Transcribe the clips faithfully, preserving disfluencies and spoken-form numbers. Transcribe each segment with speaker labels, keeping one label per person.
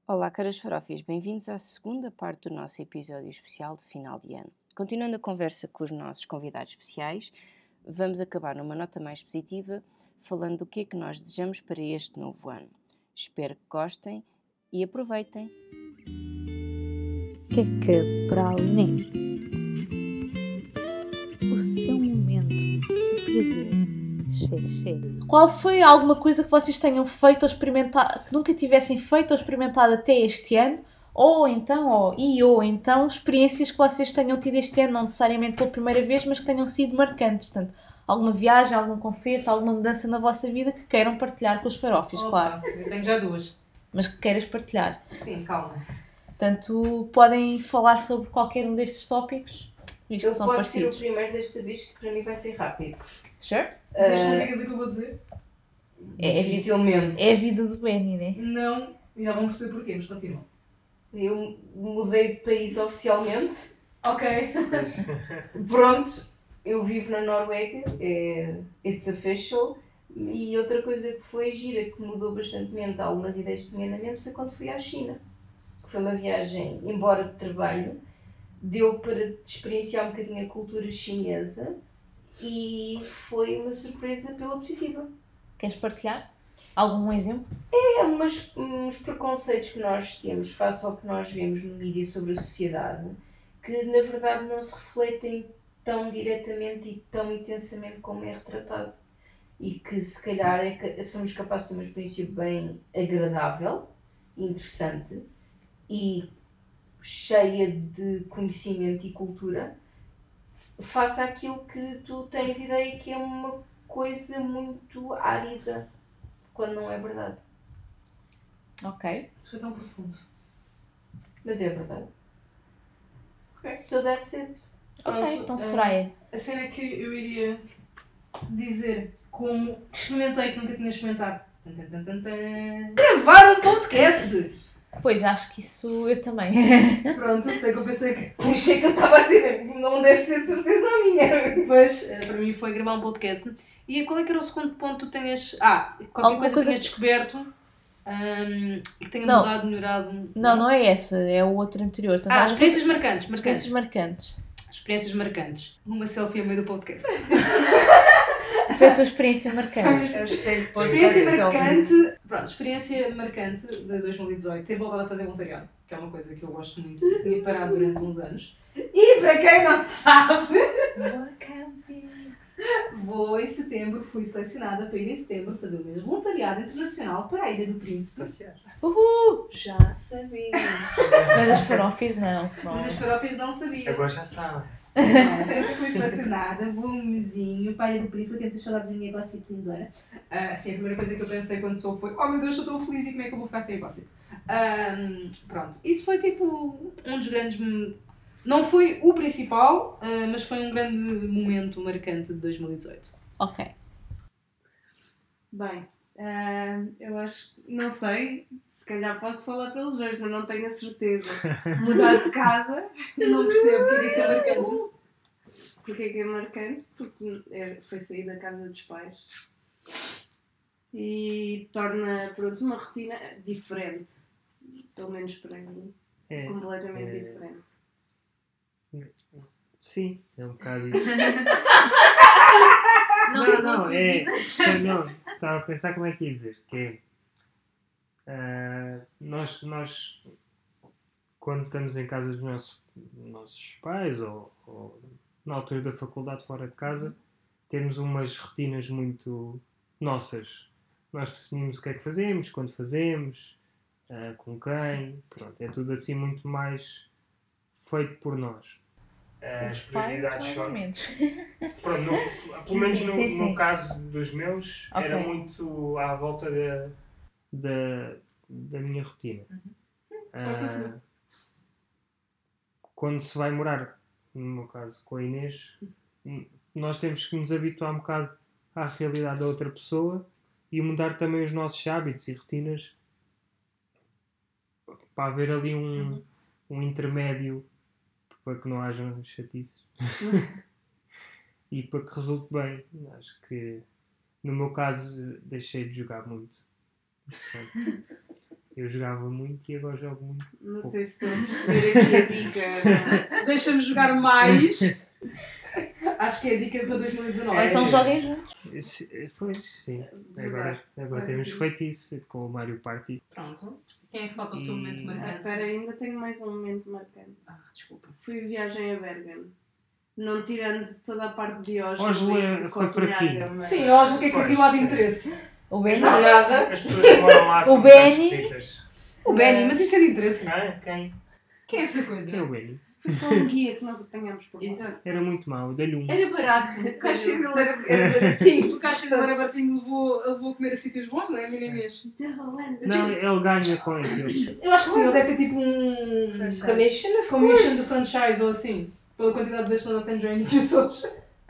Speaker 1: Olá, caras farofas, bem-vindos à segunda parte do nosso episódio especial de final de ano. Continuando a conversa com os nossos convidados especiais, vamos acabar numa nota mais positiva, falando do que é que nós desejamos para este novo ano. Espero que gostem e aproveitem.
Speaker 2: Caca Praline, o seu momento de prazer. Xexé.
Speaker 3: Qual foi alguma coisa que vocês tenham feito ou experimentado, que nunca tivessem feito ou experimentado até este ano? Ou então, ou, e ou então, experiências que vocês tenham tido este ano, não necessariamente pela primeira vez, mas que tenham sido marcantes. Portanto, alguma viagem, algum concerto, alguma mudança na vossa vida que queiram partilhar com os farofis,
Speaker 4: Opa,
Speaker 3: claro.
Speaker 4: Eu tenho já duas.
Speaker 3: Mas que queiras partilhar.
Speaker 4: Sim, calma.
Speaker 3: Portanto, podem falar sobre qualquer um destes tópicos, visto
Speaker 5: Eu
Speaker 3: que são
Speaker 5: posso
Speaker 3: parecidos.
Speaker 5: ser o primeiro desta vez, que para mim vai ser rápido.
Speaker 3: Sure?
Speaker 4: Mas não
Speaker 5: Uh,
Speaker 4: quer dizer o que eu vou dizer?
Speaker 3: É, é,
Speaker 5: dificilmente.
Speaker 3: é a vida do Benny, né?
Speaker 4: Não. E já vão perceber porquê, mas continua.
Speaker 5: Eu mudei de país oficialmente.
Speaker 4: Ok.
Speaker 5: Pronto, eu vivo na Noruega, é, it's official. E outra coisa que foi gira, que mudou bastante mente, algumas ideias que tinha na mente, foi quando fui à China. Que foi uma viagem, embora de trabalho, deu para experienciar um bocadinho a cultura chinesa e foi uma surpresa pela positiva.
Speaker 3: Queres partilhar? Algum exemplo?
Speaker 5: É umas, uns preconceitos que nós temos face ao que nós vemos no mídia sobre a sociedade, que na verdade não se refletem tão diretamente e tão intensamente como é retratado. E que se calhar é que somos capazes de ter uma experiência bem agradável, interessante e cheia de conhecimento e cultura, face àquilo que tu tens ideia que é uma coisa muito árida, quando não é verdade.
Speaker 3: Ok.
Speaker 4: Isso foi tão profundo.
Speaker 5: Mas é verdade.
Speaker 4: Ok.
Speaker 5: So that's it.
Speaker 3: Ok,
Speaker 4: Pronto,
Speaker 3: então
Speaker 4: eh,
Speaker 3: Soraya.
Speaker 4: A cena que eu iria dizer como experimentei que nunca tinha experimentado. Tan, tan, tan, tan, tan. Gravar um podcast!
Speaker 3: Pois, acho que isso eu também.
Speaker 4: Pronto, sei que eu pensei que...
Speaker 5: Por isso é que eu estava a dizer, não deve ser de certeza a minha.
Speaker 4: Depois, eh, para mim foi gravar um podcast. E qual é que era o segundo ponto que tu tenhas... Ah, qualquer
Speaker 3: Alguma
Speaker 4: coisa,
Speaker 3: coisa
Speaker 4: que tenhas descoberto ahm, e que tenha
Speaker 3: Não.
Speaker 4: mudado, melhorado...
Speaker 3: Não, não é essa, é o outro anterior. Portanto,
Speaker 4: Ah,
Speaker 3: alguma
Speaker 4: experiências
Speaker 3: coisa-
Speaker 4: marcantes, marcantes.
Speaker 3: experiências marcantes.
Speaker 4: Experiências marcantes. Uma selfie a meio do podcast.
Speaker 3: Foi a tua experiência marcante.
Speaker 4: Experiência marcante. Pronto, experiência marcante de dois mil e dezoito. Ter voltado a fazer voluntariado, que é uma coisa que eu gosto muito. Eu tinha parado durante uns anos. E para quem não sabe, vou em setembro, fui selecionada para ir em setembro fazer o meu voluntariado internacional para a Ilha do Príncipe.
Speaker 3: Uhul!
Speaker 5: Já sabia.
Speaker 3: Mas as farofis não.
Speaker 4: Mas as
Speaker 3: Pronto.
Speaker 4: próprias não sabiam.
Speaker 6: Agora já sabe.
Speaker 4: Pronto, eu fui selecionada, vou um mesinho para a Ilha do Príncipe, eu tento saudades da minha gossip lindona. Ah, sim, a primeira coisa que eu pensei quando soube foi: oh meu Deus, estou tão feliz e como é que eu vou ficar sem a gossip? Ahm, pronto, isso foi tipo um dos grandes. mom- Não foi o principal, ah, mas foi um grande momento marcante de dois mil e dezoito.
Speaker 3: Ok.
Speaker 7: Bem, ah, eu acho que, não sei, se calhar posso falar pelos dois, mas não tenho a certeza. Mudar de casa,
Speaker 4: Não percebo porque isso é marcante.
Speaker 7: porque é que é marcante? Porque é- foi sair da casa dos pais e torna, pronto, uma rotina diferente, pelo menos para mim,
Speaker 6: É,
Speaker 7: completamente
Speaker 6: é.
Speaker 7: diferente.
Speaker 6: sim, é um bocado isso.
Speaker 7: Não,
Speaker 6: não,
Speaker 7: não,
Speaker 6: não, é. Não, estava a pensar como é que ia dizer. Que é. ah, nós, nós, quando estamos em casa dos nossos, nossos pais ou, ou na altura da faculdade fora de casa, temos umas rotinas muito nossas. Nós definimos o que é que fazemos, quando fazemos, ah, com quem. Pronto, é tudo assim muito mais feito por nós. Ah,
Speaker 3: Os
Speaker 6: As
Speaker 3: pais,
Speaker 6: prioridades
Speaker 3: mais
Speaker 6: são-
Speaker 3: ou menos.
Speaker 6: Pronto, no- pelo menos
Speaker 3: Sim,
Speaker 6: no,
Speaker 3: sim, sim.
Speaker 6: no caso dos meus, era
Speaker 3: Ok.
Speaker 6: muito à volta da, da, da minha rotina.
Speaker 7: Sorte a
Speaker 6: Ah,
Speaker 7: tua.
Speaker 6: quando se vai morar, no meu caso, com a Inês, nós temos que nos habituar um bocado à realidade da outra pessoa e mudar também os nossos hábitos e rotinas para haver ali um, um intermédio para que não hajam chatices e para que resulte bem. Acho que no meu caso deixei de jogar muito. Portanto, Eu jogava muito e agora jogo muito.
Speaker 7: Não sei se estou a perceber aqui a dica.
Speaker 4: Deixa-me jogar mais. Acho que é a dica para dois mil e dezanove.
Speaker 3: Ou então
Speaker 6: É.
Speaker 3: joguem juntos.
Speaker 6: Esse- Pois, sim. Agora,
Speaker 7: Jogar.
Speaker 6: agora temos feito isso com o Mario Party.
Speaker 4: Pronto. Quem é que falta o seu
Speaker 6: E-
Speaker 4: momento
Speaker 7: Ah,
Speaker 4: marcante?
Speaker 7: Espera, ainda tenho mais um momento marcante.
Speaker 4: Ah, desculpa.
Speaker 7: Fui viagem a Bergamo. Não tirando toda a parte de Oslo
Speaker 6: Oslo
Speaker 7: e
Speaker 6: é-
Speaker 7: de
Speaker 6: foi
Speaker 7: Copenhaga,
Speaker 6: fraquinho.
Speaker 7: mas-
Speaker 4: Sim, hoje o que é que havia lá de interesse?
Speaker 3: O Benny.
Speaker 5: Não, nada.
Speaker 6: As pessoas que moram lá são
Speaker 3: O Benny-
Speaker 6: esquisitas.
Speaker 4: O Benny, mas isso é de interesse.
Speaker 6: Ah, quem?
Speaker 4: Quem é essa coisa?
Speaker 6: Quem é o Benny?
Speaker 7: Foi só um guia que nós apanhámos por lá.
Speaker 5: Exato.
Speaker 6: Era muito mau, dei-lhe um.
Speaker 5: Era barato. O cachê dele era, era baratinho.
Speaker 4: Porque acho que agora Bartinho levou, levou a comer a sítios bons, não é, minha Inês?
Speaker 6: Não, ele ganha com aquilo.
Speaker 4: Eu acho que sim, ele deve ter tipo um
Speaker 5: Commission, of
Speaker 4: commission
Speaker 5: course.
Speaker 4: de franchise ou assim, pela quantidade de vezes que nós atendemos as pessoas.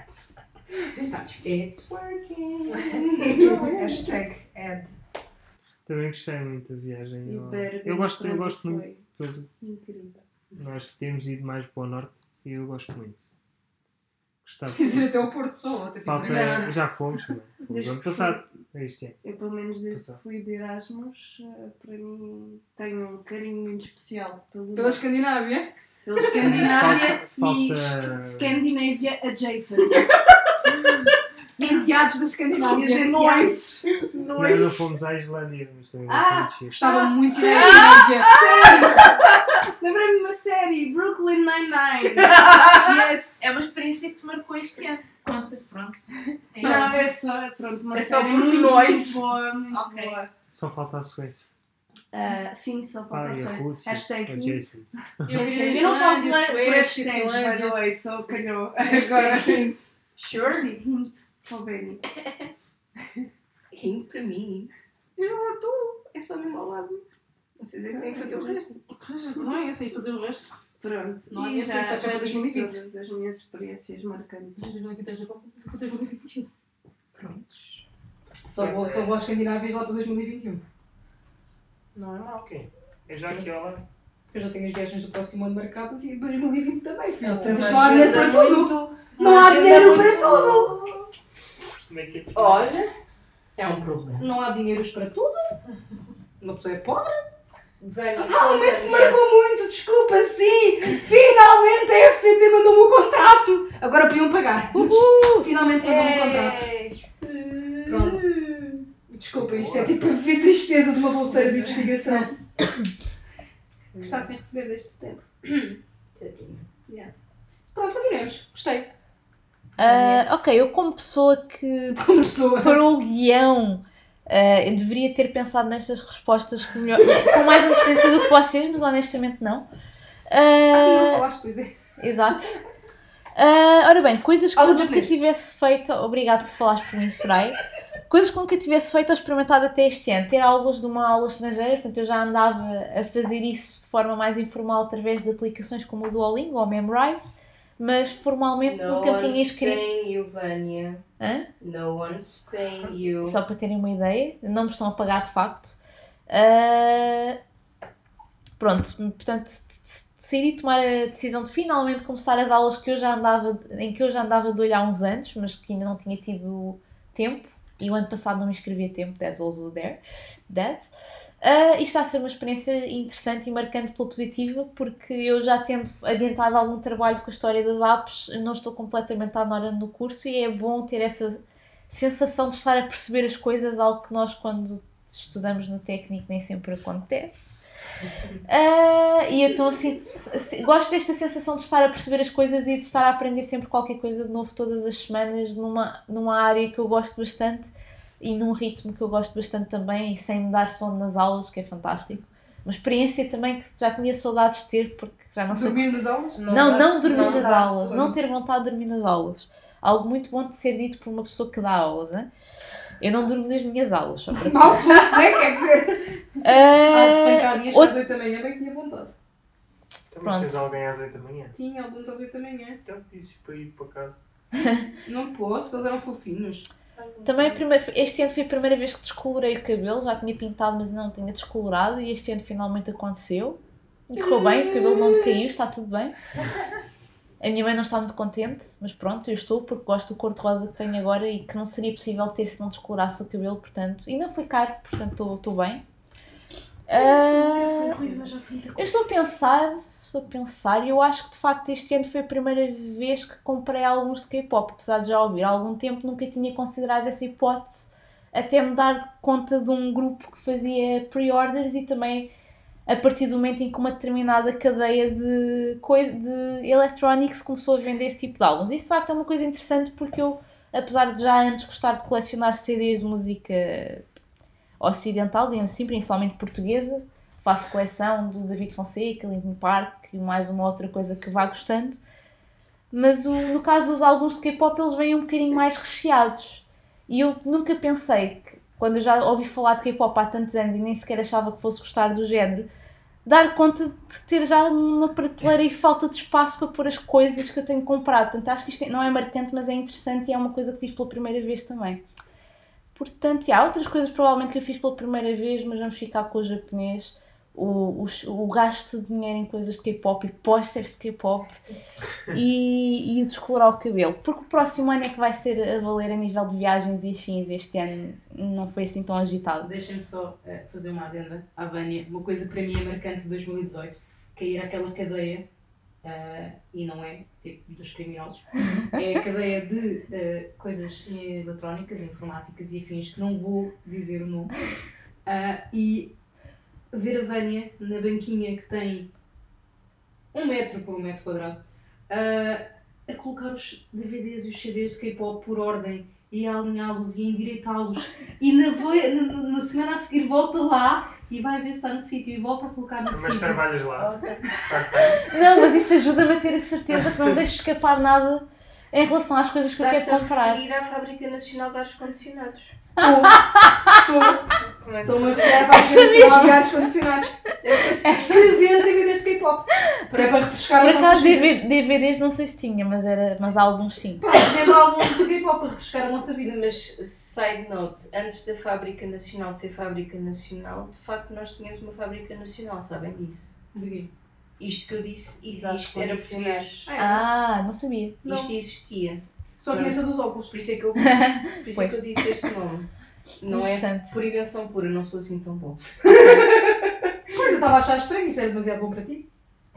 Speaker 5: It's working. Hashtag ad.
Speaker 6: Também gostei muito da viagem.
Speaker 7: E
Speaker 6: Eu,
Speaker 7: Bergamo
Speaker 6: eu gosto,
Speaker 7: para
Speaker 6: eu
Speaker 7: mim
Speaker 6: gosto muito.
Speaker 7: foi
Speaker 6: Todo,
Speaker 7: incrível.
Speaker 6: nós temos ido mais para o norte e eu gosto muito. Gostava.
Speaker 4: Preciso ir até ao Porto Sol, até tipo
Speaker 6: Falta,
Speaker 4: Bragança.
Speaker 6: já fomos também. Fomos
Speaker 7: Desde
Speaker 6: ano
Speaker 7: que
Speaker 6: passado. É este ano.
Speaker 7: Eu, pelo menos desde
Speaker 6: Passado.
Speaker 7: que fui de Erasmus, eh, para mim tenho um carinho muito especial pelo
Speaker 4: Pela Escandinávia.
Speaker 7: pela Escandinávia
Speaker 6: Falta-
Speaker 7: e
Speaker 6: falta-
Speaker 7: Scandinavia adjacent.
Speaker 4: Enteados da Escandinávia.
Speaker 5: Nós.
Speaker 6: Nós não
Speaker 5: Nós.
Speaker 6: fomos à Islândia, mas também vai
Speaker 7: Ah,
Speaker 6: ser muito chique.
Speaker 4: Gostava muito de ir à Islândia.
Speaker 7: Lembrei-me de uma série, Brooklyn Nine-Nine. Yes.
Speaker 3: É uma experiência que te marcou este ano. Conta, pronto. É
Speaker 7: Não,
Speaker 3: isso.
Speaker 7: é só, pronto, uma
Speaker 5: É só
Speaker 7: série
Speaker 5: porque
Speaker 7: muito
Speaker 5: nós.
Speaker 7: boa, muito
Speaker 3: Ok.
Speaker 7: boa.
Speaker 6: Só falta a Suécia.
Speaker 7: Ah, sim, só
Speaker 6: Ah,
Speaker 7: para
Speaker 6: e a
Speaker 7: pessoas.
Speaker 6: Rússia.
Speaker 7: Hashtag
Speaker 6: adjacent.
Speaker 4: Eu queria ir à
Speaker 7: Eu não falo
Speaker 4: Islândia,
Speaker 7: por por
Speaker 4: Suécia,
Speaker 7: estes tempos, by the
Speaker 4: Finlândia.
Speaker 7: way, só calhou.
Speaker 5: Hashtag
Speaker 7: Agora,
Speaker 5: hint. Sure?
Speaker 7: sim, hint para o Benny.
Speaker 5: Hint para mim. Eu lá estou. É só mesmo ao lado. Vocês é que têm que fazer o resto.
Speaker 4: Não é isso aí, fazer o resto.
Speaker 7: Pronto,
Speaker 4: Não há
Speaker 7: e
Speaker 4: minha
Speaker 7: já,
Speaker 4: experiência até
Speaker 7: já
Speaker 4: dois mil e
Speaker 7: disse
Speaker 4: vinte.
Speaker 7: todas as minhas experiências marcantes.
Speaker 4: dois mil e vinte é bom, foi dois mil e vinte e um.
Speaker 5: Prontos.
Speaker 4: Só vou, só vou à Escandinávia lá para dois mil e vinte e um.
Speaker 6: Não é mal, ok. É já aqui ao lado.
Speaker 4: Eu já tenho as viagens do próximo ano marcadas e dois mil e vinte também, filho.
Speaker 5: Ele tem
Speaker 4: Mas
Speaker 5: uma
Speaker 4: não há dinheiro
Speaker 5: agenda
Speaker 4: para tudo.
Speaker 5: muito-
Speaker 4: Não
Speaker 5: uma
Speaker 4: há
Speaker 5: agenda
Speaker 4: dinheiro
Speaker 5: muito-
Speaker 4: para tudo.
Speaker 6: Como é que é?
Speaker 5: Olha, é um problema.
Speaker 4: Não há dinheiros para tudo. Uma pessoa é pobre.
Speaker 5: Vânia,
Speaker 4: Realmente
Speaker 5: conta-me
Speaker 4: marcou
Speaker 5: esse.
Speaker 4: muito, desculpa, sim. Finalmente a F C T mandou-me o contrato. Agora podiam pagar. Finalmente mandou-me o contrato.
Speaker 5: É.
Speaker 4: Pronto. Desculpa, isto é tipo a ver tristeza de uma bolseira de investigação. Que está sem receber desde setembro.
Speaker 5: Tadinho.
Speaker 4: Pronto, continuemos. Gostei.
Speaker 3: Ah, ok, eu como pessoa que
Speaker 4: Como pessoa.
Speaker 3: para o guião ah, eu deveria ter pensado nestas respostas com, melhor- com mais antecedência do que vocês, mas honestamente não.
Speaker 4: Ah, não
Speaker 3: Ah,
Speaker 4: falaste, pois é.
Speaker 3: exato. Ah, ora bem, coisas que
Speaker 4: Aula
Speaker 3: eu
Speaker 4: de
Speaker 3: nunca
Speaker 4: japonês.
Speaker 3: tivesse feito. Obrigado por falares por mim, Soraya. Coisas que nunca tivesse feito ou experimentado até este ano. Ter aulas de uma aula estrangeira, portanto eu já andava a fazer isso de forma mais informal através de aplicações como o Duolingo ou o Memrise, mas formalmente
Speaker 5: No
Speaker 3: nunca me tinha
Speaker 5: one's
Speaker 3: inscrito.
Speaker 5: paying you, Vânia.
Speaker 3: Hã?
Speaker 5: No one's paying you.
Speaker 3: Só para terem uma ideia, não me estão a pagar de facto. Ah, pronto, portanto, decidi tomar a decisão de finalmente começar as aulas que eu já andava, em que eu já andava de olho há uns anos, mas que ainda não tinha tido tempo. E o ano passado não me inscrevi a tempo, that's also there. That. Uh, e está a ser uma experiência interessante e marcante pela positiva, porque eu já tendo adiantado algum trabalho com a história das apps, não estou completamente à hora no curso e é bom ter essa sensação de estar a perceber as coisas, algo que nós quando estudamos no técnico nem sempre acontece. Uh, e então sinto, assim, gosto desta sensação de estar a perceber as coisas e de estar a aprender sempre qualquer coisa de novo todas as semanas numa, numa área que eu gosto bastante e num ritmo que eu gosto bastante também e sem me dar sono nas aulas, que é fantástico. Uma experiência também que já tinha saudades de ter, porque já não sei...
Speaker 4: Dormir nas aulas?
Speaker 3: Não,
Speaker 5: dá-
Speaker 3: não dormir
Speaker 5: não
Speaker 3: nas
Speaker 5: dá
Speaker 3: aulas,
Speaker 5: sono.
Speaker 3: não ter vontade de dormir nas aulas. Algo muito bom de ser dito por uma pessoa que dá aulas, hein? Eu não durmo nas minhas aulas, só para...
Speaker 4: Mal fosse, né? Quer dizer. Ah, se bem que há dias que
Speaker 3: outro-
Speaker 4: às oito da manhã bem que tinha vontade.
Speaker 6: Então,
Speaker 3: Pronto.
Speaker 6: mas tens alguém às oito da manhã?
Speaker 4: Tinha alguns às oito da manhã.
Speaker 6: Então dizes para ir para casa.
Speaker 4: Não posso, eles eram fofinhos.
Speaker 3: Também a primeira- este ano foi a primeira vez que descolorei o cabelo, já tinha pintado mas ainda não tinha descolorado e este ano finalmente aconteceu. Correu bem, o cabelo não me caiu, está tudo bem. A minha mãe não está muito contente, mas pronto, eu estou porque gosto do cor-de-rosa que tenho agora e que não seria possível ter se não descolorasse o cabelo, portanto, e não foi caro, portanto estou, estou bem. Ah,
Speaker 5: Foi ruim, mas já foi muita
Speaker 3: eu
Speaker 5: coisa.
Speaker 3: estou a pensar, estou a pensar, e eu acho que de facto este ano foi a primeira vez que comprei alguns de K-pop, apesar de já ouvir há algum tempo, nunca tinha considerado essa hipótese, até me dar conta de um grupo que fazia pre-orders e também a partir do momento em que uma determinada cadeia de, coisa, de electronics começou a vender esse tipo de álbuns. Isso de facto é uma coisa interessante porque eu, apesar de já antes gostar de colecionar C Ds de música ocidental, digamos assim, principalmente portuguesa, faço coleção do David Fonseca, Linkin Park e mais uma outra coisa que vá gostando, mas o, no caso dos álbuns de K-pop eles vêm um bocadinho mais recheados e eu nunca pensei que, quando eu já ouvi falar de K-pop há tantos anos e nem sequer achava que fosse gostar do género, dar conta de ter já uma prateleira e falta de espaço para pôr as coisas que eu tenho comprado. Portanto, acho que isto não é marcante, mas é interessante e é uma coisa que fiz pela primeira vez também. Portanto, e há outras coisas provavelmente que eu fiz pela primeira vez, mas vamos ficar com o japonês. O, o, o gasto de dinheiro em coisas de K-pop e pósteres de K-pop e, e descolorar o cabelo. Porque o próximo ano é que vai ser a valer a nível de viagens e afins. Este ano não foi assim tão agitado.
Speaker 4: Deixem-me só uh, fazer uma adenda à Vânia. Uma coisa para mim é marcante de dois mil e dezoito, que é ir àquela cadeia, uh, e não é tipo dos criminosos, é a cadeia de uh, coisas eletrónicas, informáticas e afins, que não vou dizer o nome, uh, e ver a Vânia na banquinha que tem um metro por um metro quadrado, uh, a colocar os D V Ds e os C Ds de K-pop por ordem e a alinhá-los e a endireitá-los e na, na, na semana a seguir volta lá e vai ver se está no sítio e volta a colocar no
Speaker 6: Mas
Speaker 4: sítio.
Speaker 6: trabalhas lá.
Speaker 4: Ok.
Speaker 3: Não, mas isso ajuda-me a ter a certeza que não deixo escapar nada em relação às coisas que eu
Speaker 5: Estás-te
Speaker 3: quero
Speaker 5: a
Speaker 3: comprar.
Speaker 5: referir à Fábrica Nacional de Ar-Condicionados.
Speaker 4: Estou-me a referir para
Speaker 3: Essa
Speaker 4: a
Speaker 3: mesmo.
Speaker 4: de ar condicionados.
Speaker 3: Essa-
Speaker 4: Que vende D V Ds de K-pop. Para, para refrescar
Speaker 3: Por
Speaker 4: as
Speaker 3: acaso
Speaker 4: nossas
Speaker 3: D
Speaker 4: vidas.
Speaker 3: V Ds não sei se tinha, mas, era, mas álbuns sim.
Speaker 4: Pronto, vende álbuns de K-pop para refrescar a nossa vida.
Speaker 5: Mas, side note, antes da Fábrica Nacional ser Fábrica Nacional, de facto nós tínhamos uma Fábrica Nacional, sabem disso?
Speaker 4: De quê?
Speaker 5: Isto que eu disse
Speaker 3: Exato,
Speaker 5: existe, era português.
Speaker 4: Ah, é?
Speaker 3: Ah, não sabia.
Speaker 4: Não.
Speaker 5: Isto existia.
Speaker 4: Só conheço a dos óculos.
Speaker 5: Por isso é que eu, por isso é
Speaker 3: Pois.
Speaker 5: que eu disse este nome. Não é
Speaker 3: Interessante.
Speaker 5: por invenção pura, não sou assim tão bom.
Speaker 4: Pois, eu estava a achar estranho, isso era demasiado bom para ti.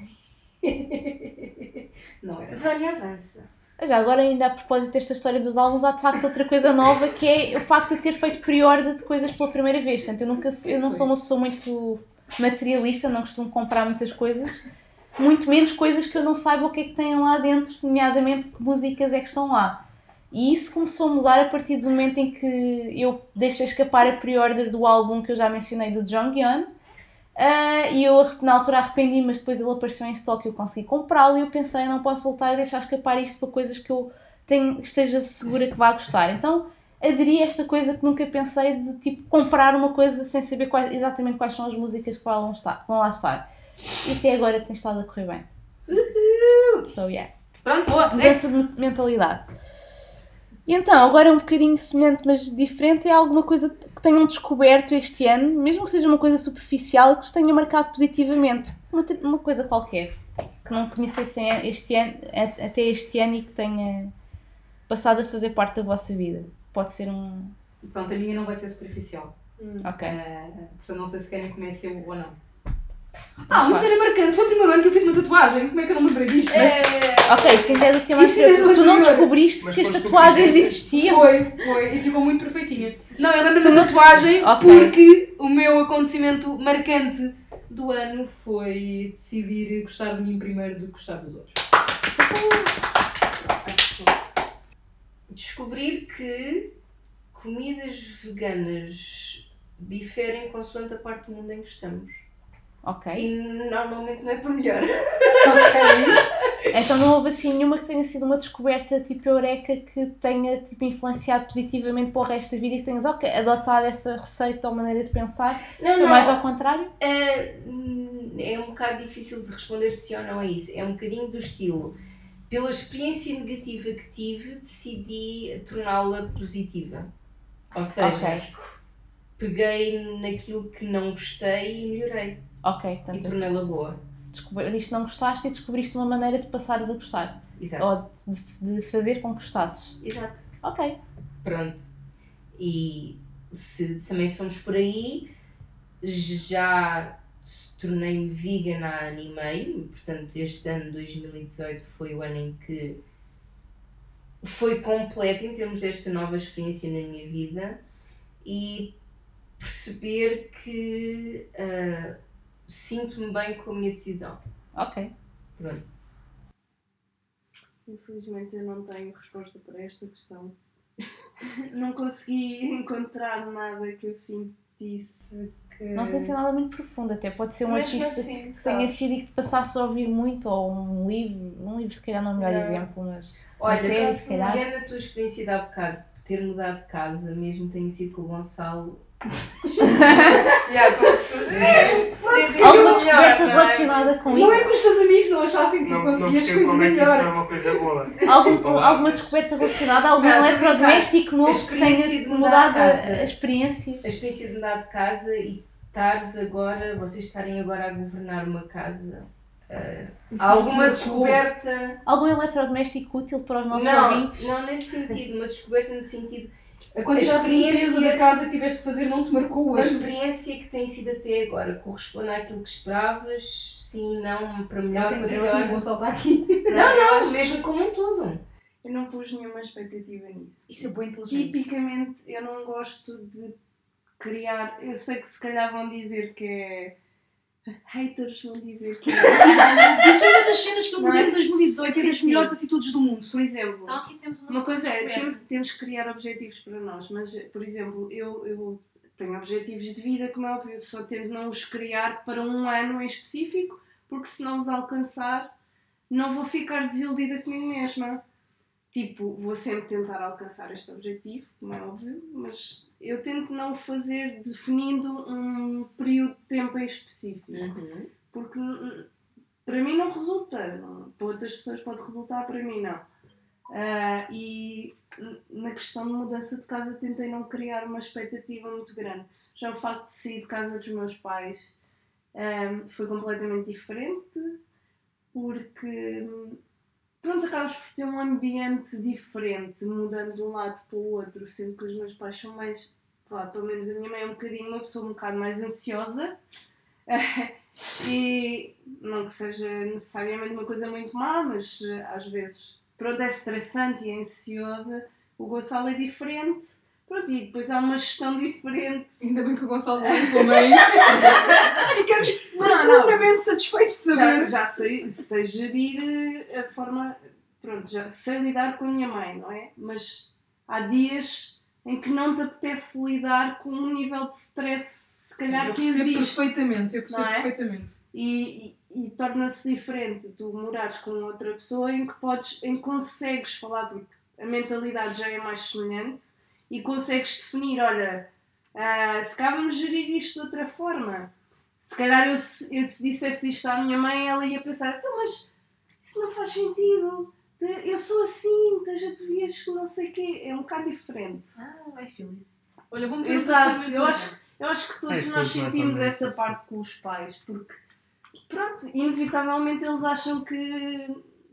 Speaker 4: Não era.
Speaker 5: Vânia, avança.
Speaker 3: Já agora, ainda a propósito desta história dos álbuns, há de facto outra coisa nova que é o facto de eu ter feito pre-order de coisas pela primeira vez. Portanto, eu, nunca, eu não sou uma pessoa muito materialista, não costumo comprar muitas coisas, muito menos coisas que eu não saiba o que é que têm lá dentro, nomeadamente que músicas é que estão lá. E isso começou a mudar a partir do momento em que eu deixei escapar a pre-order do álbum que eu já mencionei do Jonghyun. Uh, e eu na altura arrependi, mas depois ele apareceu em stock e eu consegui comprá-lo e eu pensei, não posso voltar a deixar escapar isto para coisas que eu tenho, esteja segura que vá gostar. Então aderi a esta coisa que nunca pensei de tipo comprar uma coisa sem saber quais, exatamente quais são as músicas que vão, estar, vão lá estar. E até agora tem estado a correr bem.
Speaker 4: Uhul.
Speaker 3: So yeah.
Speaker 4: Pronto, boa.
Speaker 3: Mudança de mentalidade. E então, agora um bocadinho semelhante, mas diferente, é alguma coisa que tenham descoberto este ano, mesmo que seja uma coisa superficial, e que vos tenha marcado positivamente. Uma, uma coisa qualquer, que não conhecessem este ano, até este ano e que tenha passado a fazer parte da vossa vida. Pode ser um...
Speaker 4: Pronto, a minha não vai ser superficial.
Speaker 3: Ok.
Speaker 4: Uh, portanto, não sei se querem conhecer ou não. Ah, uma cena marcante. Foi o primeiro ano que eu fiz uma tatuagem. Como é que eu não me lembrei disto?
Speaker 3: Mas, ok, isso ainda é do tema
Speaker 4: Isso ainda é do
Speaker 3: anterior. Tu não
Speaker 4: anterior.
Speaker 3: descobriste
Speaker 6: Mas
Speaker 3: que as
Speaker 6: foste tu que
Speaker 3: tatuagens
Speaker 6: fizeste.
Speaker 3: existiam?
Speaker 4: Foi, foi. E ficou muito perfeitinha. Não, eu lembro
Speaker 3: Tu
Speaker 4: da
Speaker 3: não-
Speaker 4: tatuagem
Speaker 3: Ok.
Speaker 4: porque o meu acontecimento marcante do ano foi decidir gostar de mim primeiro do que gostar dos outros.
Speaker 5: Descobrir que comidas veganas diferem consoante a parte do mundo em que estamos.
Speaker 3: Ok.
Speaker 5: E normalmente não é para melhor.
Speaker 4: Ok.
Speaker 3: Então não houve assim nenhuma que tenha sido uma descoberta tipo eureka que tenha tipo, influenciado positivamente para o resto da vida e que tenhas ok, adotado essa receita ou maneira de pensar?
Speaker 5: Não,
Speaker 3: Foi mais ao contrário?
Speaker 5: É, é um bocado difícil de responder de sim ou não a isso. É um bocadinho do estilo. Pela experiência negativa que tive, decidi torná-la positiva. Ou seja,
Speaker 3: Ok.
Speaker 5: peguei naquilo que não gostei e melhorei.
Speaker 3: Ok,
Speaker 5: E
Speaker 3: portanto,
Speaker 5: tornei-la boa.
Speaker 3: descobriste não gostaste e descobriste uma maneira de passares a gostar.
Speaker 5: Exato.
Speaker 3: Ou de, de fazer com que gostasses.
Speaker 5: Exato.
Speaker 3: Ok.
Speaker 5: Pronto. E se, também se formos por aí, já tornei-me vegan há ano e meio, portanto este ano dois mil e dezoito foi o ano em que foi completo em termos desta nova experiência na minha vida e perceber que uh, sinto-me bem com a minha decisão.
Speaker 3: Ok.
Speaker 5: Pronto.
Speaker 7: Infelizmente eu não tenho resposta para esta questão. Não consegui encontrar nada que eu sentisse que...
Speaker 3: Não tem de ser nada muito profundo, até pode ser um
Speaker 7: Mesmo
Speaker 3: artista
Speaker 7: assim,
Speaker 3: que tenha
Speaker 7: sabes?
Speaker 3: sido e que te passasse a ouvir muito, ou um livro, um livro se calhar não é o melhor
Speaker 5: Não.
Speaker 3: exemplo, mas
Speaker 5: Olha,
Speaker 3: uma série se calhar.
Speaker 5: pegando a tua experiência de há bocado, ter mudado de casa, mesmo que tenha sido com o Gonçalo.
Speaker 7: Yeah, como se...
Speaker 3: Alguma descoberta relacionada com
Speaker 4: Não é
Speaker 3: isso?
Speaker 4: que os teus amigos não achassem que tu
Speaker 6: Não, não
Speaker 4: conseguias
Speaker 6: percebo como
Speaker 4: coisas
Speaker 6: é que isso é
Speaker 4: melhor.
Speaker 6: uma coisa boa.
Speaker 3: Algum, alguma descoberta relacionada a algum
Speaker 5: Não,
Speaker 3: eletrodoméstico novo que
Speaker 5: experiência
Speaker 3: tenha
Speaker 5: de mudar
Speaker 3: mudado
Speaker 5: de
Speaker 3: a,
Speaker 5: casa.
Speaker 3: a experiência?
Speaker 5: A experiência de mudar de casa e estares agora, vocês estarem agora a governar uma casa. Uh,
Speaker 4: Isso
Speaker 5: há alguma
Speaker 4: é muito
Speaker 5: descoberta?
Speaker 3: Algum eletrodoméstico útil para os nossos
Speaker 5: Não,
Speaker 3: ouvintes?
Speaker 5: não nesse sentido, uma descoberta no sentido.
Speaker 4: A quantidade de
Speaker 5: experiência-
Speaker 4: limpeza da casa que tiveste que fazer não te marcou
Speaker 5: A
Speaker 4: hoje.
Speaker 5: experiência que tem sido até agora corresponde àquilo que esperavas? Sim, não, para
Speaker 4: Eu
Speaker 5: melhor,
Speaker 4: tenho que
Speaker 5: para
Speaker 4: dizer que sim, o
Speaker 5: pior?
Speaker 4: Gonçalo está aqui.
Speaker 5: Não, não, mesmo como um todo.
Speaker 7: Eu não pus nenhuma expectativa nisso.
Speaker 4: Isso é bem inteligente.
Speaker 7: Tipicamente eu não gosto de criar... Eu sei que se calhar vão dizer que é... Haters vão dizer que é...
Speaker 8: Isso é uma das cenas que eu
Speaker 7: Não é?
Speaker 8: mudei em dois mil e dezoito e das
Speaker 7: Sim.
Speaker 8: melhores atitudes do mundo.
Speaker 7: Por exemplo...
Speaker 8: Então aqui temos uma,
Speaker 7: Uma coisa é,
Speaker 8: descoberta.
Speaker 7: temos, temos que criar objetivos para nós, mas, por exemplo, eu, eu tenho objetivos de vida, como é óbvio, só tento não os criar para um ano em específico, porque se não os alcançar, não vou ficar desiludida comigo mesma. Tipo, vou sempre tentar alcançar este objetivo, como é óbvio, mas eu tento não o fazer definindo um período de tempo em específico, porque hum, para mim não resulta, não, para outras pessoas pode resultar, para mim não. Ah, e na questão de mudança de casa tentei não criar uma expectativa muito grande. Já o facto de sair de casa dos meus pais ah, foi completamente diferente, porque pronto, acabas por ter um ambiente diferente, mudando de um lado para o outro, sendo que os meus pais são mais, pá, pelo menos a minha mãe é um bocadinho uma pessoa um bocado mais ansiosa. E não que seja necessariamente uma coisa muito má, mas às vezes pronto, é estressante e é ansiosa. O Gonçalo é diferente, pronto, e depois há uma gestão diferente.
Speaker 4: Ainda bem que o Gonçalo não é também. Ficamos
Speaker 7: Não, não.
Speaker 4: profundamente satisfeitos de
Speaker 7: Já,
Speaker 4: saber.
Speaker 7: já sei, sei gerir a forma, pronto, já sei lidar com a minha mãe, não é? Mas há dias em que não te apetece lidar com um nível de stress se calhar
Speaker 4: eu
Speaker 7: que
Speaker 4: percebo
Speaker 7: existe.
Speaker 4: perfeitamente, eu percebo
Speaker 7: Não é?
Speaker 4: perfeitamente.
Speaker 7: E, e, e torna-se diferente tu morares com outra pessoa em que podes, em que consegues falar, porque a mentalidade já é mais semelhante e consegues definir, olha, ah, se cá vamos gerir isto de outra forma. Se calhar eu se, eu se dissesse isto à minha mãe, ela ia pensar, então, mas isso não faz sentido, Te- eu sou assim, tu já te vias que não sei o quê, é um bocado diferente.
Speaker 8: Ah, vai filho.
Speaker 4: Olha, vamos ter
Speaker 7: Exato, eu acho, eu acho que todos
Speaker 6: É,
Speaker 7: nós
Speaker 6: todos nós
Speaker 7: sentimos
Speaker 6: somos
Speaker 7: essa
Speaker 6: assim.
Speaker 7: parte com os pais, porque, pronto, inevitavelmente eles acham que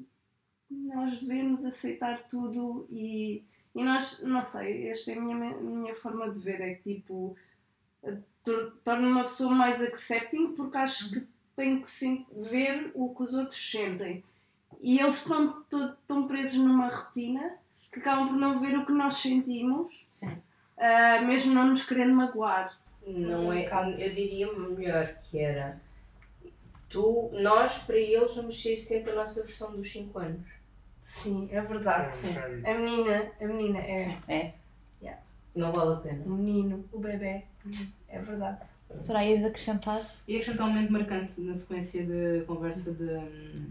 Speaker 7: nós devemos aceitar tudo e, e nós, não sei, esta é a minha, a minha forma de ver, é que tipo, tor- torna-me uma pessoa mais accepting porque acho que tem que sen- ver o que os outros sentem. E eles estão, to- estão presos numa rotina que acabam por não ver o que nós sentimos.
Speaker 8: Sim.
Speaker 7: Uh, mesmo não nos querendo magoar.
Speaker 5: Não é,
Speaker 7: Um bocado.
Speaker 5: eu diria melhor que era tu, nós para eles vamos ser sempre a nossa versão dos cinco anos.
Speaker 7: Sim, é verdade.
Speaker 6: É um bocado isso.
Speaker 7: A menina, a menina é
Speaker 3: É.
Speaker 5: Não vale a pena.
Speaker 7: o menino, o bebê. É verdade.
Speaker 3: Soraya, ias acrescentar?
Speaker 4: E acrescentar um momento marcante na sequência de conversa de, hum,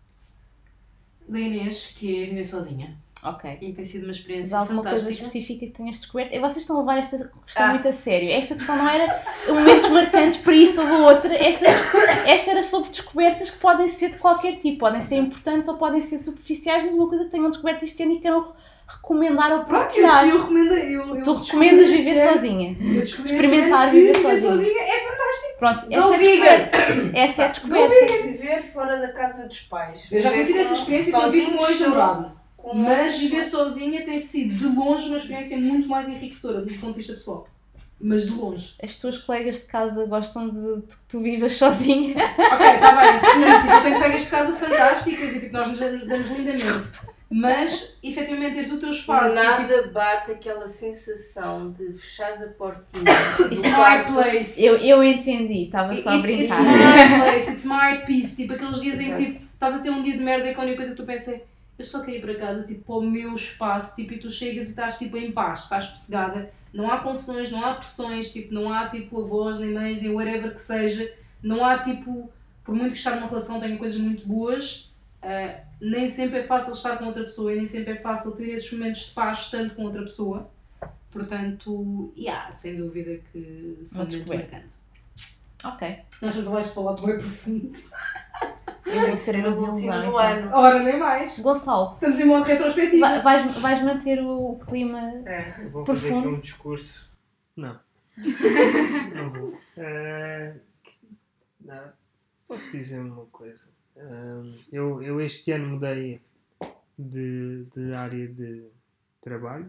Speaker 4: da Inês, que é viver sozinha.
Speaker 3: Ok.
Speaker 4: E tem sido uma
Speaker 3: Mas
Speaker 4: experiência
Speaker 3: alguma coisa
Speaker 4: fantástica.
Speaker 3: específica que tenhas descoberto? E vocês estão a levar esta questão
Speaker 5: Ah.
Speaker 3: muito a sério. Esta questão não era momentos marcantes para isso ou para outra. Esta, esta era sobre descobertas que podem ser de qualquer tipo. Podem ser importantes ou podem ser superficiais, mas uma coisa que tenham descoberto este ano e queiram recomendar ou
Speaker 4: Pronto, eu,
Speaker 3: partilhar.
Speaker 4: eu recomendo. Eu, eu
Speaker 3: Tu
Speaker 4: descobri
Speaker 3: recomendas
Speaker 4: este
Speaker 3: viver
Speaker 4: ano-
Speaker 3: sozinha.
Speaker 4: eu descobri este
Speaker 3: Experimentar
Speaker 4: ano que
Speaker 3: viver sozinha.
Speaker 4: é fantástico.
Speaker 3: Pronto,
Speaker 5: Go
Speaker 3: essa é a
Speaker 5: vegan.
Speaker 3: descoberta. Essa é a descoberta.
Speaker 5: Viver fora da casa dos pais.
Speaker 4: Eu já
Speaker 5: Viver
Speaker 4: tive essa
Speaker 5: com-
Speaker 4: experiência que eu vivo com o
Speaker 5: sozinhos,
Speaker 4: ex-namorado.
Speaker 5: com
Speaker 4: Mas
Speaker 5: outras
Speaker 4: viver
Speaker 5: pessoas.
Speaker 4: sozinha tem sido, de longe, uma experiência muito mais enriquecedora do ponto de vista pessoal. mas de longe.
Speaker 3: As tuas colegas de casa gostam de, de que tu vivas sozinha.
Speaker 4: Ok, está bem, sim, tipo, eu tenho colegas de casa fantásticas e tipo, nós nos damos, damos lindamente. Mas, efetivamente, teres o teu espaço.
Speaker 5: Nada bate aquela sensação de fechares a portinha do
Speaker 4: It's my
Speaker 5: quarto.
Speaker 4: place.
Speaker 3: Eu, eu entendi, estava só a
Speaker 4: It's, it's
Speaker 3: brincar.
Speaker 4: my place, it's my peace. Tipo, aqueles dias em que tipo, estás a ter um dia de merda e que a única coisa que tu pensas é eu só queria ir para casa, tipo, para o meu espaço, tipo, e tu chegas e estás tipo em paz, estás sossegada, não há confusões, não há pressões, tipo, não há tipo avós, nem mães, nem whatever que seja, não há tipo, por muito que estar numa relação tenha coisas muito boas, uh, nem sempre é fácil estar com outra pessoa e nem sempre é fácil ter esses momentos de paz estando com outra pessoa. Portanto, yeah, sem dúvida que foi
Speaker 3: Uma
Speaker 4: um momento
Speaker 3: descoberta.
Speaker 4: marcante.
Speaker 3: Ok.
Speaker 4: Nós estamos a para o lado bem profundo.
Speaker 3: Eu vou ser uma
Speaker 5: No último
Speaker 3: desilusão.
Speaker 5: do
Speaker 3: então.
Speaker 5: ano.
Speaker 4: Ora, nem mais.
Speaker 3: Gonçalo,
Speaker 4: Estamos em modo retrospectiva.
Speaker 3: vai- vais, vais manter o clima.
Speaker 6: É, eu vou fazer
Speaker 3: Profundo.
Speaker 6: aqui um discurso. Não. Não vou. Eh, não. Posso dizer uma coisa. Eh, eu, eu este ano mudei de, de área de trabalho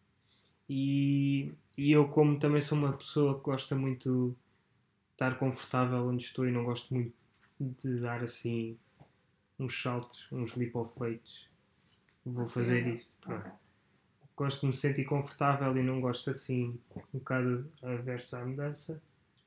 Speaker 6: e, e eu, como também sou uma pessoa que gosta muito de estar confortável onde estou e não gosto muito de dar assim uns saltos, uns leap of faith, vou
Speaker 4: Sim,
Speaker 6: fazer
Speaker 4: ok.
Speaker 6: isto. Pronto. Gosto de me sentir confortável e não gosto assim um bocado averso à mudança.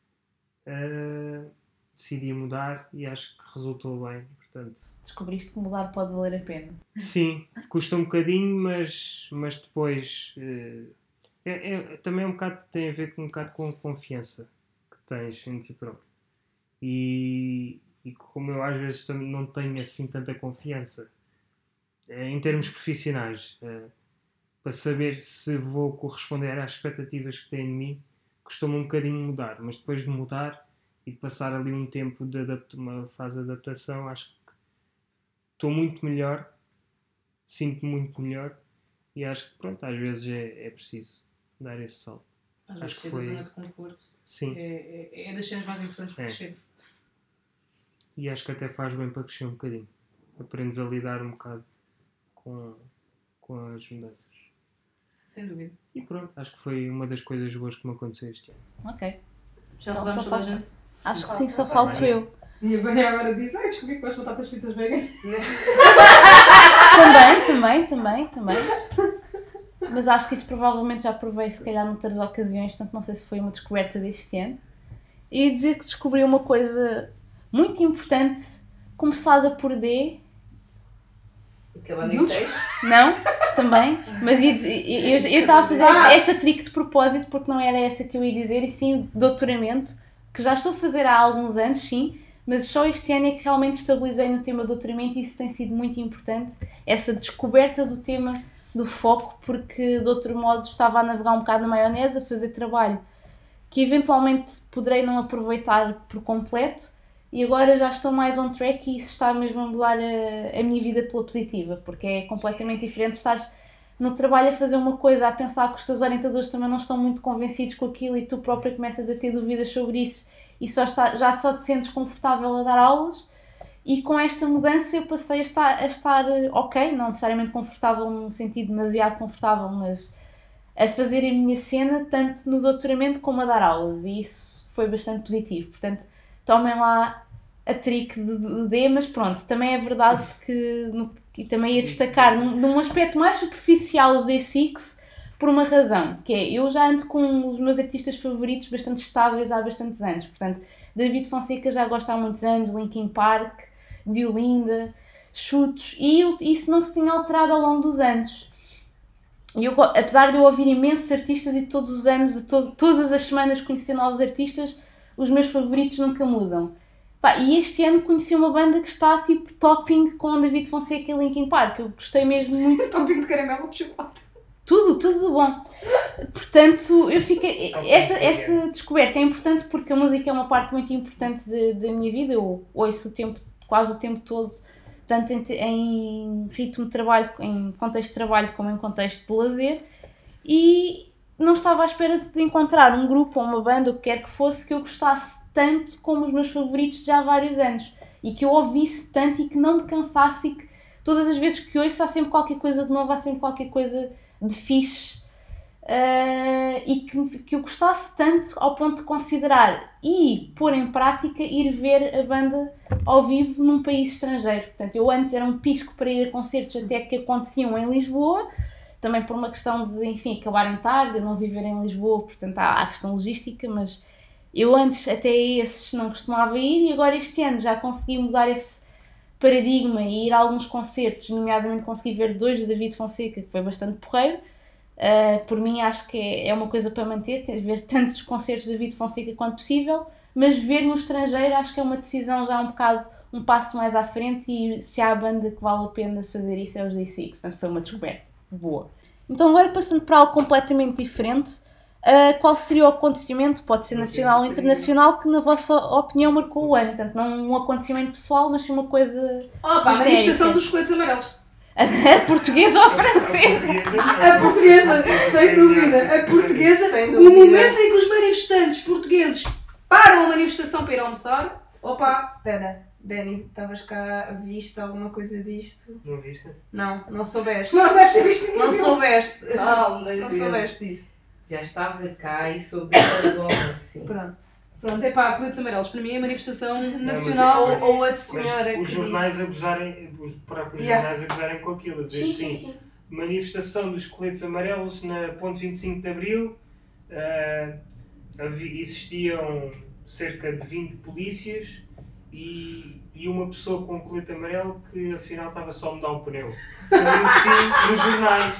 Speaker 6: Uh, decidi mudar e acho que resultou bem, portanto
Speaker 3: Descobriste que mudar pode valer a pena.
Speaker 6: sim, custa um bocadinho, mas, mas depois uh, é, é, também é um bocado, tem a ver com um bocado com a confiança que tens em ti próprio e, e como eu às vezes também não tenho assim tanta confiança uh, em termos profissionais, uh, para saber se vou corresponder às expectativas que têm de mim, costuma um bocadinho mudar, mas depois de mudar e de passar ali um tempo de adapta- uma fase de adaptação, acho que estou muito melhor, sinto-me muito melhor e acho que pronto, às vezes é, é preciso dar esse salto.
Speaker 4: Às
Speaker 6: Acho
Speaker 4: vezes
Speaker 6: que
Speaker 4: sair
Speaker 6: foi-
Speaker 4: da zona de conforto
Speaker 6: Sim,
Speaker 4: é, é, é das cenas mais importantes para
Speaker 6: É.
Speaker 4: crescer.
Speaker 6: e acho que até faz bem para crescer um bocadinho. Aprendes a lidar um bocado com, com as mudanças.
Speaker 4: Sem dúvida.
Speaker 6: E pronto, acho que foi uma das coisas boas que me aconteceu este ano.
Speaker 3: Ok.
Speaker 4: Já
Speaker 3: Então
Speaker 4: falámos
Speaker 3: só
Speaker 4: toda a
Speaker 3: falta-
Speaker 4: gente?
Speaker 3: Acho que
Speaker 5: Falta-
Speaker 3: sim, só
Speaker 6: vai,
Speaker 3: falto
Speaker 6: vai.
Speaker 3: eu.
Speaker 4: E a Vânia agora diz, ai, descobri que as batatas fritas vegan.
Speaker 3: Também, também, também, também. Mas acho que isso provavelmente já provei se calhar noutras ocasiões, portanto não sei se foi uma descoberta deste ano. E dizer que descobri uma coisa muito importante, começada por D,
Speaker 5: Acabando em seis.
Speaker 3: não, também, mas ia dizer- eu eu- eu estava a fazer esta, esta trick de propósito porque não era essa que eu ia dizer, e sim doutoramento, que já estou a fazer há alguns anos, sim, mas só este ano é que realmente estabilizei no tema doutoramento e isso tem sido muito importante, essa descoberta do tema do foco, porque de outro modo estava a navegar um bocado na maionese, a fazer trabalho que eventualmente poderei não aproveitar por completo e agora já estou mais on track e isso está mesmo a mudar a, a minha vida pela positiva, porque é completamente diferente estares no trabalho a fazer uma coisa, a pensar que os teus orientadores também não estão muito convencidos com aquilo e tu própria começas a ter dúvidas sobre isso e só está, já só te sentes confortável a dar aulas. E com esta mudança eu passei a estar, a estar ok, não necessariamente confortável no sentido demasiado confortável, mas a fazer a minha cena tanto no doutoramento como a dar aulas e isso foi bastante positivo. Portanto, tomem lá a trick do, do D, mas pronto, também é verdade que, no, e também ia destacar num, num aspecto mais superficial os D seis por uma razão, que é, eu já ando com os meus artistas favoritos bastante estáveis há bastantes anos, portanto, David Fonseca já gosto há muitos anos, Linkin Park, Diolinda, Chutos, e isso não se tinha alterado ao longo dos anos. E eu, apesar de eu ouvir imensos artistas e todos os anos, de todo, todas as semanas conhecer novos artistas, os meus favoritos nunca mudam. Pá, e este ano conheci uma banda que está tipo topping com David Fonseca e Linkin Park. Eu gostei mesmo muito de tudo.
Speaker 4: Topping de caramelo de chocolate.
Speaker 3: Tudo, tudo de bom. Portanto, eu fiquei... Esta, esta descoberta é importante porque a música é uma parte muito importante de, da minha vida. Eu ouço o tempo, quase o tempo todo, tanto em, em ritmo de trabalho, em contexto de trabalho, como em contexto de lazer. E não estava à espera de encontrar um grupo ou uma banda, o que quer que fosse, que eu gostasse tanto como os meus favoritos já há vários anos. E que eu ouvisse tanto e que não me cansasse e que todas as vezes que ouço há sempre qualquer coisa de novo, há sempre qualquer coisa de fixe. uh, e que, que eu gostasse tanto ao ponto de considerar e pôr em prática ir ver a banda ao vivo num país estrangeiro. Portanto, eu antes era um pisco para ir a concertos até que aconteciam em Lisboa, também por uma questão de, enfim, acabarem tarde, eu não viver em Lisboa, portanto há, há a questão logística, mas eu antes até esses não costumava ir e agora este ano já consegui mudar esse paradigma e ir a alguns concertos, nomeadamente consegui ver dois de David Fonseca, que foi bastante porreiro. Uh, por mim acho que é, é uma coisa para manter, ter, ver tantos concertos de David Fonseca quanto possível, mas ver no estrangeiro acho que é uma decisão já um bocado, um passo mais à frente, e se há a banda que vale a pena fazer isso é os Day Six, portanto foi uma descoberta boa. Então agora passando para algo completamente diferente, uh, qual seria o acontecimento, pode ser nacional ou internacional, que na vossa opinião marcou o ano? Portanto, não um acontecimento pessoal, mas sim uma coisa
Speaker 4: Opa, a manifestação dos coletes amarelos.
Speaker 3: A portuguesa ou a francesa?
Speaker 4: A portuguesa, sem dúvida. A portuguesa,
Speaker 7: Sem
Speaker 4: o
Speaker 7: dúvida.
Speaker 4: momento em que os manifestantes portugueses param a manifestação para ir almoçar, opa,
Speaker 7: Espera, Benny, estavas cá, viste alguma coisa disto?
Speaker 6: Não viste?
Speaker 7: Não, não soubeste.
Speaker 4: não deves ter visto
Speaker 7: Não
Speaker 4: nenhum.
Speaker 7: soubeste.
Speaker 5: Ah, mas
Speaker 7: Não
Speaker 5: eu
Speaker 7: soubeste disso.
Speaker 5: já estava cá e soube agora, assim.
Speaker 7: Pronto.
Speaker 4: Pronto, é pá, coletes amarelos. Para mim é a manifestação
Speaker 6: mas-
Speaker 4: nacional.
Speaker 6: mas-
Speaker 7: Ou, ou a
Speaker 6: Mas
Speaker 7: senhora
Speaker 6: os
Speaker 7: que
Speaker 6: jornais
Speaker 7: disse...
Speaker 6: abusarem, os próprios
Speaker 7: Yeah.
Speaker 6: jornais abusarem com aquilo, a dizer assim, manifestação dos coletes amarelos na ponte vinte e cinco de Abril, ah, havia- existiam cerca de vinte polícias e, e uma pessoa com um colete amarelo que afinal estava só a mudar o pneu. Mas assim, nos jornais.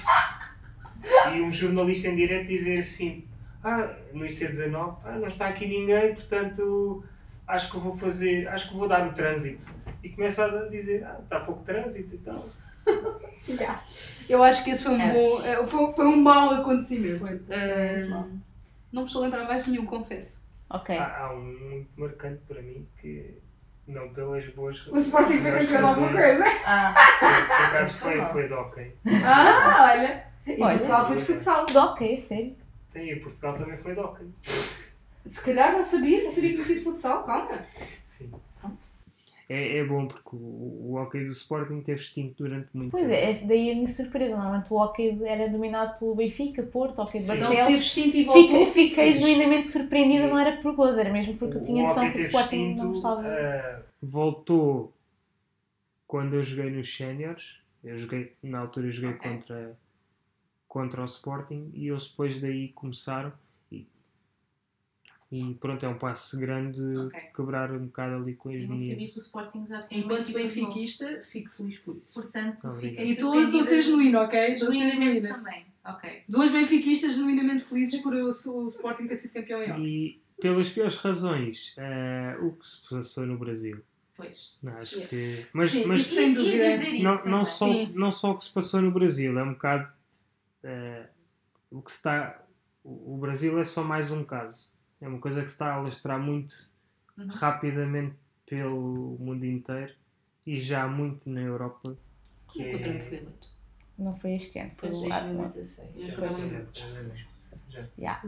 Speaker 6: E um jornalista em direto dizer assim, ah, no I C dezanove, ah, não está aqui ninguém, portanto acho que vou fazer, acho que vou dar o trânsito. E começa a dizer, ah, está pouco trânsito e tal.
Speaker 4: Yeah. Eu acho que esse foi um
Speaker 5: É.
Speaker 4: bom, eh, foi, foi um mau acontecimento.
Speaker 7: Foi, foi
Speaker 4: Eh,
Speaker 7: muito mau.
Speaker 4: não me estou a lembrar mais nenhum, confesso.
Speaker 3: Ok.
Speaker 6: Há, há um muito marcante para mim que, não pelas boas
Speaker 4: O Sporting foi
Speaker 6: melhores
Speaker 4: campeão de alguma
Speaker 6: razões,
Speaker 4: coisa.
Speaker 5: Ah,
Speaker 6: por acaso foi, foi de hóquei.
Speaker 4: Ah, olha. E
Speaker 3: Olha.
Speaker 4: Portugal foi de futsal.
Speaker 3: Ok, sério.
Speaker 6: Tem, e Portugal também foi de hóquei.
Speaker 4: Se calhar não sabia, só sabia que tinha sido futsal, calma.
Speaker 6: Sim. É, é bom porque o, o hóquei do Sporting teve extinto durante muito
Speaker 3: Pois
Speaker 6: tempo.
Speaker 3: é, essa daí é a minha surpresa. Normalmente o hockey era dominado pelo Benfica, Porto, hockey de
Speaker 6: Sim.
Speaker 4: Não se teve
Speaker 3: Barcelos.
Speaker 4: extinto e voltou.
Speaker 3: Fiquei, fiquei
Speaker 6: Sim.
Speaker 3: genuinamente surpreendida, não era por gozo, era mesmo porque eu tinha
Speaker 6: O
Speaker 3: noção
Speaker 6: hóquei
Speaker 3: que o
Speaker 6: teve
Speaker 3: Sporting
Speaker 6: extinto,
Speaker 3: não estava...
Speaker 6: ah, voltou quando eu joguei nos séniores. Eu joguei, na altura eu joguei
Speaker 4: Ok.
Speaker 6: contra, contra o Sporting e eles depois daí começaram e, e pronto, é um passo grande
Speaker 8: Ok.
Speaker 6: quebrar um bocado ali com as
Speaker 8: Eu nem sabia
Speaker 6: meninas.
Speaker 8: que o Sporting já tinha uma
Speaker 7: Enquanto
Speaker 8: equipa de novo.
Speaker 7: benfiquista, fico feliz por isso.
Speaker 8: Portanto,
Speaker 6: Obrigado.
Speaker 8: fiquei
Speaker 7: E estou estou a ser
Speaker 8: surpreendida
Speaker 7: genuíno, ok? Estou a ser
Speaker 8: genuinamente
Speaker 7: genuína.
Speaker 8: também. Ok.
Speaker 7: Duas benfiquistas genuinamente felizes por o, o Sporting ter sido campeão em hóquei.
Speaker 6: E pelas piores razões, ah, o que se passou no Brasil.
Speaker 8: Pois.
Speaker 6: Não, acho
Speaker 8: Sim.
Speaker 6: que, mas,
Speaker 7: Sim,
Speaker 6: mas
Speaker 7: isso sem
Speaker 8: E- e
Speaker 7: dúvida.
Speaker 8: dizer isso
Speaker 6: não, não,
Speaker 8: também.
Speaker 6: só,
Speaker 4: Sim.
Speaker 6: não só o que se passou no Brasil, é um bocado eh, o que se está. O o Brasil é só mais um caso. É uma coisa que se está a alastrar muito
Speaker 8: Uhum.
Speaker 6: rapidamente pelo mundo inteiro e já muito na Europa. Que
Speaker 4: Eu também fui
Speaker 6: é,
Speaker 4: eleito.
Speaker 3: Não foi este ano, foi
Speaker 5: Foi
Speaker 3: o
Speaker 5: dois
Speaker 3: lado.
Speaker 5: mil e dezasseis.
Speaker 4: Eu
Speaker 6: já,
Speaker 4: jogava
Speaker 6: já,
Speaker 4: muito.
Speaker 6: já, já.
Speaker 3: Yeah.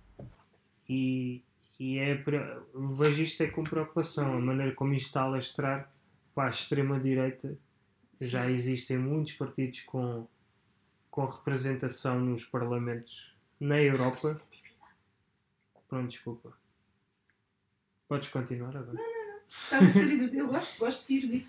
Speaker 6: E, e é, pre- eu vejo isto é com preocupação, a maneira como isto está a alastrar para a extrema-direita. Já existem muitos partidos com, com representação nos parlamentos na Europa. Pronto, desculpa. Podes continuar agora.
Speaker 7: Estás a ser erudito. Eu gosto, gosto de erudito.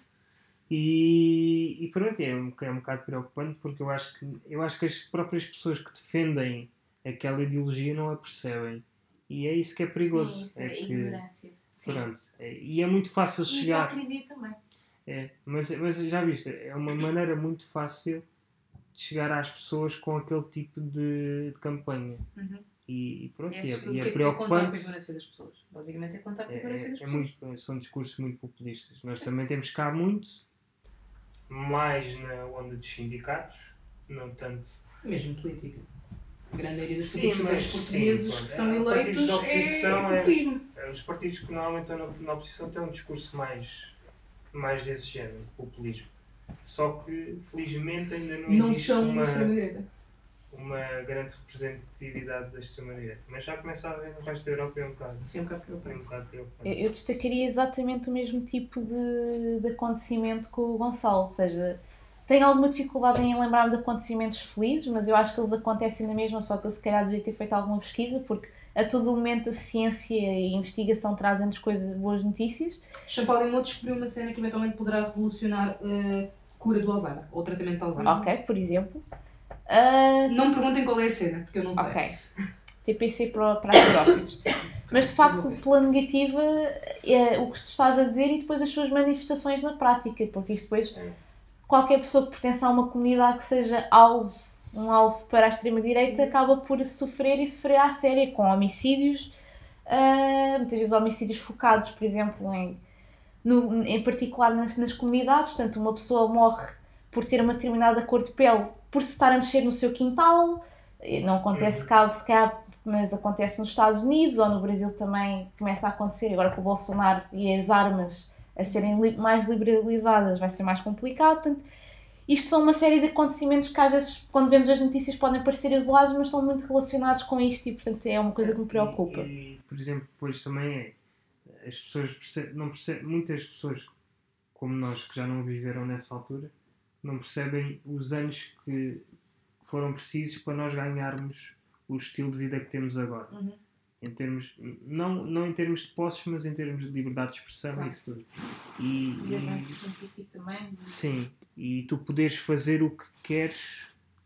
Speaker 6: E, e pronto, é um, é um bocado preocupante porque eu acho, que, eu acho que as próprias pessoas que defendem aquela ideologia não a percebem. E é isso que é perigoso.
Speaker 8: Sim, isso
Speaker 6: é
Speaker 8: é,
Speaker 6: que,
Speaker 8: ignorância. Sim.
Speaker 6: pronto, é- e é muito fácil
Speaker 8: E
Speaker 6: chegar.
Speaker 8: hipocrisia também.
Speaker 6: É, mas, mas já viste, é uma maneira muito fácil de chegar às pessoas com aquele tipo de, de campanha.
Speaker 8: Uhum.
Speaker 6: E, e pronto,
Speaker 4: É
Speaker 6: e é,
Speaker 4: assustador,
Speaker 6: e é
Speaker 4: porque é contar com a
Speaker 6: preocupante.
Speaker 4: ignorância das pessoas. Basicamente é contar com a
Speaker 6: É,
Speaker 4: ignorância das
Speaker 6: é, é
Speaker 4: pessoas.
Speaker 6: muito, são discursos muito populistas. Nós também temos cá muito, mais na onda dos sindicatos, não tanto.
Speaker 4: Mesmo política. A grande maioria dos
Speaker 6: Sim,
Speaker 4: políticos
Speaker 6: mas
Speaker 4: portugueses
Speaker 6: sim,
Speaker 4: que são
Speaker 6: pronto.
Speaker 4: eleitos
Speaker 6: Partidos de oposição
Speaker 4: é
Speaker 6: é-
Speaker 4: populismo.
Speaker 6: Os partidos que normalmente estão na, na oposição têm um discurso mais, mais desse género, de populismo. Só que, felizmente, ainda não,
Speaker 4: Não
Speaker 6: existe
Speaker 4: são
Speaker 6: uma,
Speaker 4: extrema-direita.
Speaker 6: uma grande representatividade da extrema-direita. Mas já começa a haver no resto da Europa e é um bocado,
Speaker 4: Isso é um bocado
Speaker 6: é um
Speaker 4: preocupante.
Speaker 6: bocado preocupante.
Speaker 3: Eu, eu destacaria exatamente o mesmo tipo de, de acontecimento com o Gonçalo, ou seja, tenho alguma dificuldade em lembrar-me de acontecimentos felizes, mas eu acho que eles acontecem na mesma, só que eu se calhar devia ter feito alguma pesquisa, porque a todo momento a ciência e a investigação trazem-nos coisas, boas notícias.
Speaker 4: Champalimau descobriu uma cena que eventualmente poderá revolucionar a cura do Alzheimer, ou o tratamento de Alzheimer.
Speaker 3: Ok, por exemplo. Uh,
Speaker 4: Não me perguntem qual é a cena, porque eu não sei.
Speaker 3: ok. T P C para, para as próprias. Mas de facto, pela negativa, é o que tu estás a dizer e depois as suas manifestações na prática, porque isto depois, qualquer pessoa que pertence a uma comunidade que seja alvo, um alvo para a extrema-direita, acaba por sofrer e sofrer à séria, com homicídios, uh, muitas vezes homicídios focados, por exemplo, em, no, em particular nas, nas comunidades. Portanto, uma pessoa morre por ter uma determinada cor de pele, por se estar a mexer no seu quintal. Não acontece cá, se calhar, mas acontece nos Estados Unidos ou no Brasil também começa a acontecer. Agora com o Bolsonaro e as armas a serem li- mais liberalizadas vai ser mais complicado. Portanto, isto são uma série de acontecimentos que às vezes, quando vemos as notícias, podem parecer isolados, mas estão muito relacionados com isto e, portanto, é uma coisa que me preocupa.
Speaker 6: E, e, por exemplo, depois também é, as pessoas percebem, não percebem, muitas pessoas como nós que já não viveram nessa altura, não percebem os anos que foram precisos para nós ganharmos o estilo de vida que temos agora.
Speaker 4: Uhum.
Speaker 6: Em termos, não, não em termos de posses, mas em termos de liberdade de expressão e isso tudo. E,
Speaker 8: E avanço
Speaker 6: e,
Speaker 8: científico também.
Speaker 6: sim, e tu poderes fazer o que queres,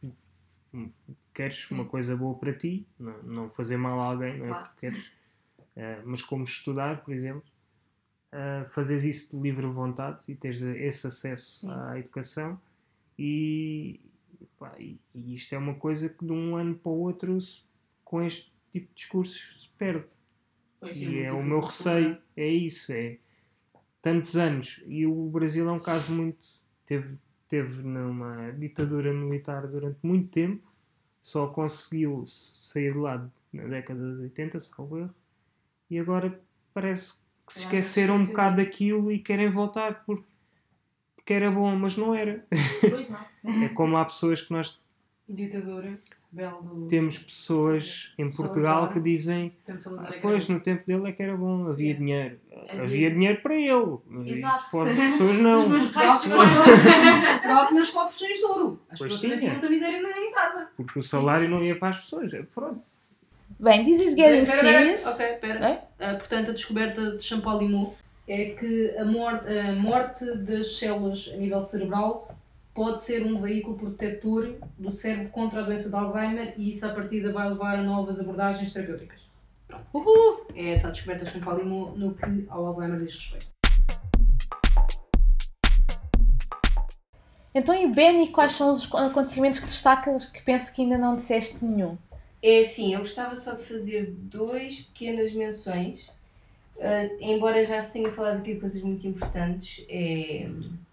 Speaker 6: queres
Speaker 8: Sim.
Speaker 6: uma coisa boa para ti, não, não fazer mal a alguém, não é?
Speaker 8: Claro.
Speaker 6: Porque queres, uh, mas como estudar, por exemplo, uh, fazeres isso de livre vontade e teres esse acesso
Speaker 8: Sim.
Speaker 6: à educação e, pá, e, e isto é uma coisa que de um ano para o outro se, com este tipo de discursos se perde.
Speaker 8: Pois,
Speaker 6: E
Speaker 8: muito
Speaker 6: é o
Speaker 8: difícil
Speaker 6: meu
Speaker 8: de
Speaker 6: receio, é isso, é tantos anos. E o Brasil é um caso muito... Teve, teve numa ditadura militar durante muito tempo, só conseguiu sair de lá na década de oitenta, salvo erro, e agora parece que se
Speaker 8: Eu acho que
Speaker 6: esqueceram um
Speaker 8: esqueceu
Speaker 6: bocado
Speaker 8: disso.
Speaker 6: daquilo e querem voltar porque, porque era bom, mas não era.
Speaker 8: Pois não.
Speaker 6: É como há pessoas que nós
Speaker 4: Ditadura, belo do...
Speaker 6: temos pessoas em Portugal
Speaker 8: Salazar.
Speaker 6: que dizem
Speaker 8: Portanto, Salazar é que
Speaker 6: pois,
Speaker 8: era
Speaker 6: no tempo dele é que era bom, havia
Speaker 8: Yeah.
Speaker 6: dinheiro.
Speaker 8: Havia-
Speaker 6: Havia dinheiro para ele.
Speaker 8: Exato.
Speaker 6: E para as pessoas não.
Speaker 8: Mas
Speaker 4: Portugal
Speaker 8: resto-
Speaker 4: Portugal tinha os cofres cheios de ouro. As
Speaker 6: Pois
Speaker 4: pessoas
Speaker 6: tinha.
Speaker 4: também tinham muita miséria em casa.
Speaker 6: Porque o salário não ia para as pessoas. É, pronto.
Speaker 3: Bem, this is getting
Speaker 4: Espera, espera,
Speaker 3: serious.
Speaker 4: Ok, espera.
Speaker 3: É?
Speaker 4: Ah, portanto, a descoberta de Champalimau é que a, mor a morte das células a nível cerebral pode ser um veículo protetor do cérebro contra a doença de Alzheimer e isso, à partida, vai levar a novas abordagens terapêuticas. Pronto. Uhul! É essa a descoberta de Champalimau no que ao Alzheimer diz respeito.
Speaker 3: Então, e Benny, quais são os acontecimentos que destacas que penso que ainda não disseste nenhum?
Speaker 5: É assim, eu gostava só de fazer duas pequenas menções, ah, embora já se tenha falado aqui de coisas muito importantes. É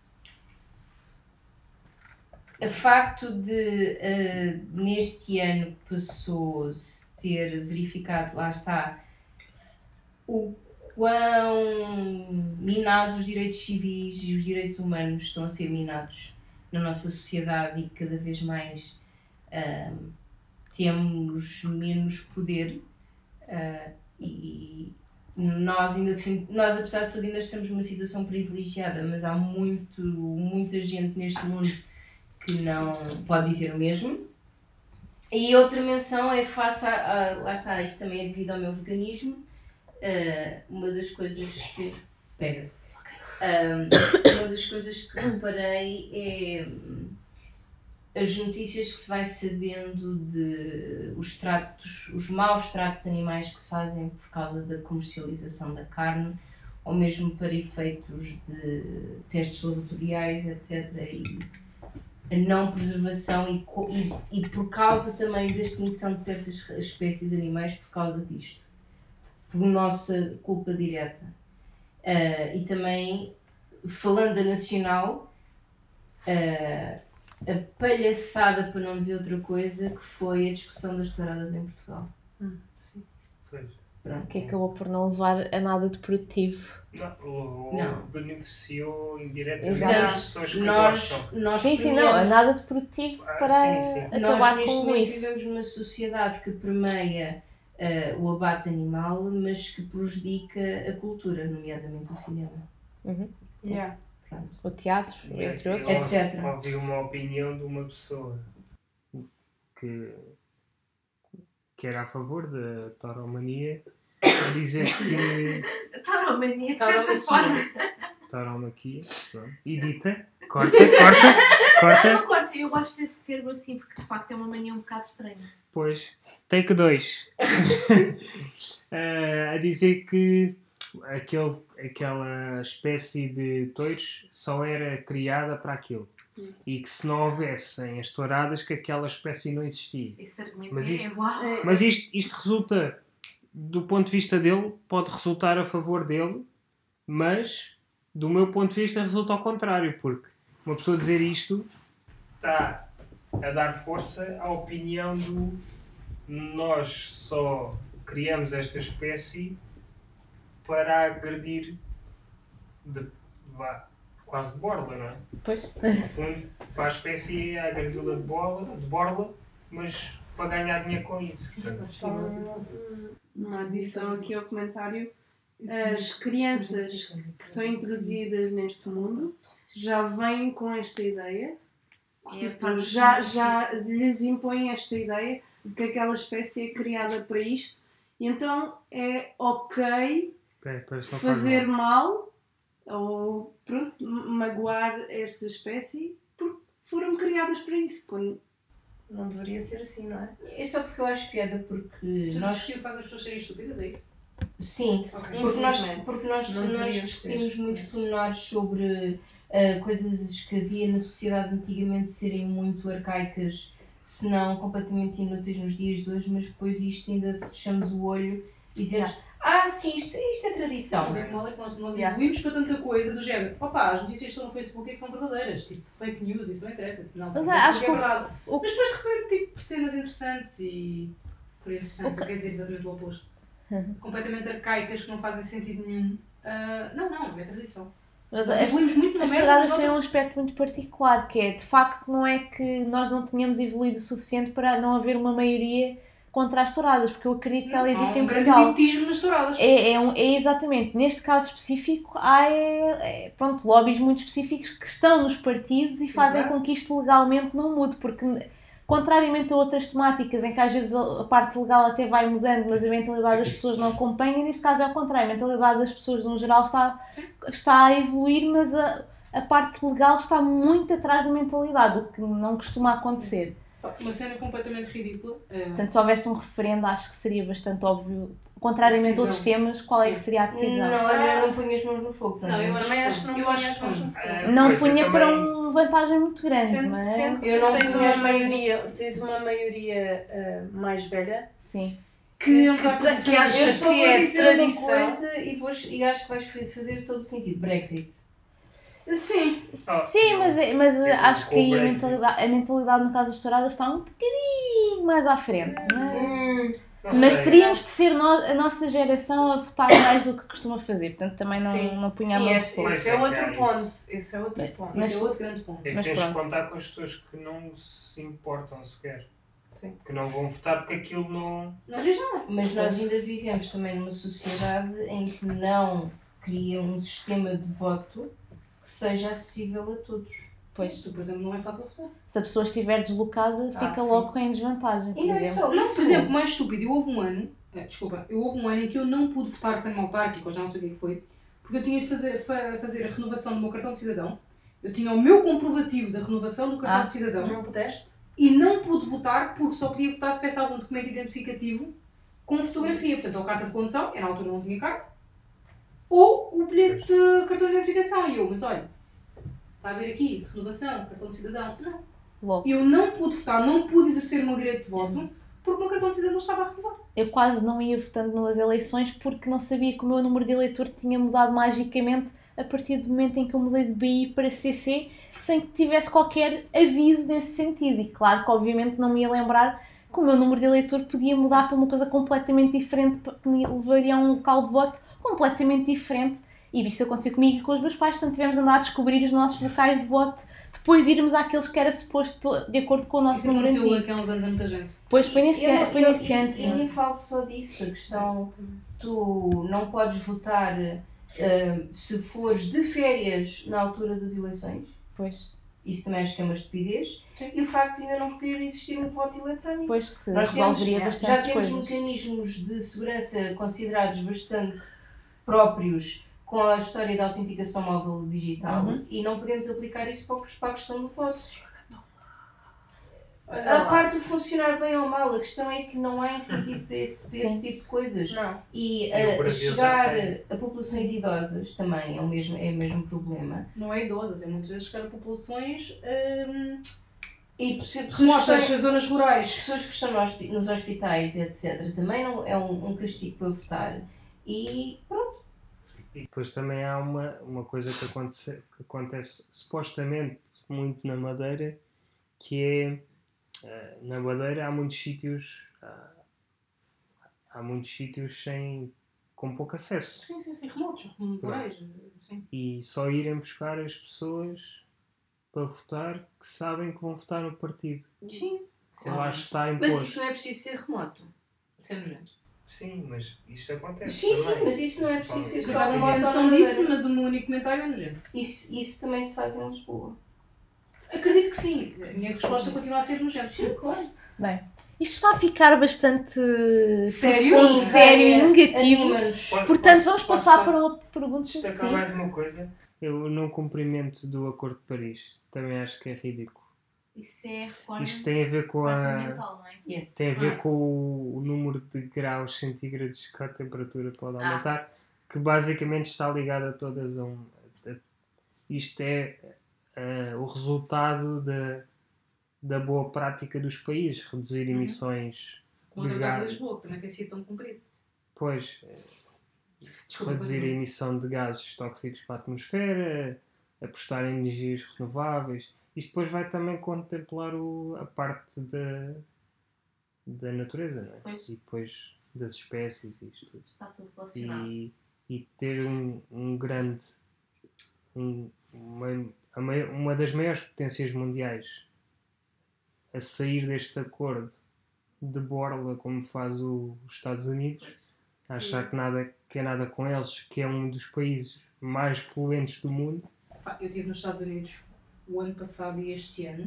Speaker 5: o facto de ah, neste ano passou-se ter verificado, lá está, o quão minados os direitos civis e os direitos humanos estão a ser minados na nossa sociedade e cada vez mais ah, temos menos poder ah, e nós ainda assim, nós apesar de tudo ainda estamos numa situação privilegiada, mas há muito, muita gente neste mundo que não pode dizer o mesmo. E outra menção é face a, a lá está, isto também é devido ao meu veganismo, ah, uma das coisas que pega-se. Ah, uma das coisas que reparei é as notícias que se vai sabendo de os tratos, os maus tratos animais que se fazem por causa da comercialização da carne, ou mesmo para efeitos de testes laboratoriais, etcétera. E a não preservação e, co- e, e por causa também da extinção de certas espécies animais por causa disto. Por nossa culpa direta. Ah, e também, falando da nacional, ah, a palhaçada, para não dizer outra coisa, que foi a discussão das touradas em Portugal.
Speaker 4: Sim.
Speaker 6: Pois.
Speaker 5: Pronto.
Speaker 3: Que acabou por não levar a nada de produtivo.
Speaker 6: Não, ou,
Speaker 5: Não.
Speaker 6: beneficiou indiretamente
Speaker 3: Exato.
Speaker 6: as pessoas que
Speaker 5: Nós,
Speaker 6: gostam.
Speaker 5: nós
Speaker 3: Sim, sim, não, a
Speaker 5: premiamos-
Speaker 3: nada de produtivo
Speaker 6: Ah,
Speaker 3: para
Speaker 6: sim, sim.
Speaker 3: acabar
Speaker 5: Nós neste
Speaker 3: com
Speaker 5: momento
Speaker 3: isso.
Speaker 5: vivemos numa sociedade que permeia ah, o abate animal, mas que prejudica a cultura, nomeadamente o cinema.
Speaker 3: Uhum.
Speaker 7: Yeah.
Speaker 3: O teatro,
Speaker 6: E
Speaker 3: entre
Speaker 6: eu
Speaker 3: outros.
Speaker 5: etcétera.
Speaker 6: ouvi uma opinião de uma pessoa que, que era a favor da tauromania, a dizer que
Speaker 8: Tauromania, de
Speaker 3: Tauromania.
Speaker 8: certa forma.
Speaker 6: tauromaquia, pronto, edita, corta, corta, corta,
Speaker 8: Eu concordo, eu gosto desse termo assim, porque de facto é uma mania um bocado estranha.
Speaker 6: pois, take dois. a dizer que aquele, aquela espécie de touros só era criada para aquilo. E que se não houvessem as touradas, que aquela espécie não existia.
Speaker 8: Esse argumento
Speaker 6: Mas
Speaker 8: é
Speaker 6: isto-
Speaker 8: uau.
Speaker 6: Mas isto, isto resulta, do ponto de vista dele, pode resultar a favor dele, mas do meu ponto de vista resulta ao contrário, porque uma pessoa dizer isto está a dar força à opinião do nós só criamos esta espécie para agredir de, vá, quase de borla, não é?
Speaker 3: Pois.
Speaker 6: No fundo, para a espécie é agredi-la de, bola, de borla, mas para ganhar dinheiro com isso. Portanto,
Speaker 7: Só uma adição aqui ao comentário. As crianças que são introduzidas neste mundo já vêm com esta ideia, tipo, já, já lhes impõem esta ideia de que aquela espécie é criada para isto, e então é ok
Speaker 6: é, parece que não faz
Speaker 7: fazer
Speaker 6: mal.
Speaker 7: mal ou pronto, magoar esta espécie porque foram criadas para isso. Quando
Speaker 5: Não deveria ser assim, não é? É só porque eu acho piada, porque
Speaker 4: Já
Speaker 5: nós.
Speaker 4: discutiu o facto das pessoas serem estúpidas, é isso?
Speaker 5: Sim,
Speaker 4: Ok.
Speaker 5: porque nós,
Speaker 8: Infelizmente,
Speaker 5: porque nós,
Speaker 8: não
Speaker 5: nós
Speaker 8: deveríamos
Speaker 5: discutimos
Speaker 8: ter,
Speaker 5: muitos
Speaker 8: mas-
Speaker 5: pormenores sobre uh, coisas que havia na sociedade antigamente serem muito arcaicas, se não completamente inúteis nos dias de hoje, mas depois isto ainda fechamos o olho e dizemos ah, sim, isto, isto é tradição.
Speaker 4: Por exemplo, mal é que nós, nós
Speaker 5: Yeah.
Speaker 4: evoluímos para tanta coisa do género. Opa, as notícias que estão no Facebook é que são verdadeiras. Tipo, fake news, isso não interessa. Tipo, não,
Speaker 3: Mas
Speaker 4: o
Speaker 3: é,
Speaker 4: Facebook
Speaker 3: acho que
Speaker 4: é
Speaker 3: o-
Speaker 4: verdade.
Speaker 3: o-
Speaker 4: Mas depois de repente, tipo, cenas interessantes e. Por interessantes,
Speaker 3: O
Speaker 4: eu quero dizer exatamente o oposto. Completamente arcaicas que não fazem sentido nenhum. Ah, não, não, é tradição.
Speaker 3: Mas
Speaker 4: Nós
Speaker 3: as,
Speaker 4: evoluímos muito na
Speaker 3: as
Speaker 4: merda.
Speaker 3: touradas
Speaker 4: mas
Speaker 3: têm
Speaker 4: não-
Speaker 3: um aspecto muito particular, que é, de facto, não é que nós não tenhamos evoluído o suficiente para não haver uma maioria contra as touradas, porque eu acredito que ela existe
Speaker 4: Há um
Speaker 3: em
Speaker 4: grande
Speaker 3: Portugal.
Speaker 4: elitismo nas touradas.
Speaker 3: É, é, um- é exatamente, neste caso específico, há é, é, pronto, lobbies muito específicos que estão nos partidos e fazem
Speaker 4: Exato.
Speaker 3: com que isto legalmente não mude, porque contrariamente a outras temáticas em que às vezes a a parte legal até vai mudando, mas a mentalidade das pessoas não acompanha, neste caso é ao contrário, a mentalidade das pessoas no geral está, está a evoluir, mas a, a parte legal está muito atrás da mentalidade, o que não costuma acontecer.
Speaker 4: Uma cena completamente ridícula. ah,
Speaker 3: Portanto, se houvesse um referendo, acho que seria bastante óbvio, contrariamente a
Speaker 4: Decisão.
Speaker 3: outros temas, qual é que
Speaker 4: Sim.
Speaker 3: seria a decisão.
Speaker 5: Não, olha, não ponho as mãos no fogo.
Speaker 4: Não, eu
Speaker 7: também acho que não
Speaker 4: eu
Speaker 7: põe
Speaker 4: acho
Speaker 7: as
Speaker 4: que
Speaker 7: mãos
Speaker 4: não.
Speaker 7: no fogo.
Speaker 6: Ah,
Speaker 3: Não
Speaker 6: pois, eu
Speaker 3: punha para
Speaker 6: também-
Speaker 3: uma vantagem muito grande,
Speaker 9: Sendo,
Speaker 3: mas...
Speaker 9: sendo que
Speaker 5: Eu não
Speaker 9: tens,
Speaker 5: punha
Speaker 9: uma
Speaker 5: as mãos no-
Speaker 9: maioria, tens uma maioria ah, mais velha
Speaker 3: Sim.
Speaker 4: Que, não
Speaker 9: que,
Speaker 4: está
Speaker 9: que, que acha
Speaker 5: Eu só
Speaker 9: que
Speaker 5: vou
Speaker 9: é
Speaker 5: dizer uma
Speaker 9: tradição.
Speaker 5: coisa e, vou, e acho que vais fa- fazer todo o sentido. Brexit.
Speaker 4: Sim.
Speaker 6: Ah,
Speaker 3: Sim,
Speaker 6: eu-
Speaker 3: mas, é- mas
Speaker 6: eu
Speaker 3: acho que
Speaker 6: com o
Speaker 3: aí a
Speaker 6: Brexit.
Speaker 3: mentalidade, a mentalidade, no caso das touradas, está um bocadinho mais à frente. Mas,
Speaker 6: não
Speaker 3: mas
Speaker 6: sei.
Speaker 3: teríamos de ser no- a nossa geração a votar mais do que costuma fazer. Portanto, também não,
Speaker 9: Sim.
Speaker 3: não punha a
Speaker 9: Sim,
Speaker 3: mão no
Speaker 9: esse,
Speaker 3: fogo.
Speaker 9: esse é
Speaker 6: Mas é
Speaker 9: outro
Speaker 6: que há
Speaker 9: ponto.
Speaker 6: isso.
Speaker 9: Esse é outro ponto.
Speaker 3: Mas-
Speaker 4: Esse é outro grande ponto.
Speaker 6: É que
Speaker 3: Mas
Speaker 6: tens de
Speaker 3: pronto.
Speaker 6: contar com as pessoas que não se importam sequer.
Speaker 9: Sim.
Speaker 6: Que não vão votar porque aquilo não.
Speaker 4: Não diz nada.
Speaker 5: Mas nós ainda vivemos também numa sociedade em que não cria um sistema de voto que seja acessível a todos.
Speaker 3: Pois.
Speaker 4: Tu, por exemplo, não é fácil votar.
Speaker 3: Se a pessoa estiver deslocada,
Speaker 9: Ah,
Speaker 3: fica
Speaker 9: sim.
Speaker 3: logo em desvantagem, por
Speaker 5: E não é
Speaker 3: exemplo.
Speaker 5: só
Speaker 4: Não,
Speaker 5: isso.
Speaker 4: por exemplo, mais estúpido, eu houve um ano, eh, desculpa, eu houve um ano em que eu não pude votar para uma autárquica, ou já não sei o que é que foi, porque eu tinha de fazer, fa- fazer a renovação do meu cartão de cidadão, eu tinha o meu comprovativo da renovação do cartão
Speaker 3: Ah.
Speaker 4: de cidadão
Speaker 9: Não pudeste?
Speaker 4: e não pude votar porque só podia votar se tivesse algum documento identificativo com fotografia, portanto, ou carta de condução, eu na altura não tinha carta, ou o bilhete de cartão de identificação, e eu, mas olha, está a ver aqui, renovação, cartão de cidadão, não.
Speaker 3: Logo.
Speaker 4: Eu não pude votar, não pude exercer o meu direito de voto, porque o meu cartão de cidadão estava a renovar.
Speaker 3: Eu quase não ia votando nas eleições porque não sabia que o meu número de eleitor tinha mudado magicamente a partir do momento em que eu mudei de B I para C C, sem que tivesse qualquer aviso nesse sentido. E claro que obviamente não me ia lembrar que o meu número de eleitor podia mudar para uma coisa completamente diferente, que me levaria a um local de voto completamente diferente. E isto aconteceu comigo e com os meus pais, portanto tivemos de andar a descobrir os nossos locais de voto depois de irmos àqueles que era suposto pela- de acordo com o nosso
Speaker 4: Isso
Speaker 3: número
Speaker 4: aconteceu
Speaker 3: antigo.
Speaker 4: aqui há uns anos a muita gente.
Speaker 3: Depois foi nesse,
Speaker 5: Eu não-
Speaker 3: foi
Speaker 5: eu-
Speaker 3: nesse ano,
Speaker 5: E
Speaker 3: sim.
Speaker 5: nem falo só disso, a questão, tu não podes votar Uh, se fores de férias na altura das eleições,
Speaker 3: Pois,
Speaker 5: isso também acho que é uma estupidez. E o facto de ainda não poder existir um voto eletrónico.
Speaker 3: pois que
Speaker 5: Nós temos,
Speaker 3: resolveria
Speaker 5: já
Speaker 3: bastante
Speaker 5: temos
Speaker 3: coisas.
Speaker 5: mecanismos de segurança considerados bastante próprios com a história da autenticação móvel digital
Speaker 3: Uhum.
Speaker 5: e não podemos aplicar isso para o- para a questão do vosso.
Speaker 9: Olha
Speaker 5: A
Speaker 9: lá.
Speaker 5: parte de funcionar bem ou mal, a questão é que não há incentivo para esse, para esse
Speaker 3: Sim.
Speaker 5: tipo de coisas.
Speaker 9: Não.
Speaker 5: E
Speaker 6: E o
Speaker 5: uh,
Speaker 6: Brasil
Speaker 5: chegar
Speaker 6: já tem.
Speaker 5: a populações idosas também é o mesmo, é o mesmo problema.
Speaker 4: Não é idosas, é muitas vezes chegar a populações hum,
Speaker 5: E pessoas que
Speaker 4: remotas,
Speaker 5: estão-
Speaker 4: as zonas rurais.
Speaker 5: pessoas que estão no hospi- nos hospitais, etcétera, também não é um, um castigo para votar. E
Speaker 6: E depois também há uma, uma coisa que acontece, que acontece supostamente muito na Madeira, que é, eh, na Madeira há muitos sítios, há, há muitos sítios sem, com pouco acesso.
Speaker 4: Sim, sim, sim, remotos, rurais. Sim.
Speaker 6: E só irem buscar as pessoas para votar que sabem que vão votar no partido.
Speaker 5: sim,
Speaker 6: Que lá está
Speaker 5: mas
Speaker 6: imposto.
Speaker 5: isso não é preciso ser remoto.
Speaker 4: Isso é nojento.
Speaker 6: Sim, mas isto acontece
Speaker 5: Sim,
Speaker 6: também.
Speaker 5: sim, mas isso não é preciso ser
Speaker 4: Por
Speaker 5: só
Speaker 4: acaso não
Speaker 5: remoto.
Speaker 4: tenho
Speaker 5: ou
Speaker 4: noção
Speaker 5: na
Speaker 4: disso,
Speaker 5: Madeira.
Speaker 4: mas o meu único comentário é nojento.
Speaker 5: Isso, isso também se faz em Lisboa.
Speaker 4: Acredito que sim. A minha resposta continua a ser nojento.
Speaker 5: Sim, claro.
Speaker 3: Bem, isto está a ficar bastante
Speaker 4: Sério?
Speaker 3: profundo,
Speaker 5: Sim,
Speaker 3: sério e
Speaker 5: é,
Speaker 3: negativo.
Speaker 5: anima-nos.
Speaker 3: Portanto,
Speaker 6: Posso-
Speaker 3: vamos
Speaker 6: posso
Speaker 3: passar
Speaker 6: só
Speaker 3: para uma pergunta.
Speaker 6: destacar
Speaker 3: Sim.
Speaker 6: mais uma coisa. Eu não cumprimento do Acordo de Paris. Também acho que é ridículo.
Speaker 8: Isso é reforma
Speaker 6: Isto tem a ver com a...
Speaker 8: comportamental, não é?
Speaker 5: Yes.
Speaker 6: Tem a ver
Speaker 8: Ah.
Speaker 6: com o, o número de graus centígrados que a temperatura pode
Speaker 8: Ah.
Speaker 6: aumentar, que basicamente está ligado a todas a um... a- isto é eh, o resultado da, da boa prática dos países, reduzir emissões
Speaker 4: Como o
Speaker 6: de
Speaker 4: Tratado de
Speaker 6: gás.
Speaker 4: Lisboa, que também tem sido tão cumprido.
Speaker 6: Pois, eh,
Speaker 4: Desculpa,
Speaker 6: reduzir a
Speaker 4: continua.
Speaker 6: emissão de gases tóxicos para a atmosfera, apostar em energias renováveis. Isto depois vai também contemplar o, a parte da, da natureza, não é?
Speaker 8: Pois.
Speaker 6: E depois das espécies e isto tudo.
Speaker 8: Está tudo relacionado.
Speaker 6: E, e ter um, um grande, um, uma, a mai- uma das maiores potências mundiais a sair deste acordo de borla, como faz o- os Estados Unidos, a achar que, nada, que é nada com eles, que é um dos países mais poluentes do mundo.
Speaker 4: Pá, eu estive nos Estados Unidos o ano passado e este ano.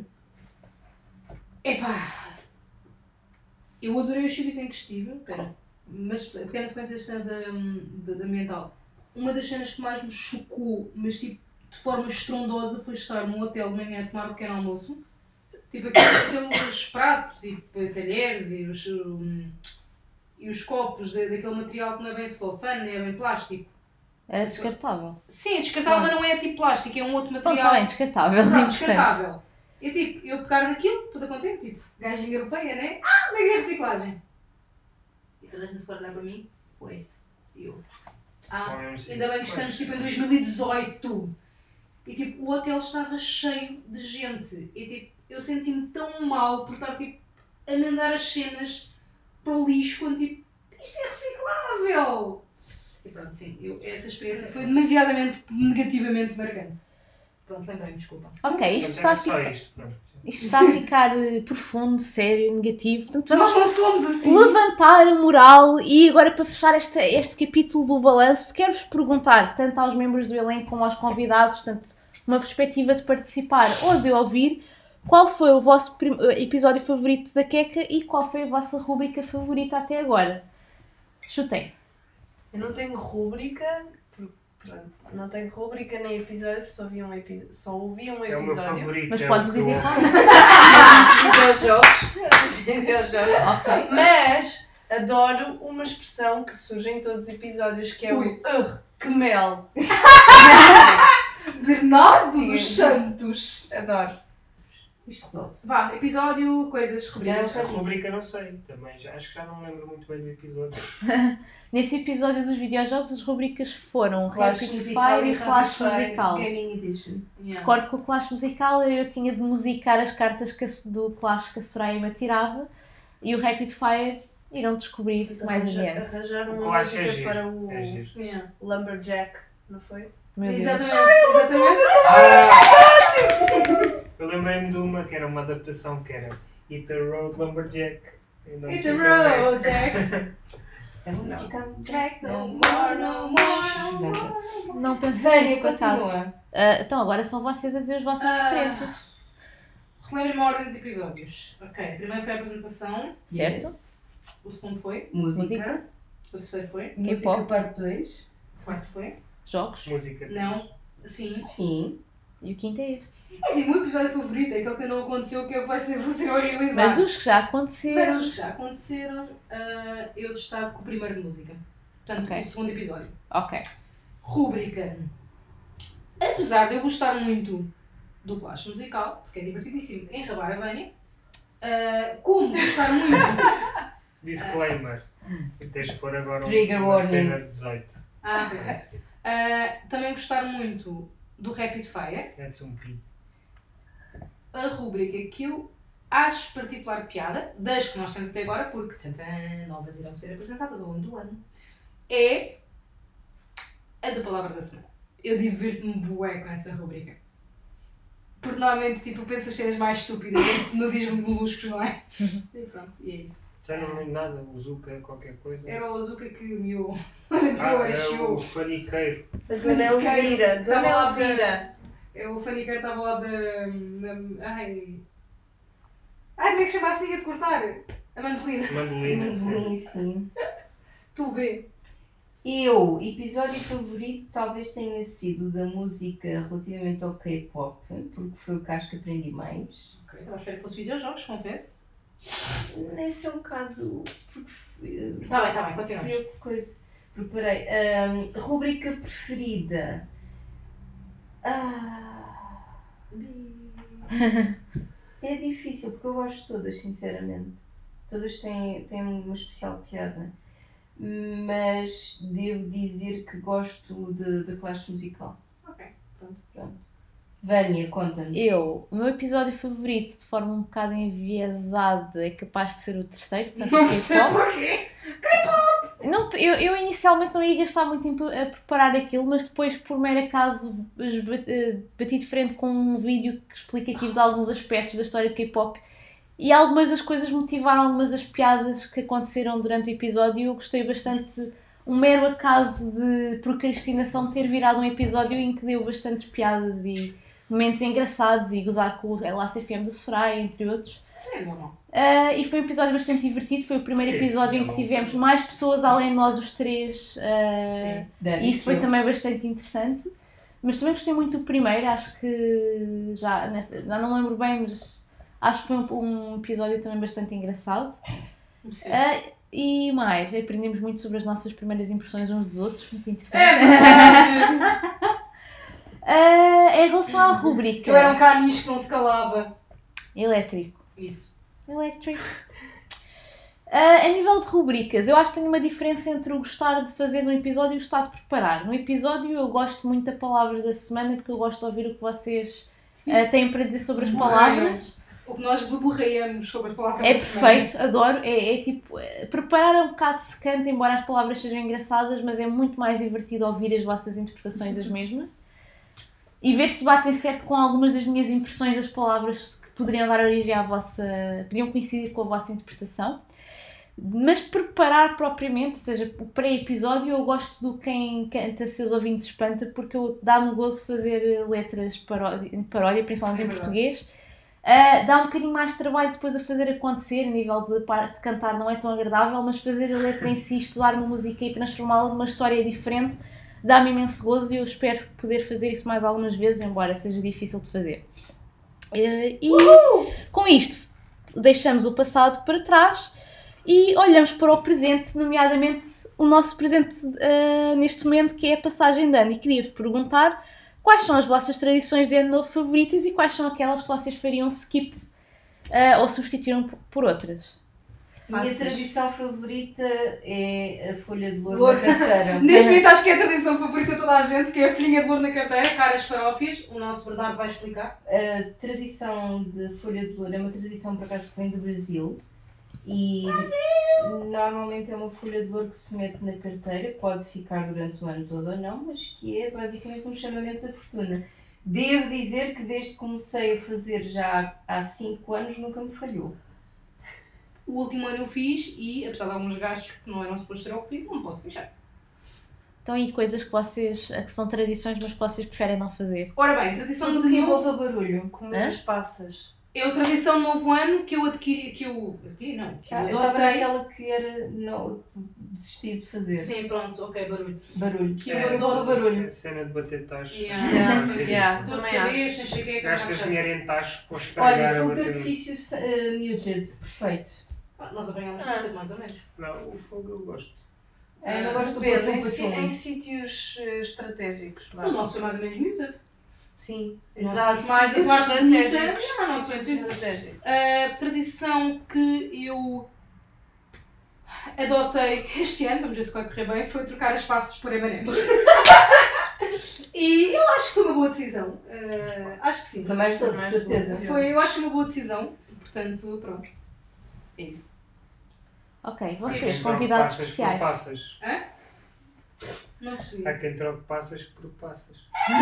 Speaker 4: Epá! Eu adorei os sítios em que estive. Espera. Mas a pequena sequência desta da, da, da ambiental. Uma das cenas que mais me chocou, mas tipo, de forma estrondosa, foi estar num hotel de manhã a tomar um pequeno almoço. Tipo aqueles, aqueles pratos e talheres e os, hum, e os copos de, daquele material que não é bem celofane, nem é bem plástico.
Speaker 3: Era descartável.
Speaker 4: Sim, é descartável, mas não é tipo plástico, é um outro
Speaker 3: Pronto,
Speaker 4: material.
Speaker 3: está bem, descartável.
Speaker 4: Pronto,
Speaker 3: importante.
Speaker 4: descartável. Eu tipo, eu pegar naquilo, toda contente, tipo, gajinha europeia, né? Ah, onde é que é a reciclagem? E toda a gente foi olhar para mim, waste. E eu, ah, ainda bem que estamos tipo em dois mil e dezoito. E tipo, o hotel estava cheio de gente. E tipo, eu senti-me tão mal por estar tipo, a mandar as cenas para o lixo quando tipo, isto é reciclável! E pronto, sim, eu, essa experiência foi demasiadamente negativamente marcante. Pronto, lembrei-me, desculpa.
Speaker 3: Ok, isto está a ficar,
Speaker 6: Isto, pronto.
Speaker 3: isto está a ficar eh, profundo, sério, negativo. Portanto, vamos
Speaker 4: Nós não somos assim!
Speaker 3: levantar a moral e agora para fechar este, este capítulo do balanço, quero-vos perguntar, tanto aos membros do elenco como aos convidados, portanto, uma perspectiva de participar ou de ouvir, qual foi o vosso prim- episódio favorito da Queca e qual foi a vossa rubrica favorita até agora? Chutem.
Speaker 9: Eu não tenho rúbrica, por- pronto, não tenho rúbrica nem episódio, só, vi um epi- só ouvi um
Speaker 6: É o meu
Speaker 9: episódio.
Speaker 6: favorito.
Speaker 3: Mas
Speaker 6: é o
Speaker 3: podes
Speaker 6: que
Speaker 3: dizer
Speaker 6: eu-
Speaker 3: qual?
Speaker 9: Dos videojogos. Dos videojogos.
Speaker 3: Ok.
Speaker 9: Mas adoro uma expressão que surge em todos os episódios, que é o
Speaker 4: Ui.
Speaker 9: "Ugh, que mel".
Speaker 4: Bernardo
Speaker 9: Sim.
Speaker 4: dos Santos!
Speaker 9: Adoro.
Speaker 5: Isto resolve.
Speaker 4: Vá, episódio, coisas,
Speaker 5: Já
Speaker 4: rubricas.
Speaker 6: A rubrica não sei, também já, acho que já não me lembro muito bem do episódio.
Speaker 3: Nesse episódio dos videojogos, as rubricas foram
Speaker 5: Flash
Speaker 3: Rapid
Speaker 5: musical
Speaker 3: Fire e Flash musical.
Speaker 5: Gaming Edition.
Speaker 4: Yeah.
Speaker 3: Recordo que o Clash musical eu tinha de musicar as cartas que a- do Clash que a Soraya me tirava e o Rapid Fire irão descobrir mais
Speaker 9: Arranja-
Speaker 3: adiante.
Speaker 9: Arranjar
Speaker 6: O
Speaker 9: uma
Speaker 6: Clash é
Speaker 9: música
Speaker 6: giro,
Speaker 9: para o
Speaker 6: é giro.
Speaker 4: Yeah.
Speaker 9: Lumberjack, não foi?
Speaker 3: Meu Deus.
Speaker 4: Exatamente, exatamente.
Speaker 6: Eu lembrei-me de uma que era uma adaptação que era Hit the Road Lumberjack. Eu não
Speaker 4: Hit
Speaker 6: sei
Speaker 4: the
Speaker 6: como é.
Speaker 4: road, Jack.
Speaker 5: É uma música.
Speaker 4: Track no more, no more, no more.
Speaker 3: Não pensei
Speaker 5: Vânia,
Speaker 3: nisso, por acaso.
Speaker 5: continua.
Speaker 3: Ah, então agora são vocês a dizer as vossas
Speaker 4: Ah.
Speaker 3: preferências.
Speaker 4: Relembrem-me a ordem dos episódios. Ok, primeiro foi a apresentação,
Speaker 3: Certo?
Speaker 5: Yes.
Speaker 4: o segundo foi,
Speaker 5: Música.
Speaker 3: Música.
Speaker 4: o terceiro foi,
Speaker 5: Música
Speaker 3: K-pop.
Speaker 5: parte dois.
Speaker 4: o quarto foi.
Speaker 3: Jogos.
Speaker 6: Música.
Speaker 4: Não, sim.
Speaker 5: Sim.
Speaker 3: E o quinto é este.
Speaker 4: É assim, o meu episódio favorito é aquele que não aconteceu, que é o que vai ser, vou ser eu a realizar.
Speaker 3: Mas dos que já
Speaker 4: Mas
Speaker 3: aconteceram.
Speaker 4: os que já aconteceram, ah, eu destaco o primeiro de música. Portanto,
Speaker 3: Ok.
Speaker 4: o segundo episódio.
Speaker 3: Ok.
Speaker 4: Rúbrica. Apesar de eu gostar muito do Clash musical, porque é divertidíssimo enrabar a Vânia, ah, como gostar muito...
Speaker 6: Disclaimer. E tens de pôr agora
Speaker 5: Trigger
Speaker 6: uma
Speaker 5: warning.
Speaker 6: cena de dezoito.
Speaker 4: Ah, pois é. Ah, também gostar muito do Rapid Fire,
Speaker 6: Metes um pi.
Speaker 4: a rúbrica que eu acho particular piada, das que nós temos até agora, porque tantã, novas irão ser apresentadas ao longo do ano, é a da Palavra da Semana. Eu divirto-me bué com essa rúbrica. Porque normalmente tipo, penso as cenas mais estúpidas no diz-me moluscos, não é? E pronto, e é isso.
Speaker 6: Já não lembro nada, o Zuka, qualquer coisa.
Speaker 4: Era o Azuka que miou.
Speaker 6: Ah,
Speaker 4: miou,
Speaker 6: era
Speaker 4: encheu.
Speaker 6: o faniqueiro.
Speaker 9: A Dona Elvira. Dona
Speaker 4: Estava lá de-
Speaker 9: Elvira.
Speaker 4: É, o faniqueiro estava lá da. da- Ai. Ai, como é que se chama a senha de cortar? A mandolina.
Speaker 6: Mandolina, sim.
Speaker 5: Sim, sim.
Speaker 4: Tu vê.
Speaker 5: Eu, episódio favorito talvez tenha sido da música relativamente ao K-pop, porque foi o que acho que aprendi mais.
Speaker 4: Ok, estava à espera que fosse videojogos, confesso.
Speaker 5: Nesse é um bocado. Porque fui,
Speaker 4: Tá bem, tá bem, continuamos.
Speaker 5: fui eu que coisa. Preparei. Ahm, rubrica preferida. Ah, é difícil porque eu gosto de todas, sinceramente. Todas têm, têm uma especial piada. Mas devo dizer que gosto de, de Clash musical.
Speaker 4: Ok,
Speaker 5: pronto. pronto. Vânia, conta-me.
Speaker 3: Eu, o meu episódio favorito, de forma um bocado enviesada, é capaz de ser o terceiro, portanto,
Speaker 4: Não
Speaker 3: o
Speaker 4: sei
Speaker 3: K-pop.
Speaker 4: porquê.
Speaker 3: Não, eu, eu inicialmente não ia gastar muito tempo a preparar aquilo, mas depois, por mero acaso, esba- eh, bati de frente com um vídeo que explica aqui de alguns aspectos da história de K-pop e algumas das coisas motivaram algumas das piadas que aconteceram durante o episódio e eu gostei bastante. Um mero acaso de procrastinação ter virado um episódio em que deu bastantes piadas e momentos engraçados e gozar com o L A C F M do Soraya, entre outros.
Speaker 4: É normal.
Speaker 3: Uh, e foi um episódio bastante divertido, foi o primeiro
Speaker 6: Sim,
Speaker 3: episódio em que
Speaker 6: é
Speaker 3: tivemos mais pessoas além de nós os três, uh,
Speaker 4: Sim.
Speaker 3: e isso foi também bastante interessante. Mas também gostei muito do primeiro, acho que já, nessa, já não lembro bem, mas acho que foi um, um episódio também bastante engraçado.
Speaker 4: Sim.
Speaker 3: Uh, e mais, aprendemos muito sobre as nossas primeiras impressões uns dos outros, muito interessante.
Speaker 4: É verdade.
Speaker 3: Uh, em relação à rubrica
Speaker 4: Eu era um caniche que não se calava.
Speaker 3: elétrico.
Speaker 4: Isso.
Speaker 3: Electric. Uh, a nível de rubricas, eu acho que tem uma diferença entre o gostar de fazer no episódio e o gostar de preparar. No episódio eu gosto muito da palavra da semana porque eu gosto de ouvir o que vocês uh, têm para dizer sobre as palavras.
Speaker 4: O que nós beborreiamos sobre as palavras
Speaker 3: É
Speaker 4: da semana.
Speaker 3: perfeito, adoro. É, é tipo, é, preparar é um bocado secante, embora as palavras sejam engraçadas, mas é muito mais divertido ouvir as vossas interpretações das mesmas e ver se batem certo com algumas das minhas impressões das palavras que poderiam dar origem à vossa... poderiam coincidir com a vossa interpretação. Mas preparar propriamente, ou seja, o pré-episódio, eu gosto do quem canta Seus Ouvintes Espanta, porque eu dá-me gozo fazer letras paródia, paródia principalmente
Speaker 4: É
Speaker 3: em
Speaker 4: verdade.
Speaker 3: português. Uh, dá um bocadinho mais de trabalho depois a fazer acontecer, a nível de parte de cantar não é tão agradável, mas fazer a letra em si, estudar uma música e transformá-la numa história diferente, dá-me imenso gozo e eu espero poder fazer isso mais algumas vezes, embora seja difícil de fazer. Uh, e com isto, deixamos o passado para trás e olhamos para o presente, nomeadamente o nosso presente uh, neste momento, que é a passagem de ano. E queria-vos perguntar quais são as vossas tradições de ano novo favoritas e quais são aquelas que vocês fariam skip uh, ou substituíram por, por outras.
Speaker 5: A minha
Speaker 9: Fáceis.
Speaker 5: tradição favorita é a folha de louro
Speaker 4: Louro.
Speaker 5: na carteira.
Speaker 4: Neste momento acho que é a tradição favorita de toda a gente, que é a folhinha de louro na carteira, raras farófias. O nosso Bernardo vai explicar.
Speaker 5: A tradição de folha de louro é uma tradição, por acaso, que vem do Brasil. E normalmente é uma folha de louro que se mete na carteira, pode ficar durante o ano todo ou não, mas que é basicamente um chamamento da fortuna. Devo dizer que desde que comecei a fazer já há cinco anos nunca me falhou.
Speaker 4: O último ano eu fiz e, apesar de alguns gastos que não eram supostos ser ocorrido, não posso queixar.
Speaker 3: Então, e coisas que vocês, que são tradições, mas que vocês preferem não fazer?
Speaker 4: Ora bem, tradição
Speaker 9: Tudo
Speaker 4: do
Speaker 9: que
Speaker 4: novo...
Speaker 9: envolva barulho, como
Speaker 3: Hã?
Speaker 9: as passas.
Speaker 4: É a tradição do novo ano que eu adquiri... Que eu... Adquiri não, que eu
Speaker 5: Ah, eu estava
Speaker 4: adotei.
Speaker 5: naquela que era não, desistir de fazer.
Speaker 4: Sim, pronto, ok, barulho.
Speaker 5: Barulho.
Speaker 4: Que
Speaker 6: É,
Speaker 4: eu adoro barulho.
Speaker 6: A cena de bater tachos.
Speaker 4: Yeah.
Speaker 9: Yeah,
Speaker 6: Sim.
Speaker 9: yeah,
Speaker 4: Dor de
Speaker 9: também acho.
Speaker 4: cabeça, não sei o que é que eu
Speaker 6: Gastas
Speaker 4: não
Speaker 6: dinheiro em tachos para estragar
Speaker 5: Olha,
Speaker 6: a
Speaker 5: fogo de
Speaker 6: bater.
Speaker 5: artifício uh, muted. Perfeito.
Speaker 4: Ah, nós apanhámos
Speaker 9: Ah.
Speaker 4: tudo, mais ou menos.
Speaker 6: Não, o fogo eu gosto.
Speaker 5: É, eu não gosto do
Speaker 9: Depende, em,
Speaker 5: pachum,
Speaker 9: si-
Speaker 5: pachum.
Speaker 9: em sítios eh, estratégicos. vá.
Speaker 4: O nosso foi mais ou menos muted.
Speaker 9: Sim,
Speaker 4: Nós
Speaker 9: exato.
Speaker 4: temos mais
Speaker 9: sítios
Speaker 4: a parte bonita.
Speaker 9: estratégicos.
Speaker 4: Ah, não,
Speaker 9: sítios
Speaker 4: sim.
Speaker 9: estratégicos.
Speaker 4: A tradição que eu adotei este ano, vamos ver se vai correr bem, foi trocar as passas por M and M's. E eu acho que foi uma boa decisão. Uh, acho que sim.
Speaker 5: Foi mais doce,
Speaker 9: Mais
Speaker 5: de certeza.
Speaker 9: doce.
Speaker 4: Foi, eu acho que foi uma boa decisão. Portanto, pronto. É isso.
Speaker 3: Ok,
Speaker 6: Há
Speaker 3: vocês,
Speaker 6: quem troque
Speaker 3: convidados
Speaker 6: passas
Speaker 3: especiais.
Speaker 6: por passas.
Speaker 4: Não percebi.
Speaker 6: Há quem troque passas por passas.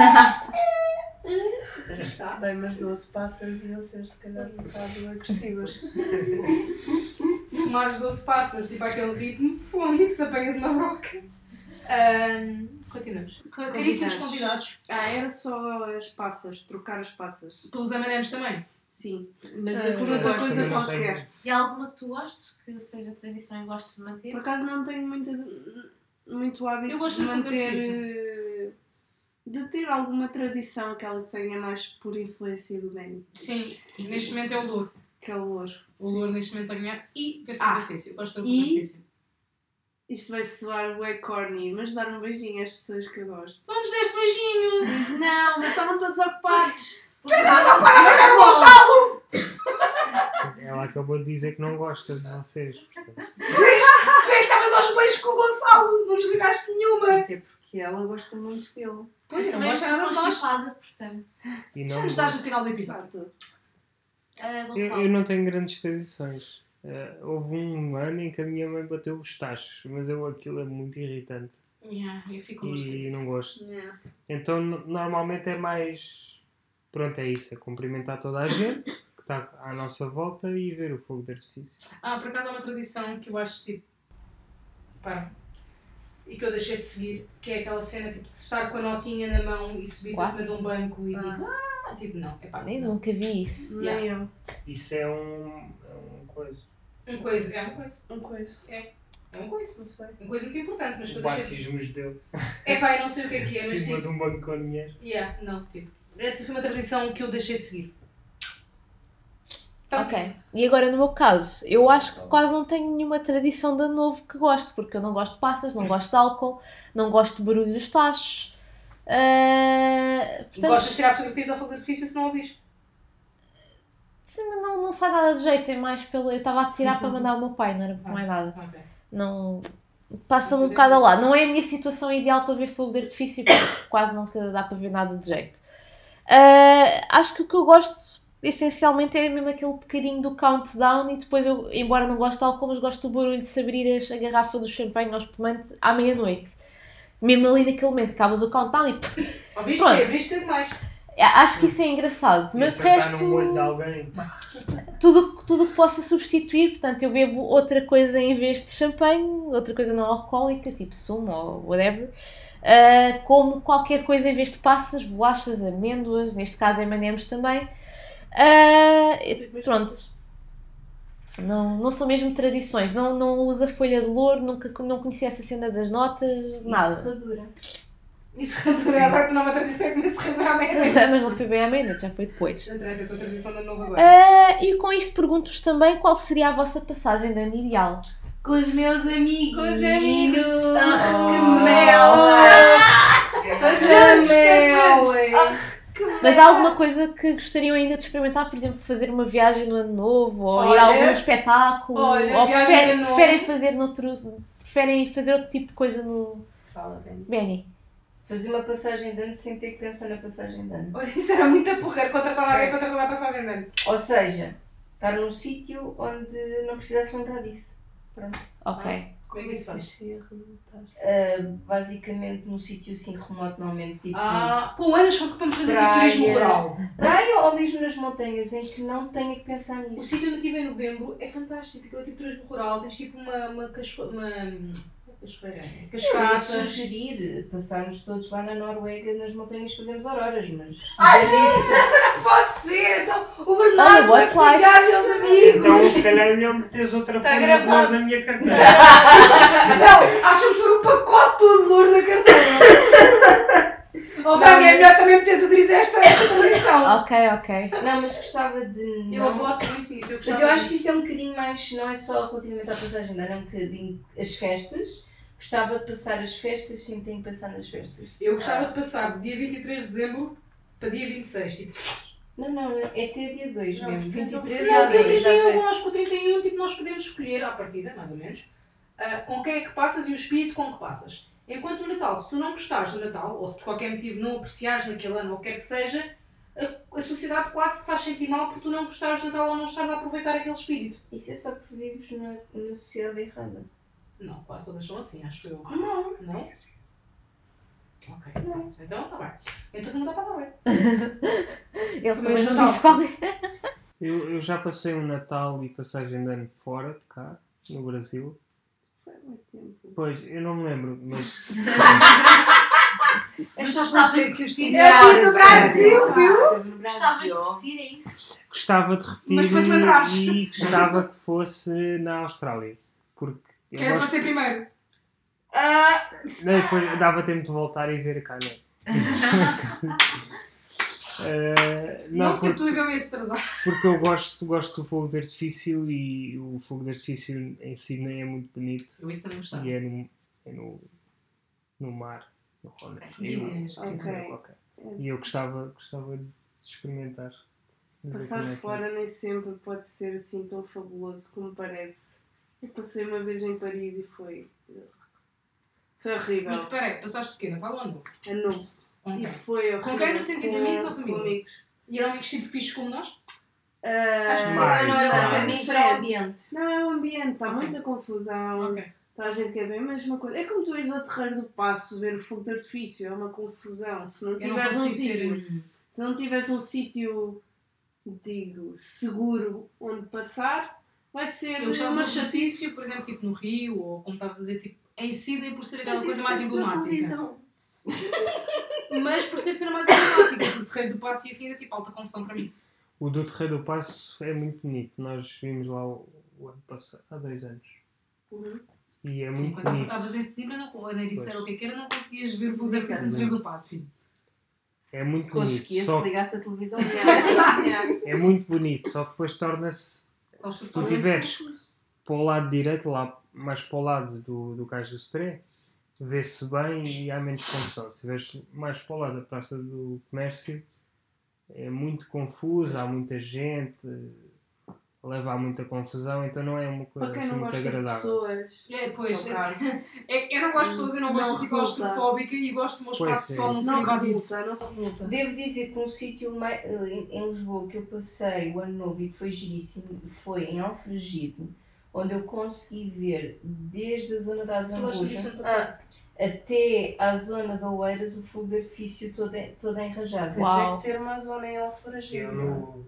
Speaker 4: Sabe?
Speaker 9: Bem, mas doze passas iam ser se calhar um bocado agressivas.
Speaker 4: Se mais doze passas, tipo aquele ritmo, fome, se apanhas uma broca. Ahm, continuamos. Caríssimos convidados.
Speaker 7: Ah, era só as passas, trocar as passas.
Speaker 4: Pelos M and M's também.
Speaker 7: Sim.
Speaker 9: Mas
Speaker 7: Ah,
Speaker 9: eu
Speaker 7: por
Speaker 9: gosto,
Speaker 7: outra
Speaker 6: mas
Speaker 7: coisa
Speaker 6: também não
Speaker 7: qualquer.
Speaker 6: tenho-
Speaker 8: E há alguma que tu gostes, que seja tradição e gostes de manter?
Speaker 7: Por acaso não tenho muita, muito hábito
Speaker 4: Eu gosto
Speaker 7: de
Speaker 4: de fogo de
Speaker 7: manter.
Speaker 4: artifício.
Speaker 7: eh, de ter alguma tradição, aquela que tenha mais por influência do bem,
Speaker 4: Sim, e neste momento é o Louro.
Speaker 7: que é o ouro.
Speaker 4: O Louro neste momento a ganhar e ver fogo
Speaker 7: Ah.
Speaker 4: de artifício. Eu gosto de ver
Speaker 7: E-
Speaker 4: fogo de artifício.
Speaker 7: Isto vai soar way corny, mas dar um beijinho às pessoas que eu gosto.
Speaker 4: Só nos deste beijinhos!
Speaker 7: Diz, não, mas estavam todos ocupados.
Speaker 6: Ela acabou de dizer que não gosta de vocês. Portanto,
Speaker 4: Tu é que estavas aos beijos com o Gonçalo, não nos ligaste nenhuma!
Speaker 5: Isso é porque ela gosta muito dele.
Speaker 4: Pois,
Speaker 8: também
Speaker 4: não
Speaker 8: estou
Speaker 4: gosta nada de nós.
Speaker 8: constipada, portanto.
Speaker 6: e
Speaker 4: Já
Speaker 6: não,
Speaker 4: nos dás no final do episódio.
Speaker 8: Ah,
Speaker 6: eu,
Speaker 8: Gonçalo.
Speaker 6: eu não tenho grandes tradições. Eh, houve um ano em que a minha mãe bateu os tachos, mas eu aquilo é muito irritante
Speaker 4: Yeah, eu fico
Speaker 6: e não gosto.
Speaker 7: Yeah.
Speaker 6: Então no- normalmente é mais. Pronto, é isso, é cumprimentar toda a gente que está à nossa volta e ver o fogo de artifício.
Speaker 4: Ah, por acaso há uma tradição que eu acho tipo. Pá. E que eu deixei de seguir, que é aquela cena tipo de estar com a notinha na mão e subir para
Speaker 3: What?
Speaker 4: cima de um banco e tipo. Ah, tipo, não, é pá.
Speaker 3: Eu
Speaker 4: Não.
Speaker 3: nunca vi isso.
Speaker 4: Yeah.
Speaker 7: Nem eu.
Speaker 6: Isso é um, é um coisa.
Speaker 4: Um coisa, é uma coisa.
Speaker 7: Um coisa.
Speaker 4: É uma coisa.
Speaker 7: Não sei.
Speaker 4: Uma coisa muito importante, mas que
Speaker 6: O
Speaker 4: eu deixei de.
Speaker 6: batismo judeu.
Speaker 4: É pá, eu não sei o que é que é,
Speaker 6: Em
Speaker 4: mas
Speaker 6: cima
Speaker 4: tipo.
Speaker 6: de um banco com dinheiro.
Speaker 4: Yeah, não, tipo. Essa foi uma tradição que eu deixei de seguir. Tá
Speaker 3: Ok. E agora no meu caso, eu acho que quase não tenho nenhuma tradição de ano novo que gosto, porque eu não gosto de passas, não gosto de álcool, não gosto de barulho dos tachos. Ah, portanto,
Speaker 4: Gostas de tirar fotografias ao fogo de artifício se não ouvires?
Speaker 3: sim, mas não, não sai nada de jeito, é mais pelo. Eu estava a tirar para mandar ao meu pai, não era por mais nada.
Speaker 4: Ok.
Speaker 3: Não. Passa-me um bocado a lá. Não é a minha situação ideal para ver fogo de artifício, porque quase nunca dá para ver nada de jeito. Ah, acho que o que eu gosto essencialmente é mesmo aquele bocadinho do countdown e depois eu, embora não goste de álcool, mas gosto do barulho de se abrir as- a garrafa do champanhe ao espumante à meia-noite. Mesmo ali naquele momento, acabas o countdown e pff,
Speaker 4: Ouviste?
Speaker 3: Pronto.
Speaker 4: Ouviste ser mais.
Speaker 3: acho que isso é engraçado. Mas de
Speaker 6: Acertar
Speaker 3: resto,
Speaker 6: no olho de alguém.
Speaker 3: tudo tudo que possa substituir, portanto eu bebo outra coisa em vez de champanhe, outra coisa não alcoólica, tipo sumo ou whatever, ah, como qualquer coisa em vez de passas, bolachas, amêndoas, neste caso M and M's também. Ah, e pronto, não, não são mesmo tradições, não, não uso a folha de louro, nunca não conheci essa cena das notas, nada.
Speaker 5: Serradura.
Speaker 4: Isso agora tu não é uma tradição que me se resolve à meia-noite.
Speaker 3: Mas não foi bem à meia-noite, já foi depois.
Speaker 4: Não interessa, é a tua tradição da novo agora.
Speaker 3: Ah, e com isto pergunto-vos também qual seria a vossa passagem de ano ideal.
Speaker 4: Com os meus amigos.
Speaker 7: Com os amigos.
Speaker 4: Ah,
Speaker 7: Que mel!
Speaker 3: Todos
Speaker 7: mel!
Speaker 3: Mas há alguma coisa que gostariam ainda de experimentar? Por exemplo, fazer uma viagem no ano novo ou ir
Speaker 4: Olha,
Speaker 3: a algum espetáculo?
Speaker 4: olha,
Speaker 3: ou
Speaker 4: viagem
Speaker 3: preferem,
Speaker 4: no ano novo.
Speaker 3: preferem fazer noutro, preferem fazer outro tipo de coisa no
Speaker 5: Fala, Benny.
Speaker 3: Benny?
Speaker 5: Fazer uma passagem de ano sem ter que pensar na passagem de ano.
Speaker 4: Olha, isso era muito a porrer contratar alguém para tratar a passagem de ano.
Speaker 5: Ou seja, estar num sítio onde não precisasse lembrar disso. Pronto.
Speaker 3: Ok.
Speaker 4: Como é que isso faz?
Speaker 7: Isso ia resultar?
Speaker 5: Uh, basicamente num sítio assim remoto, normalmente tipo
Speaker 4: Ah, pô, andas que vamos fazer tipo
Speaker 5: praia,
Speaker 4: turismo rural.
Speaker 5: praia ou mesmo nas montanhas em que não tenha que pensar
Speaker 4: O
Speaker 5: nisso.
Speaker 4: sítio onde eu estive em novembro é fantástico, aquilo é tipo turismo rural, tens tipo uma, uma, casco... uma... Cachoeira.
Speaker 5: Eu ia
Speaker 4: Cascata.
Speaker 5: sugerir passarmos todos lá na Noruega nas montanhas para vermos auroras, mas
Speaker 4: Ai,
Speaker 5: mas
Speaker 4: sim!
Speaker 5: isso
Speaker 4: Pode ser! Então o
Speaker 3: Olha,
Speaker 4: Bernardo vai
Speaker 3: what
Speaker 4: fazer
Speaker 3: like?
Speaker 4: viagem aos amigos!
Speaker 6: Então, se calhar é melhor meteres outra
Speaker 9: Tá
Speaker 6: folha de
Speaker 9: gravado.
Speaker 6: flor na minha carteira.
Speaker 4: Não, achamos pôr o pacote todo de ouro na carteira. Oh, Vânia, é melhor também meteres a dizer esta, esta coleção.
Speaker 3: Ok, ok.
Speaker 5: não, mas gostava de
Speaker 4: Eu
Speaker 5: não...
Speaker 4: voto muito nisso. Eu
Speaker 5: Mas
Speaker 4: gostava
Speaker 5: eu acho que
Speaker 4: disso.
Speaker 5: isto é um bocadinho mais, não é só relativamente à passagem de ano, é um bocadinho as festas. Gostava de passar as festas sem ter que pensar nas festas.
Speaker 4: Eu gostava de passar de dia vinte e três de dezembro para dia vinte e seis. Tipo,
Speaker 5: Não, não, não, é até dia dois
Speaker 9: Não,
Speaker 5: mesmo.
Speaker 9: portanto,
Speaker 5: vinte e três
Speaker 9: não,
Speaker 5: já
Speaker 4: não, porque o
Speaker 5: dois, já
Speaker 4: trinta e um,
Speaker 5: sei.
Speaker 4: nós com o trinta e um, tipo, nós podemos escolher à partida, mais ou menos, ah, com quem é que passas e o espírito com que passas. Enquanto o Natal, se tu não gostares do Natal, ou se por qualquer motivo não apreciares naquele ano ou o que quer que seja, a, a sociedade quase te faz sentir mal por tu não gostares do Natal ou não estás a aproveitar aquele espírito.
Speaker 5: Isso é só porque vives na, na sociedade errada.
Speaker 4: Não, quase todas são assim, acho eu. Não. Não? Ok. Então está bem. Então não dá para dar bem.
Speaker 3: Ele também
Speaker 4: Mas
Speaker 3: não
Speaker 4: Natal.
Speaker 3: disse qual é.
Speaker 6: Eu, eu já passei um Natal e passagem de ano fora de cá, no Brasil.
Speaker 7: Foi há muito tempo.
Speaker 6: Pois, eu não me lembro, mas
Speaker 8: As pessoas estavam que os tive
Speaker 4: É aqui no Brasil, viu?
Speaker 8: Gostavas de repetir, é isso?
Speaker 6: gostava de repetir
Speaker 4: Mas para te lembrares.
Speaker 6: e gostava que fosse na Austrália. Porque eu
Speaker 4: Quem é para
Speaker 6: gosto...
Speaker 4: ser primeiro?
Speaker 6: Não, depois dava tempo de voltar e ver cá, não. Eh,
Speaker 4: Não,
Speaker 6: não,
Speaker 4: porque
Speaker 6: porque,
Speaker 4: tu viu esse atrasar.
Speaker 6: porque eu gosto, gosto do fogo de artifício e o fogo de artifício em si nem é muito bonito.
Speaker 4: Eu isso também gostava.
Speaker 6: E é no, é no, no mar. No Ronda.
Speaker 4: Dizem,
Speaker 7: Ok.
Speaker 6: Ok. E eu gostava, gostava de experimentar. de ver
Speaker 7: Passar
Speaker 6: como é que é.
Speaker 7: fora nem sempre pode ser assim tão fabuloso como parece. Eu passei uma vez em Paris e foi. Foi
Speaker 4: Mas
Speaker 7: horrível.
Speaker 4: espera aí, passaste o quê? Natal ou ano?
Speaker 7: É novo.
Speaker 4: Ok.
Speaker 7: E foi horrível.
Speaker 4: Com quem? No sentido de amigos ou
Speaker 7: Com-
Speaker 4: família?
Speaker 7: Com amigos.
Speaker 4: E eram amigos sempre fixos como nós?
Speaker 7: Ah,
Speaker 9: Acho que
Speaker 6: Mais,
Speaker 9: não era
Speaker 6: mais.
Speaker 9: assim
Speaker 5: Isso é o ambiente.
Speaker 7: Não, é o ambiente, há
Speaker 4: Ok.
Speaker 7: muita confusão.
Speaker 4: Ok.
Speaker 7: Toda a gente quer ver a mesma coisa. É como tu ires ao Terreiro do Paço ver o fogo de artifício, é uma confusão. Se não
Speaker 4: Eu não
Speaker 7: tiveres um
Speaker 4: consigo
Speaker 7: sítio,
Speaker 4: ter...
Speaker 7: se não tiveres um sítio, digo, seguro onde passar, vai ser
Speaker 4: Eu gostava
Speaker 7: uma
Speaker 4: de
Speaker 7: chatice.
Speaker 4: artifício, por exemplo, tipo no Rio, ou como estavas a dizer, tipo, em Sydney por ser aquela
Speaker 9: Mas
Speaker 4: coisa
Speaker 9: isso
Speaker 4: mais
Speaker 9: fosse na
Speaker 4: emblemática.
Speaker 9: televisão.
Speaker 4: Mas por ser cena mais emblemática, porque o Terreiro do Paço e afim é tipo alta confusão para mim.
Speaker 6: O do Terreiro do Paço é muito bonito. Nós vimos lá o, o ano passado, há dois anos.
Speaker 7: Uhum.
Speaker 6: E é
Speaker 4: Sim,
Speaker 6: muito
Speaker 4: quando tu
Speaker 6: bonito.
Speaker 4: estavas em Sydney, não, a Nery
Speaker 6: Pois.
Speaker 4: era o que é que era, não conseguias ver o fogo de artifício no Terreiro do Paço, filho.
Speaker 6: É muito bonito.
Speaker 9: Conseguia
Speaker 6: Só
Speaker 9: se ligasse a televisão.
Speaker 6: é muito bonito, só que depois torna-se. Se tu tiveres para o lado direito, lá mais para o lado do, do Cais do Setré, vê-se bem e há menos confusão. Se estiveres mais para o lado da Praça do Comércio, é muito confuso, há muita gente, leva a muita confusão, então não é uma coisa
Speaker 7: Para quem
Speaker 6: assim
Speaker 7: não
Speaker 6: muito
Speaker 7: gosta de
Speaker 6: agradável.
Speaker 7: pessoas,
Speaker 4: É, pois,
Speaker 7: que é o caso.
Speaker 4: é, eu não gosto de pessoas, eu não gosto
Speaker 7: Não
Speaker 4: de tipo
Speaker 7: resulta.
Speaker 4: claustrofóbica e gosto do meu
Speaker 6: Pois
Speaker 4: espaço
Speaker 6: é.
Speaker 4: pessoal não ser
Speaker 7: não
Speaker 4: invadido.
Speaker 7: resulta, não resulta.
Speaker 5: Devo dizer que um sítio mai- em, em Lisboa que eu passei o ano novo e que foi giríssimo foi em Alfragide, onde eu consegui ver desde a zona da Azambuja
Speaker 7: Ah,
Speaker 5: até à zona de Oeiras o fogo de artifício todo, en- todo enrajado.
Speaker 7: tens
Speaker 3: Uau.
Speaker 7: é que ter uma zona em Alforagide.
Speaker 6: Eu no,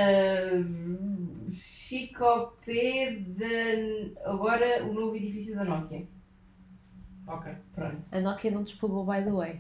Speaker 5: Ah, fica ao pé de agora o novo edifício da Nokia.
Speaker 4: Ok.
Speaker 5: Pronto.
Speaker 3: A Nokia não despagou, by the way.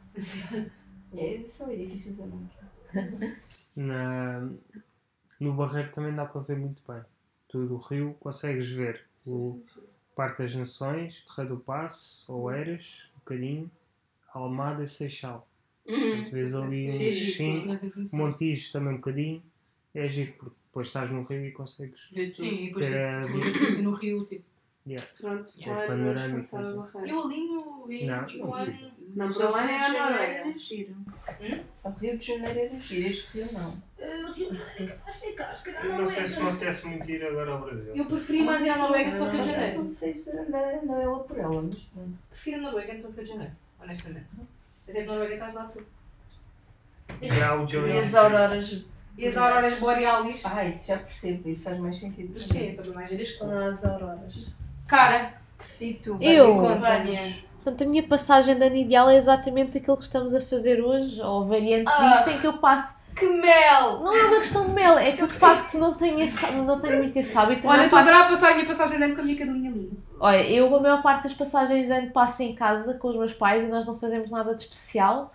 Speaker 5: É só o edifício da Nokia.
Speaker 6: na, no Barreiro também dá para ver muito bem. Tu do Rio consegues ver o Parque das Nações, Terreiro do Paço, Oeiras, um bocadinho, Almada e Seixal.
Speaker 9: Uhum.
Speaker 6: Tu vês ali uns
Speaker 9: Sim, sim,
Speaker 6: cinco, Montijo também um bocadinho. É giro, porque depois estás no Rio e consegues.
Speaker 4: Sim, e depois
Speaker 6: Ter a-
Speaker 4: tipo, fogo de artifício no Rio, tipo.
Speaker 6: Yeah.
Speaker 7: Pronto,
Speaker 4: É
Speaker 7: para o ano
Speaker 6: panorâmico,
Speaker 7: vamos passar a
Speaker 6: sim.
Speaker 7: barreira.
Speaker 4: Eu alinho e
Speaker 6: Não,
Speaker 4: o
Speaker 6: não
Speaker 4: ano.
Speaker 7: Não,
Speaker 9: Mas
Speaker 7: para
Speaker 9: o
Speaker 7: o ano
Speaker 9: Rio
Speaker 7: é
Speaker 9: de
Speaker 7: a
Speaker 9: Janeiro
Speaker 7: Noruega.
Speaker 9: era giro.
Speaker 5: O Rio de Janeiro era giro, este Rio não.
Speaker 6: Eu não sei se me apetece muito ir agora ao Brasil.
Speaker 4: Eu preferi mais ir à Noruega do que ao Rio de
Speaker 5: Eu
Speaker 4: Janeiro.
Speaker 5: não sei se anda, anda ela por ela, mas pronto.
Speaker 4: Prefiro a Noruega do que ao Rio de Janeiro, honestamente. Até que na Noruega estás lá tu.
Speaker 6: Já o Johnny
Speaker 5: E as auroras.
Speaker 4: E as auroras borealis?
Speaker 5: Ah, isso já percebo, isso faz mais sentido.
Speaker 4: Sim, sobre mais giras que tu.
Speaker 7: As auroras.
Speaker 4: Cara,
Speaker 5: E tu,
Speaker 3: Eu?
Speaker 5: conta-nos.
Speaker 3: Portanto, a minha passagem de ano ideal é exatamente aquilo que estamos a fazer hoje, ou variantes
Speaker 5: Ah.
Speaker 3: disto, em que eu passo.
Speaker 5: Que mel!
Speaker 3: Não é uma questão de mel, é que eu de facto não tenho, esse, não tenho muito esse hábito. A
Speaker 4: Olha,
Speaker 3: maior
Speaker 4: estou a
Speaker 3: parte-
Speaker 4: adorar a passar a minha passagem de ano com a minha cadelinha linda.
Speaker 3: Olha, eu a maior parte das passagens de ano passo em casa com os meus pais e nós não fazemos nada de especial.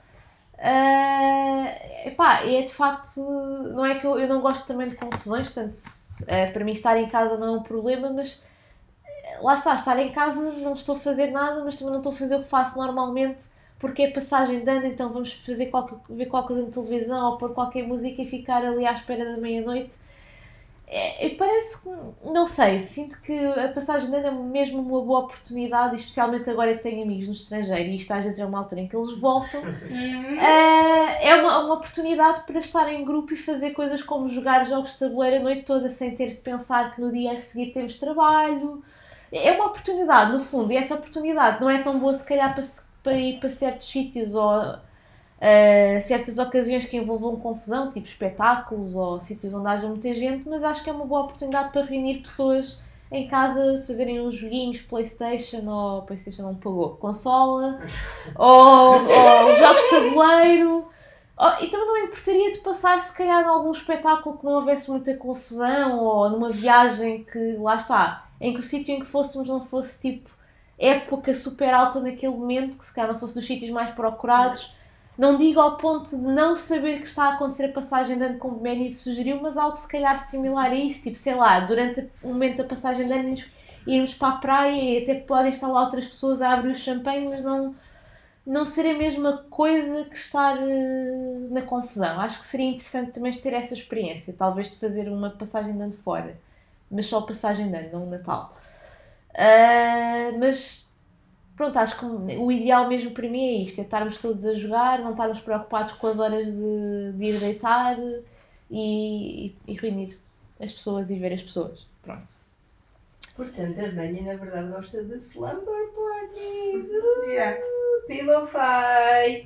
Speaker 3: Uh, epá, é de facto, não é que eu, eu não gosto também de confusões, portanto, uh, para mim estar em casa não é um problema, mas uh, lá está, estar em casa não estou a fazer nada, mas também não estou a fazer o que faço normalmente, porque é passagem de ano, então vamos fazer qualquer, ver qualquer coisa na televisão ou pôr qualquer música e ficar ali à espera da meia-noite. É, parece que, não sei, sinto que a passagem de ano é mesmo uma boa oportunidade, especialmente agora que tenho amigos no estrangeiro, e isto às vezes é uma altura em que eles voltam, uh, é uma, uma oportunidade para estar em grupo e fazer coisas como jogar jogos de tabuleiro a noite toda sem ter de pensar que no dia a seguir temos trabalho. É uma oportunidade, no fundo, e essa oportunidade não é tão boa se calhar para, para ir para certos sítios ou Uh, certas ocasiões que envolvam confusão, tipo espetáculos ou sítios onde haja muita gente, mas acho que é uma boa oportunidade para reunir pessoas em casa, fazerem uns joguinhos, Playstation ou Playstation não pagou, consola, ou, ou jogos de tabuleiro. Oh, e também não me importaria de passar se calhar em algum espetáculo que não houvesse muita confusão, ou numa viagem que, lá está, em que o sítio em que fôssemos não fosse tipo época super alta naquele momento, que se calhar não fosse dos sítios mais procurados. Não digo ao ponto de não saber que está a acontecer a passagem de ano como o Benny sugeriu, mas algo se calhar similar a isso, tipo, sei lá, durante o momento da passagem de ano irmos, irmos para a praia e até podem estar lá outras pessoas a abrir o champanhe, mas não, não seria a mesma coisa que estar uh, na confusão. Acho que seria interessante também ter essa experiência, talvez de fazer uma passagem de ano fora, mas só a passagem de ano, não o Natal. Uh, mas... Pronto, acho que o ideal mesmo para mim é isto, é estarmos todos a jogar, não estarmos preocupados com as horas de, de ir deitar e, e, e reunir as pessoas e ver as pessoas. Pronto.
Speaker 5: Portanto, a Vânia na verdade gosta de slumber parties, uh, yeah. Pillow fight.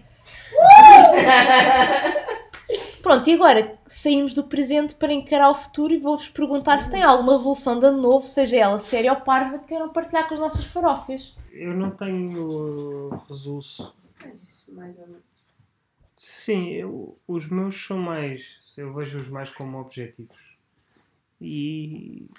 Speaker 3: Pronto, e agora saímos do presente para encarar o futuro e vou-vos perguntar se tem alguma resolução de ano novo, seja ela séria ou parva, que queiram partilhar com as nossas farófias.
Speaker 6: Eu não tenho resolução.
Speaker 7: Mais ou menos.
Speaker 6: Sim, eu, os meus são mais. Eu vejo-os mais como objetivos. E.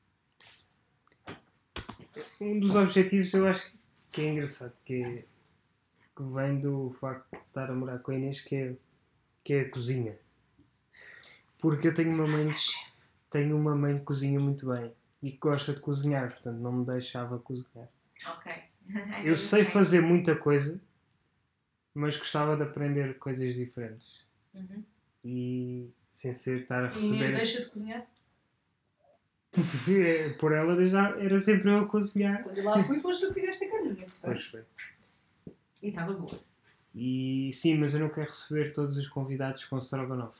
Speaker 6: Um dos objetivos eu acho que é engraçado, que, é, que vem do facto de estar a morar com a Inês, que é, que é a cozinha. Porque eu tenho uma mãe. Tenho uma mãe que cozinha muito bem e que gosta de cozinhar, portanto não me deixava cozinhar.
Speaker 8: Ok.
Speaker 6: Eu sei fazer muita coisa, mas gostava de aprender coisas diferentes.
Speaker 8: Uhum.
Speaker 6: E sem ser estar a
Speaker 4: E Inês
Speaker 6: receber.
Speaker 4: deixa de cozinhar?
Speaker 6: Por ela já era sempre eu a cozinhar.
Speaker 4: Quando eu lá fui, foste tu que fizeste a carninha, portanto.
Speaker 6: Pois foi.
Speaker 4: E estava boa.
Speaker 6: E sim, mas eu não quero receber todos os convidados com strogonoff.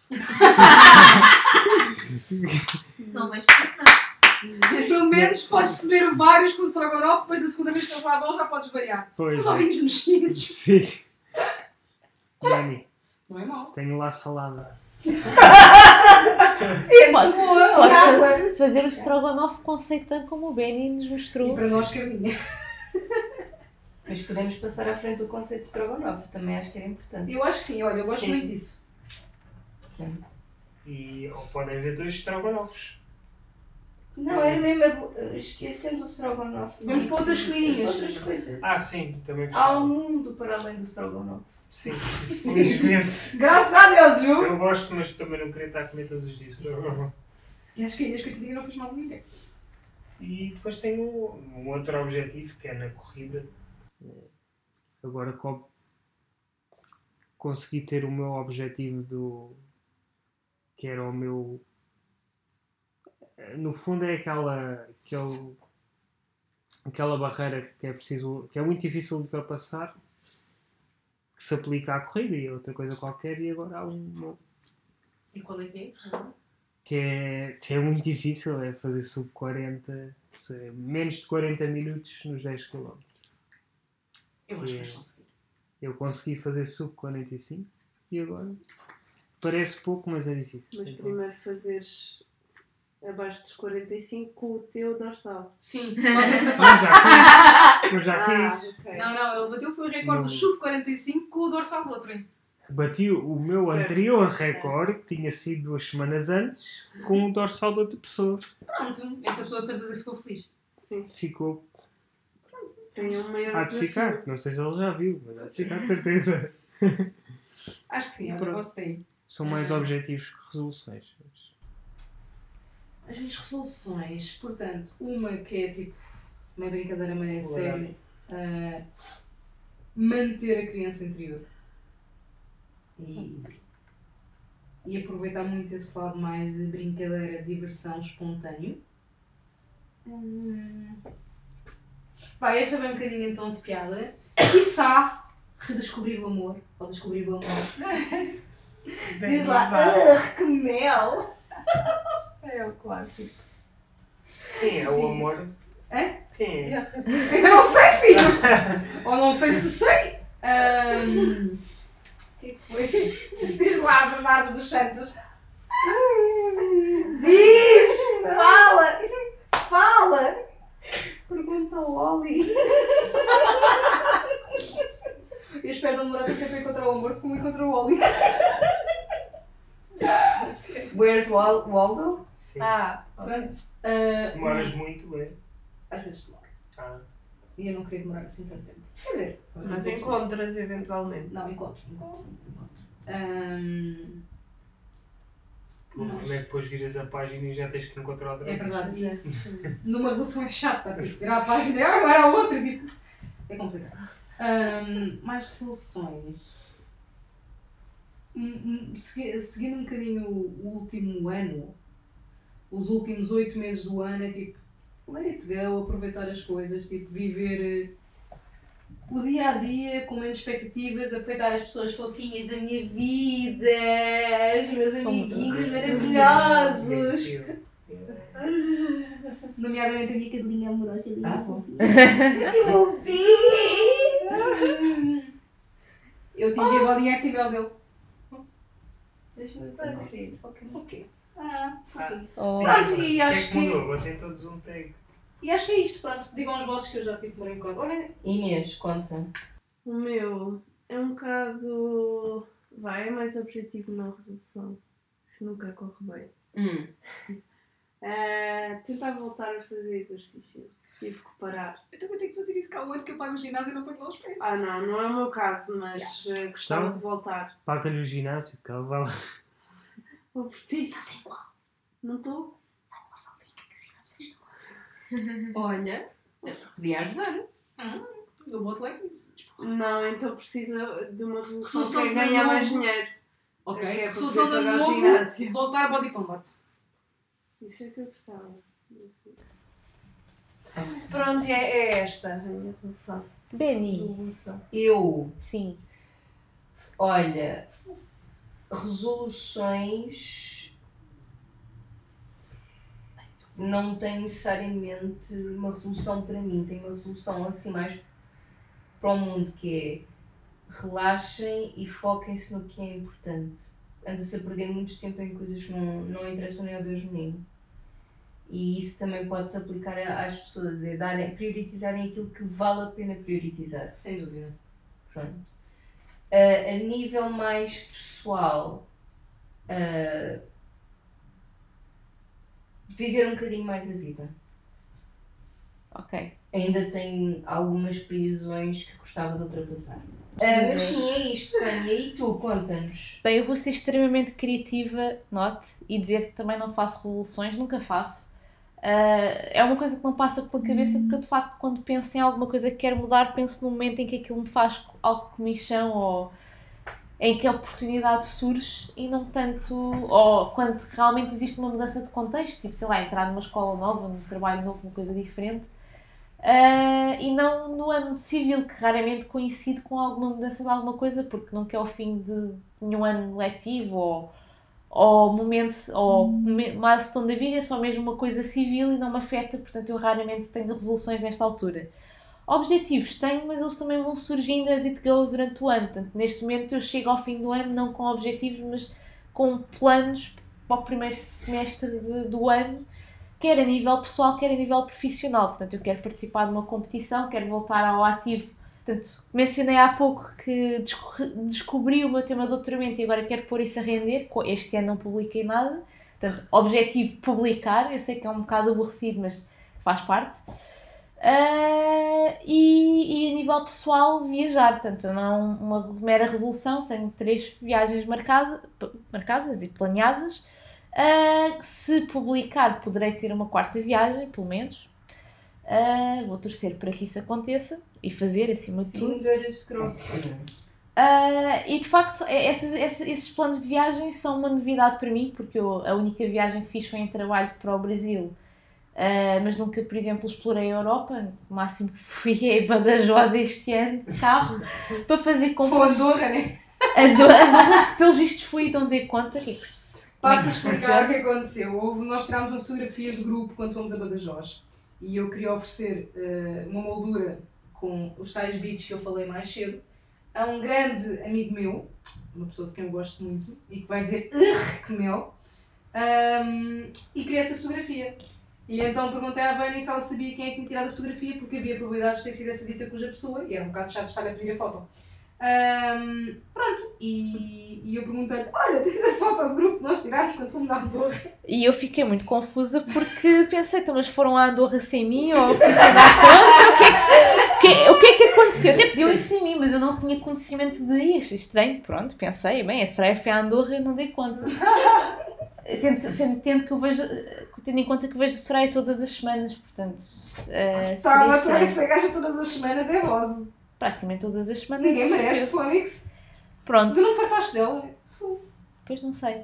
Speaker 8: Não vais perguntar.
Speaker 4: Pelo menos podes receber vários com strogonoff, depois da segunda vez que eles lá vão já podes variar.
Speaker 6: Pois
Speaker 4: Os
Speaker 6: é.
Speaker 4: ovinhos mexidos.
Speaker 6: Sim. Dani,
Speaker 4: Não é mau.
Speaker 6: tenho lá salada.
Speaker 3: Pode, pode fazer o strogonoff com seitan como o Benny nos mostrou.
Speaker 4: E para nós, carninha.
Speaker 5: Mas podemos passar à frente do conceito de strogonoff, também acho que era importante.
Speaker 4: Eu acho que sim, olha, eu gosto
Speaker 6: Sim.
Speaker 4: muito disso.
Speaker 6: E ou podem ver dois strogonoffs.
Speaker 5: Não, era mesmo. a- Esquecendo o strogonoff.
Speaker 4: Vamos para outras comidinhas.
Speaker 5: Outras coisas.
Speaker 6: Ah, sim, também
Speaker 5: Há
Speaker 6: gostava.
Speaker 5: um mundo para além do strogonoff.
Speaker 6: Sim, felizmente.
Speaker 4: Graças a Deus, viu?
Speaker 6: Eu gosto, mas também não queria estar a comer todos os dias.
Speaker 4: E acho que a Inês, coitadinha, não fez mal a ninguém.
Speaker 6: E depois tenho um outro objetivo, que é na corrida. Agora co- consegui ter o meu objetivo do... que era o meu... No fundo é aquela... Aquele, aquela barreira que é preciso... que é muito difícil de ultrapassar, que se aplica à corrida e a outra coisa qualquer, e agora há um novo.
Speaker 4: E qual é que é?
Speaker 6: Que é, que é muito difícil, é fazer sub quarenta, se- menos de quarenta minutos nos dez quilómetros.
Speaker 4: Eu acho que
Speaker 6: É.
Speaker 4: vais conseguir.
Speaker 6: Eu consegui fazer sub quarenta e cinco e agora parece pouco, mas é difícil.
Speaker 7: Mas
Speaker 6: Então,
Speaker 7: primeiro fazeres abaixo dos quarenta e cinco com o teu dorsal.
Speaker 4: Sim, falta essa
Speaker 6: Eu
Speaker 4: parte.
Speaker 6: já fiz. Eu já
Speaker 7: Ah,
Speaker 6: fiz.
Speaker 7: ok.
Speaker 4: Não, não, ele bateu foi o recorde do
Speaker 6: Não.
Speaker 4: sub quarenta e cinco com o dorsal do outro, hein?
Speaker 6: Bati o meu
Speaker 7: Certo.
Speaker 6: anterior recorde, que tinha sido duas semanas antes, com o dorsal de outra pessoa.
Speaker 4: Pronto, essa pessoa de certeza ficou feliz.
Speaker 7: Sim,
Speaker 6: Ficou.
Speaker 7: tem um maior
Speaker 6: Há de
Speaker 7: desafio.
Speaker 6: ficar. Não sei se ele já viu, mas há de ficar de certeza.
Speaker 4: Acho que sim, agora
Speaker 6: Pronto.
Speaker 4: posso ter.
Speaker 6: São mais objetivos que resoluções.
Speaker 4: As minhas resoluções, portanto, uma que é tipo, uma brincadeira, mas é sério, ah, manter a criança interior. E, e aproveitar muito esse lado mais de brincadeira, diversão, espontâneo. Hum. Vai, esta vai um bocadinho então de piada. Quiçá redescobrir o amor, ou descobrir o amor.
Speaker 7: Bem,
Speaker 4: Diz lá,
Speaker 7: vai.
Speaker 4: ah, que mel!
Speaker 7: É o clássico.
Speaker 6: Quem é o amor?
Speaker 4: É?
Speaker 6: Quem é?
Speaker 4: Ainda não sei, filho! Ou não sei se sei! Ahm, O que é que foi? Diz lá, Bernardo dos Santos. Diz! Fala! Fala!
Speaker 7: Pergunta ao Oli.
Speaker 4: Eu espero não demorar tanto tempo a encontrar o amor como encontrar o Oli.
Speaker 5: Where's Wal Waldo?
Speaker 6: Sim.
Speaker 7: Ah,
Speaker 5: Pronto.
Speaker 4: Ah,
Speaker 6: Demoras muito bem.
Speaker 4: Às vezes demora.
Speaker 6: Ah.
Speaker 4: E eu não queria demorar assim tanto tempo. Quer dizer,
Speaker 7: mas
Speaker 4: não
Speaker 7: encontras eventualmente.
Speaker 4: Não, encontro, encontro. encontro. Ahm,
Speaker 6: O problema é que depois viras a página e já tens que encontrar outra
Speaker 4: É
Speaker 6: vez.
Speaker 4: verdade, isso. Numa relação é chata, tipo, virar a página e ah, agora a outra, tipo. É complicado. Ahm, mais resoluções. Hum, hum, segui- Seguindo um bocadinho o, o último ano, os últimos oito meses do ano, é tipo, let it go, aproveitar as coisas, tipo, viver eh, o dia a dia com menos expectativas, aproveitar as pessoas fofinhas da minha vida, os meus amiguinhos maravilhosos.
Speaker 6: Sim.
Speaker 4: Nomeadamente a minha cadelinha amorosa.
Speaker 5: Ah, bom.
Speaker 4: Eu atingi a bolinha activel dele.
Speaker 5: Deixa-me ver.
Speaker 4: Ok. Ah, fofinho.
Speaker 2: Oh.
Speaker 4: Pronto, e
Speaker 6: O que é
Speaker 4: acho
Speaker 6: que mudou?
Speaker 4: que,
Speaker 6: Agora tem todos um tag.
Speaker 4: e acho que é isto. Pronto, digam os vossos que eu já tive por enquanto. Olha,
Speaker 5: Inês, conta.
Speaker 7: O meu é um bocado. Vai, é mais objetivo na resolução. Se nunca corre bem.
Speaker 5: Hum.
Speaker 7: É, tentar voltar a fazer exercício. Tive que parar.
Speaker 4: eu também tenho que fazer isso cá o ano que eu pago o ginásio e não ponho lá os pés.
Speaker 7: Ah, não, não é o meu caso, mas eh, gostava
Speaker 6: Então?
Speaker 7: de voltar.
Speaker 6: Paga-lhe o ginásio, que ela vai lá.
Speaker 7: Vou por ti.
Speaker 4: Estás igual.
Speaker 7: Não estou?
Speaker 5: Olha, podia ajudar.
Speaker 4: Hum, eu boto lá nisso.
Speaker 7: Não, então precisa de uma resolução
Speaker 4: Resolução
Speaker 7: que é
Speaker 4: de
Speaker 7: ganhar
Speaker 4: novo.
Speaker 7: mais dinheiro.
Speaker 4: Ok,
Speaker 7: É que é para
Speaker 4: resolução
Speaker 7: poder
Speaker 4: de
Speaker 7: pagar o
Speaker 4: novo,
Speaker 7: ginásio.
Speaker 4: voltar a body combat.
Speaker 7: Isso é que eu gostava. Pronto, é, é esta a minha resolução.
Speaker 2: Benny.
Speaker 7: Resolução.
Speaker 5: Eu,
Speaker 2: Sim.
Speaker 5: olha, resoluções não tem necessariamente uma resolução para mim, tem uma resolução assim mais para o mundo, que é relaxem e foquem-se no que é importante. Anda-se a perder muito tempo em coisas que não, não interessam nem ao Deus menino. E isso também pode-se aplicar a- às pessoas, é darem, prioritizarem aquilo que vale a pena prioritizar.
Speaker 4: Sem dúvida.
Speaker 5: Pronto. Uh, a nível mais pessoal, uh, viver um bocadinho mais a vida.
Speaker 2: Ok.
Speaker 5: Ainda tenho algumas prisões que gostava de ultrapassar. Uh, mas sim, é isto, Tânia. E tu, conta-nos.
Speaker 2: Bem, eu vou ser extremamente criativa, note, e dizer que também não faço resoluções, nunca faço. Ah, é uma coisa que não passa pela cabeça porque eu, de facto, quando penso em alguma coisa que quero mudar, penso no momento em que aquilo me faz algo que me chama ou em que a oportunidade surge e não tanto, ou quando realmente existe uma mudança de contexto, tipo, sei lá, entrar numa escola nova, num trabalho novo, uma coisa diferente. Uh, e não no ano civil, que raramente coincide com alguma mudança de alguma coisa, porque nunca é o fim de nenhum ano letivo ou, ou momento, ou milestone da vida, é só mesmo uma coisa civil e não me afeta, portanto eu raramente tenho resoluções nesta altura. Objetivos tenho, mas eles também vão surgindo as it goes durante o ano, portanto neste momento eu chego ao fim do ano não com objetivos, mas com planos
Speaker 3: para o primeiro semestre de, do ano, quer a nível pessoal, quer a nível profissional. Portanto, eu quero participar de uma competição, quero voltar ao ativo. Portanto, mencionei há pouco que desco- descobri o meu tema de doutoramento e agora quero pôr isso a render. Este ano não publiquei nada. Portanto, objetivo publicar. Eu sei que é um bocado aborrecido, mas faz parte. Uh, e, e a nível pessoal, viajar. Portanto, não uma mera resolução. Tenho três viagens marcada, marcadas e planeadas. Uh, se publicar, poderei ter uma quarta viagem, pelo menos. Uh, vou torcer para que isso aconteça e fazer, acima de tudo. Uh, e de facto, esses, esses, esses planos de viagem são uma novidade para mim, porque eu, a única viagem que fiz foi em trabalho para o Brasil, uh, mas nunca, por exemplo, explorei a Europa. O máximo que fui é Badajoz este ano, de carro, para fazer compras.
Speaker 4: Ou Andorra, né?
Speaker 3: Andorra, Andorra, que pelos vistos fui e não dei conta. Que é que se,
Speaker 4: Passo a explicar o que aconteceu. Houve, nós tirámos uma fotografia de grupo quando fomos a Badajoz e eu queria oferecer uh, uma moldura com os tais beats que eu falei mais cedo a um grande amigo meu, uma pessoa de quem eu gosto muito e que vai dizer urgh, que mel, um, e queria essa fotografia. E então perguntei à Vânia se ela sabia quem é que tinha tirado a fotografia, porque havia probabilidades de ter sido essa dita cuja pessoa, e era um bocado chato estar a pedir a foto. Um, pronto, e, e eu perguntei-lhe, olha, tens a foto do grupo que nós tirámos quando fomos à Andorra.
Speaker 3: E eu fiquei muito confusa porque pensei, então, mas foram à Andorra sem mim ou fui sem dar conta? O que, é que, que, o que é que aconteceu? Até pediu ir sem mim, mas eu não tinha conhecimento de isso. Estranho, pronto, pensei, bem, a Soraya foi à Andorra e eu não dei conta. Tendo, tendo, que eu vejo, tendo em conta que vejo a Soraya todas as semanas, portanto. Uh,
Speaker 4: tá, mas tu vais ser gaja todas as semanas, é rose.
Speaker 3: Praticamente todas as semanas.
Speaker 4: Ninguém merece, Fónix.
Speaker 3: Pronto.
Speaker 4: Tu não fartaste dela?
Speaker 3: Pois não sei.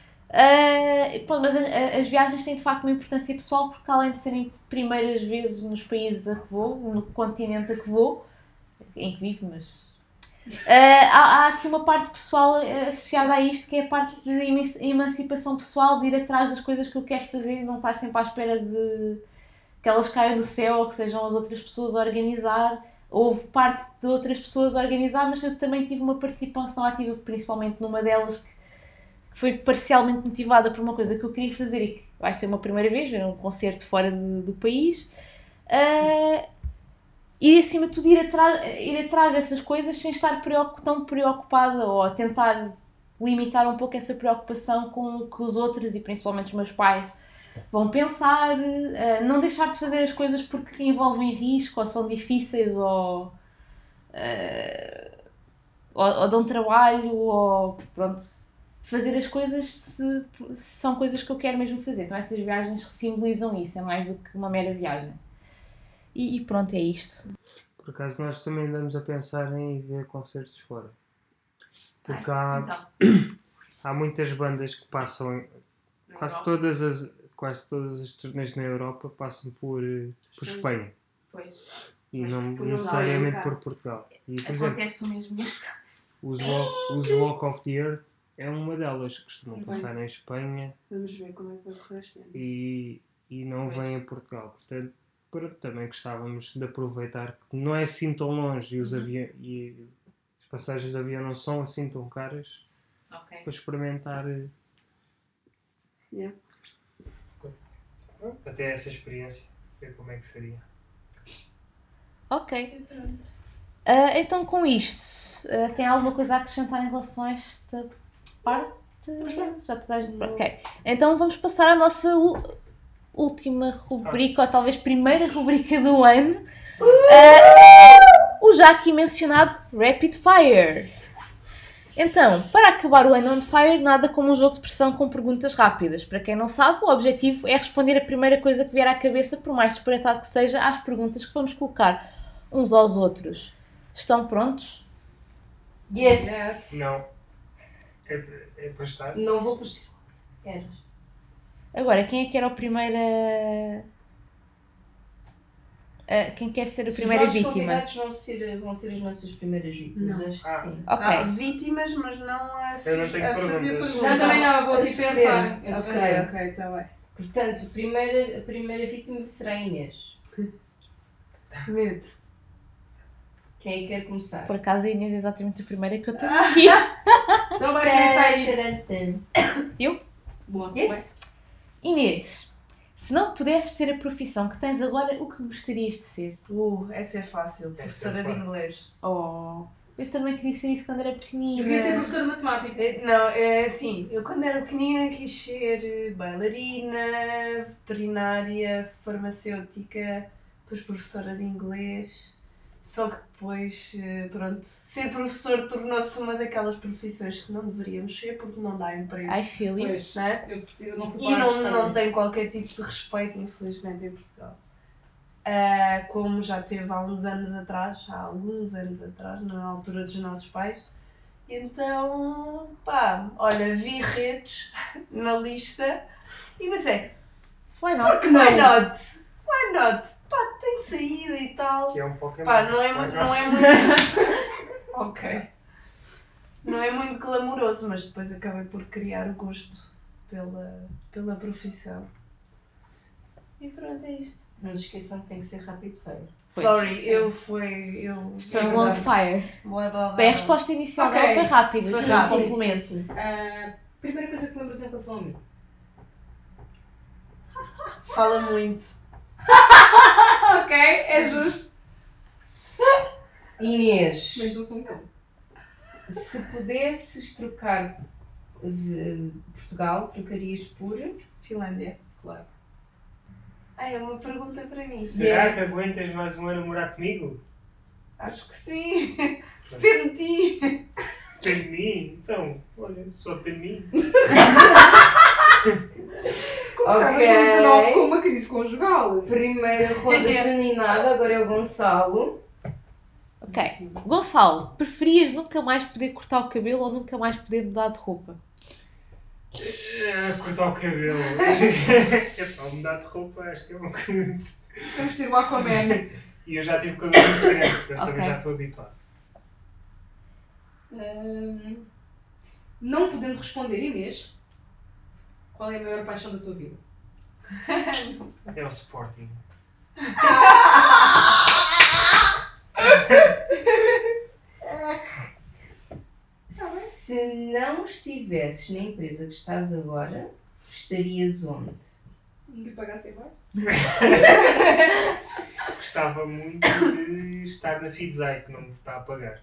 Speaker 3: Uh, pronto, mas a, a, as viagens têm de facto uma importância pessoal porque além de serem primeiras vezes nos países a que vou, no continente a que vou, em que vivo, mas... Uh, há, há aqui uma parte pessoal associada a isto que é a parte de emancipação pessoal, de ir atrás das coisas que eu quero fazer e não estar sempre à espera de que elas caiam do céu ou que sejam as outras pessoas a organizar. Houve parte de outras pessoas a organizar, mas eu também tive uma participação ativa, principalmente numa delas que, que foi parcialmente motivada por uma coisa que eu queria fazer e que vai ser uma primeira vez, ver um concerto fora de, do país. Uh, e acima de tudo ir atrás, ir atrás dessas coisas sem estar preocup, tão preocupada ou a tentar limitar um pouco essa preocupação com o que os outros e principalmente os meus pais vão pensar, uh, não deixar de fazer as coisas porque envolvem risco ou são difíceis ou, uh, ou, ou dão trabalho ou pronto, fazer as coisas se, se são coisas que eu quero mesmo fazer. Então essas viagens simbolizam isso, é mais do que uma mera viagem. E, e pronto, é isto.
Speaker 6: Por acaso nós também andamos a pensar em ver concertos fora. Porque há,
Speaker 8: então.
Speaker 6: há muitas bandas que passam,
Speaker 8: Na
Speaker 6: quase
Speaker 8: Europa?
Speaker 6: todas as quase todas as turnês na Europa passam por, por Espanha.
Speaker 8: Pois.
Speaker 6: E
Speaker 8: Mas
Speaker 6: não
Speaker 8: por
Speaker 6: necessariamente
Speaker 7: cá.
Speaker 6: por Portugal. E, por exemplo,
Speaker 8: Acontece o mesmo neste caso.
Speaker 6: os Walk, os Walk of the Earth é uma delas que costumam
Speaker 7: Bem.
Speaker 6: passar em Espanha
Speaker 7: Vamos ver como é que vai correr este ano.
Speaker 6: e, e não
Speaker 8: Pois.
Speaker 6: vem a Portugal. Portanto, pronto, também gostávamos de aproveitar que não é assim tão longe e, os avi- e as passagens de avião não são assim tão caras
Speaker 8: Ok.
Speaker 6: para experimentar eh,
Speaker 7: Yeah.
Speaker 6: até essa experiência, ver como é que seria.
Speaker 3: Ok. Uh, então com isto, uh, tem alguma coisa a acrescentar em relação a esta parte? Já toda a gente... Pronto, ok. Então vamos passar à nossa u- última rubrica, ou talvez primeira rubrica do ano. Uh, o já aqui mencionado Rapid Fire. Então, para acabar o ano on fire, nada como um jogo de pressão com perguntas rápidas. Para quem não sabe, o objetivo é responder a primeira coisa que vier à cabeça, por mais disparatado que seja, às perguntas que vamos colocar uns aos outros. Estão prontos?
Speaker 5: Yes!
Speaker 6: Não. É, é para estar?
Speaker 5: Não vou puxar. Queres?
Speaker 3: Agora, quem é que era o primeiro a... a- quem quer ser a primeira
Speaker 5: Os nossos
Speaker 3: vítima?
Speaker 5: convidados vão ser, vão ser as nossas primeiras vítimas,
Speaker 7: Não.
Speaker 5: acho que
Speaker 6: Ah.
Speaker 5: sim.
Speaker 3: Ok.
Speaker 7: Há vítimas, mas não a,
Speaker 6: Eu não tenho
Speaker 7: a fazer
Speaker 6: perguntas.
Speaker 7: perguntas.
Speaker 4: Não, também não, vou
Speaker 5: A
Speaker 4: aqui
Speaker 5: sofrer.
Speaker 4: pensar. Eu
Speaker 7: Ok,
Speaker 4: sei.
Speaker 7: ok, está bem.
Speaker 5: Portanto, primeira, a primeira vítima será a Inês.
Speaker 7: Medo.
Speaker 5: Quem é que quer começar?
Speaker 3: Por acaso a Inês é exatamente a primeira que eu tenho aqui.
Speaker 4: Então vai começar aí.
Speaker 5: Tarantan.
Speaker 3: Eu?
Speaker 4: Boa.
Speaker 2: Yes? Inês, se não pudesses ter a profissão que tens agora, o que gostarias de ser?
Speaker 9: Uh, essa é fácil.
Speaker 6: Essa é
Speaker 9: Professora de
Speaker 6: fácil.
Speaker 9: inglês.
Speaker 2: Oh, eu também queria ser isso quando era pequenina.
Speaker 4: Eu queria ser professora de matemática.
Speaker 9: É, Não, é assim, eu quando era pequenina quis ser eh, bailarina, veterinária, farmacêutica, depois professora de inglês. Só que depois, eh, pronto, ser professor tornou-se uma daquelas profissões que não deveríamos ser porque não dá emprego.
Speaker 2: I feel you.
Speaker 4: Pois,
Speaker 9: Não é?
Speaker 4: eu, eu não fui
Speaker 9: E
Speaker 4: para
Speaker 9: não,
Speaker 4: artes por
Speaker 9: não
Speaker 4: causa
Speaker 9: tem qualquer tipo de respeito, infelizmente, em Portugal. Ah, como já teve há uns anos atrás, há alguns anos atrás, na altura dos nossos pais. Então, pá, olha, vi redes na lista e pensei,
Speaker 2: Why not?
Speaker 9: que why not? Why not? Pá, tem saída e tal.
Speaker 6: Que é um Pokémon.
Speaker 9: Pá, não é muito. Não é muito... ok. Não é muito glamouroso, mas depois acabei por criar o gosto pela, pela profissão. E pronto, é isto.
Speaker 5: Não se esqueçam que tem que ser rápido feio.
Speaker 2: Pois,
Speaker 9: Sorry,
Speaker 2: sim.
Speaker 9: eu fui. Eu,
Speaker 2: Isto foi um long fire.
Speaker 9: Blá, blá, blá.
Speaker 2: Bem, a resposta inicial
Speaker 4: Ok.
Speaker 2: dela foi rápida.
Speaker 9: Foi
Speaker 2: Foi
Speaker 9: rápido,
Speaker 2: complemento.
Speaker 4: Ah, primeira coisa que lembras em relação a mim?
Speaker 9: Fala muito.
Speaker 4: Ok, é justo.
Speaker 5: Inês,
Speaker 4: Mas não sou um cão.
Speaker 5: se pudesses trocar eh, Portugal, trocarias por...
Speaker 9: Finlândia.
Speaker 4: Claro.
Speaker 9: Ah, é uma pergunta para mim.
Speaker 6: Será
Speaker 5: Yes.
Speaker 6: que aguentas mais um ano a morar comigo?
Speaker 9: Acho que sim. Depende de ti.
Speaker 6: Depende de mim? Então, olha, só depende de mim.
Speaker 4: Começámos
Speaker 5: Ok.
Speaker 4: no dezanove com uma crise conjugal.
Speaker 5: Primeira roda terminada, agora é o Gonçalo.
Speaker 2: Ok. Gonçalo, preferias nunca mais poder cortar o cabelo ou nunca mais poder mudar de roupa?
Speaker 6: Ah, cortar o cabelo. É para mudar de roupa, acho que é uma coisa muito...
Speaker 4: Vamos ter o Aquaman.
Speaker 6: E eu já tive cabelo muito grande, portanto
Speaker 2: Ok.
Speaker 6: também já estou habituado.
Speaker 4: Hum, não podendo responder, Inês, qual é a maior paixão da tua vida?
Speaker 6: É o Sporting.
Speaker 5: Se não estivesses na empresa que estás agora, estarias onde?
Speaker 4: Me pagasse agora?
Speaker 6: Gostava muito de estar na Fidzai, que não me está a pagar.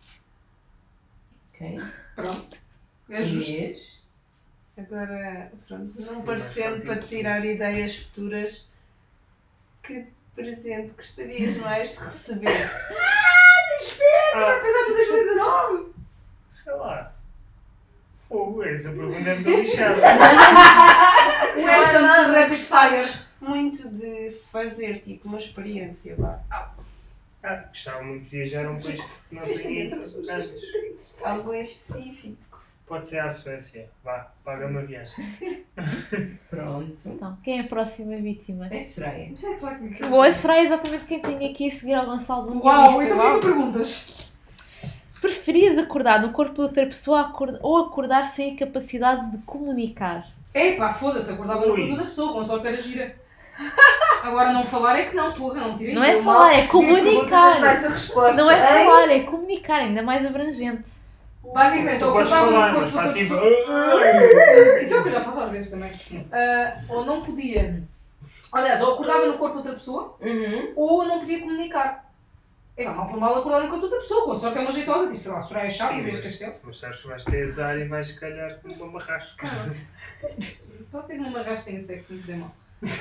Speaker 5: Ok?
Speaker 4: Pronto. É justo.
Speaker 5: Inês?
Speaker 9: Agora, pronto, não
Speaker 6: mais
Speaker 9: parecendo
Speaker 6: rápido.
Speaker 9: para tirar ideias futuras, que presente gostarias mais de receber?
Speaker 6: Ah,
Speaker 4: Apesar de dois mil e dezanove!
Speaker 6: sei lá. Fogo, essa pergunta é muito lixada.
Speaker 4: Um
Speaker 9: Não é
Speaker 4: Welcome to
Speaker 9: nada
Speaker 4: Rapid
Speaker 9: que
Speaker 4: Fire.
Speaker 9: fazes muito de fazer, tipo, uma experiência, vá.
Speaker 6: Ah, gostava muito de viajar a um país que não tem gastos.
Speaker 9: Algo em específico.
Speaker 6: Pode ser à Suécia. Vá, paga uma viagem.
Speaker 5: Pronto.
Speaker 2: Então, quem é a próxima vítima?
Speaker 5: É Soraya.
Speaker 2: Bom, esse será exatamente quem tem aqui a seguir ao Gonçalo no
Speaker 4: Uau,
Speaker 2: Insta.
Speaker 4: então por que tu perguntas?
Speaker 2: Preferias acordar no corpo de outra pessoa acord- ou acordar sem a capacidade de comunicar?
Speaker 4: Epá, foda-se, acordava no
Speaker 6: Ui.
Speaker 4: corpo da pessoa, com sorte era gira. Agora não falar é que não, porra, não tirei
Speaker 2: Não é
Speaker 4: isso.
Speaker 2: falar, é comunicar.
Speaker 9: Mais a resposta.
Speaker 2: Não é
Speaker 9: Ei,
Speaker 2: falar, é comunicar, ainda mais abrangente.
Speaker 4: Basicamente,
Speaker 6: Tu
Speaker 4: ou
Speaker 6: podes
Speaker 4: acordava
Speaker 6: falar,
Speaker 4: no
Speaker 6: mas
Speaker 4: corpo da
Speaker 6: faz tipo...
Speaker 4: pessoa... Isso é o que eu já faço às vezes também. Ah, ou não podia... Aliás, ou acordava no corpo de outra pessoa,
Speaker 5: Uhum.
Speaker 4: ou não podia comunicar. Epá, mal por mal acordar no corpo de outra pessoa, com sorte é uma jeitosa, tipo, sei lá, Soraya é chata
Speaker 6: Sim,
Speaker 4: e vês
Speaker 6: mas,
Speaker 4: castelo.
Speaker 6: mas sabes que vais ter azar e vais se calhar com uma marrasca.
Speaker 4: Pode ser que uma marrasca tenha sexo, não tem mal.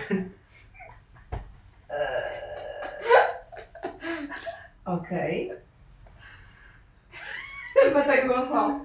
Speaker 5: Ok.
Speaker 4: Batei com o Gonçalo.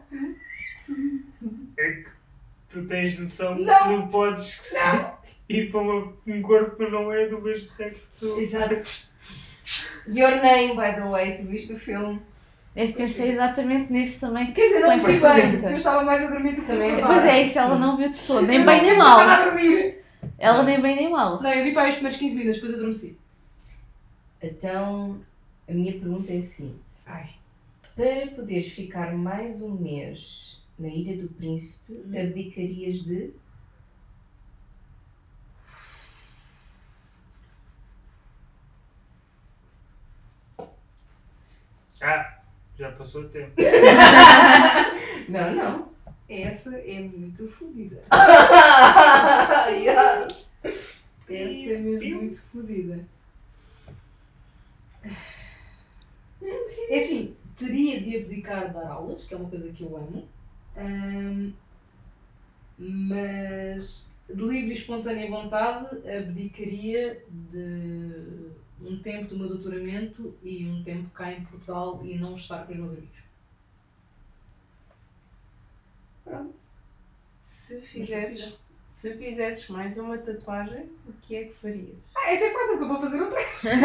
Speaker 6: É que tu tens noção
Speaker 9: Não.
Speaker 6: que tu podes ir para uma- um corpo que não é do mesmo sexo que tu.
Speaker 5: Exato. Your Name, by the way, tu viste o filme?
Speaker 2: Eu pensei exatamente nisso também.
Speaker 4: Quer dizer, não
Speaker 2: Bem,
Speaker 4: percebi
Speaker 2: foi
Speaker 4: bem,
Speaker 2: pergunta.
Speaker 4: eu estava mais a dormir do que a
Speaker 5: Também-
Speaker 4: acordar.
Speaker 2: Pois é, isso ela não viu de todo, nem
Speaker 4: Eu
Speaker 2: bem
Speaker 4: não-
Speaker 2: nem
Speaker 4: eu Estava a
Speaker 2: mal.
Speaker 4: dormir.
Speaker 2: Ela nem bem nem mal.
Speaker 4: Não, eu vi para aí os primeiros quinze minutos, depois adormeci.
Speaker 5: Então, a minha pergunta é a seguinte.
Speaker 4: Ai.
Speaker 5: Para poderes ficar mais um mês na Ilha do Príncipe,
Speaker 4: Hum.
Speaker 5: abdicarias de...
Speaker 6: Ah, já passou o tempo.
Speaker 5: Não, não.
Speaker 4: Essa é muito fodida.
Speaker 9: Yes.
Speaker 4: Essa é mesmo muito fodida. É assim, teria de abdicar de dar aulas, que é uma coisa que eu amo. Hum, mas de livre e espontânea vontade abdicaria de um tempo do meu doutoramento e um tempo cá em Portugal e não estar com os meus amigos.
Speaker 9: Pronto. Se fizesses, se fizesses mais uma tatuagem, o que é que farias?
Speaker 4: Ah, essa é fácil, que eu vou fazer outra.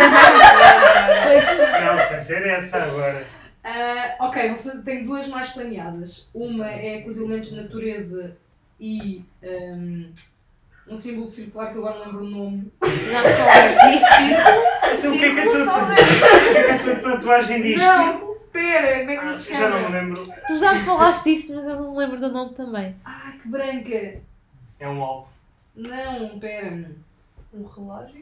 Speaker 6: Não, fazer essa agora.
Speaker 4: Ah, ok, vou fazer, tenho duas mais planeadas. Uma é com os elementos de natureza e um, um símbolo circular que eu agora não lembro o nome.
Speaker 1: Já falaste disso?
Speaker 6: Então o que é que a tua, o que é que a tua tatuagem diz?
Speaker 4: Não, pera, como é que
Speaker 6: Ah,
Speaker 4: ele se
Speaker 6: já não me
Speaker 4: chama?
Speaker 6: lembro.
Speaker 2: Tu já me falaste disso, mas eu não me lembro do nome também.
Speaker 4: Ah, que branca!
Speaker 6: É um alvo.
Speaker 4: Não, pera.
Speaker 9: Um relógio?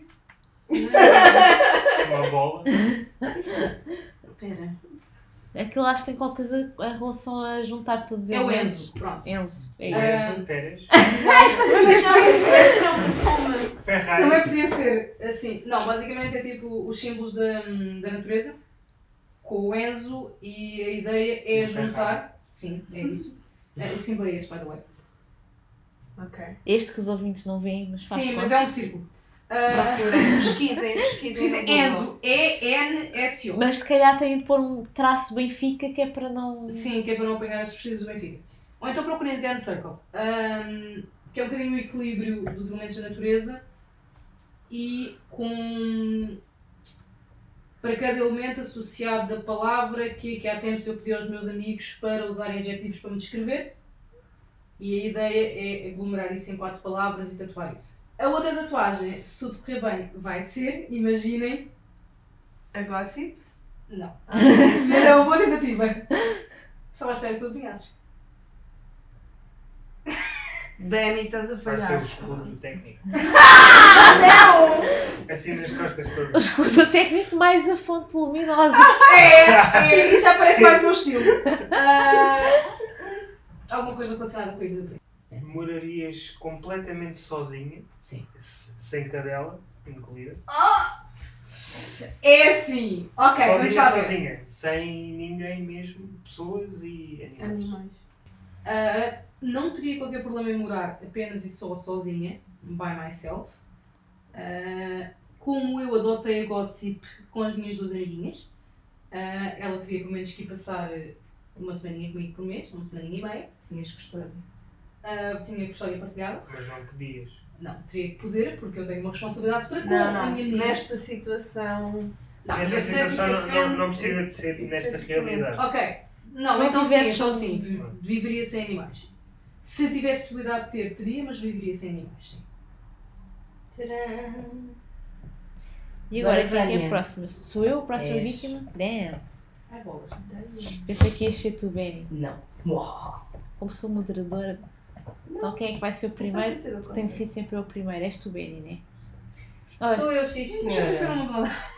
Speaker 4: Não.
Speaker 6: Uma bola.
Speaker 4: Pera.
Speaker 2: Aquilo acho que tem qualquer coisa em relação a juntar todos os
Speaker 4: É o
Speaker 2: elementos.
Speaker 4: Enzo, pronto.
Speaker 2: Enzo, é
Speaker 6: Mas
Speaker 2: isso.
Speaker 6: é são peras.
Speaker 9: Mas já é só perfume.
Speaker 6: Ferrari.
Speaker 4: Também podia ser assim. Não, basicamente é tipo os símbolos da, da natureza com o Enzo e a ideia é
Speaker 6: Um
Speaker 4: juntar.
Speaker 6: Ferrari.
Speaker 4: Sim, é isso. É, o símbolo é este, by the way.
Speaker 9: Ok.
Speaker 2: Este que os ouvintes não veem, mas faz
Speaker 4: Sim,
Speaker 2: conta.
Speaker 4: mas é um círculo. Ah,
Speaker 9: Procurem, pesquisem, pesquisem.
Speaker 4: Diz
Speaker 9: no Google.
Speaker 4: Enzo, E N S O.
Speaker 2: Mas se calhar têm de pôr um traço Benfica que é para não...
Speaker 4: Sim, que é para não apanhar as pesquisas do Benfica. Ou então procurem Zen Circle, um, que é um bocadinho o equilíbrio dos elementos da natureza e com para cada elemento associado da palavra que, que há tempos eu pedi aos meus amigos para usarem adjetivos para me descrever e a ideia é aglomerar isso em quatro palavras e tatuar isso. A outra tatuagem, se tudo correr bem, vai ser, imaginem...
Speaker 9: A gossip?
Speaker 4: Não. Era uma boa tentativa. Estava à espera que tu adivinhasses.
Speaker 9: Benny, estás a
Speaker 6: Vai ser o
Speaker 9: falhar.
Speaker 6: escudo técnico.
Speaker 4: Não!
Speaker 6: Assim nas costas
Speaker 2: O
Speaker 6: todas.
Speaker 2: escudo técnico mais a fonte luminosa.
Speaker 4: É, é, isso já parece
Speaker 6: Sim.
Speaker 4: mais o meu estilo. Ah, alguma coisa relacionada com a vida do Benny?
Speaker 6: Morarias completamente sozinha.
Speaker 4: Sim.
Speaker 6: s- Sem cadela incluída.
Speaker 4: É assim. Ok, vamos
Speaker 6: sozinha,
Speaker 4: lá ver.
Speaker 6: sozinha. Sem ninguém mesmo. Pessoas e animais.
Speaker 9: Animais.
Speaker 4: Ah, não teria qualquer problema em morar apenas e só sozinha, by myself. Ah, como eu adotei a gossip com as minhas duas amiguinhas, ah, ela teria pelo menos que ir passar uma semaninha comigo por mês, uma semaninha e meia.
Speaker 5: Tinhas gostado.
Speaker 4: Ah, tinha custódia partilhada.
Speaker 6: Mas não podias.
Speaker 4: Não, teria que poder, porque eu tenho uma responsabilidade para com
Speaker 9: Não,
Speaker 4: a
Speaker 9: não.
Speaker 4: minha menina.
Speaker 9: Nesta situação.
Speaker 4: Não,
Speaker 6: Nesta
Speaker 4: mas-
Speaker 6: situação não, não, não precisa de ser nesta realidade.
Speaker 4: Ok. Não,
Speaker 2: Se não
Speaker 4: então sim,
Speaker 2: tivesse
Speaker 4: então
Speaker 2: um-
Speaker 4: sim, vi- viveria sem animais. Se eu tivesse possibilidade de ter, teria, mas viveria sem animais, sim.
Speaker 5: Tcharam!
Speaker 2: E agora
Speaker 5: Vai,
Speaker 2: quem é que é
Speaker 5: Vânia.
Speaker 2: a próxima? Sou eu a próxima
Speaker 5: És.
Speaker 2: vítima? Damn.
Speaker 4: Ai, bolas.
Speaker 2: Pensei que ias ser tu, Benny.
Speaker 5: Não.
Speaker 2: Como sou moderadora. Então quem é que vai ser o primeiro?
Speaker 9: Só para ser o
Speaker 2: Tem de ser sempre eu o primeiro. És tu, Benny, né? Olha,
Speaker 5: Sou eu, sim,
Speaker 4: Deixa eu saber
Speaker 5: senhora.
Speaker 4: uma bola.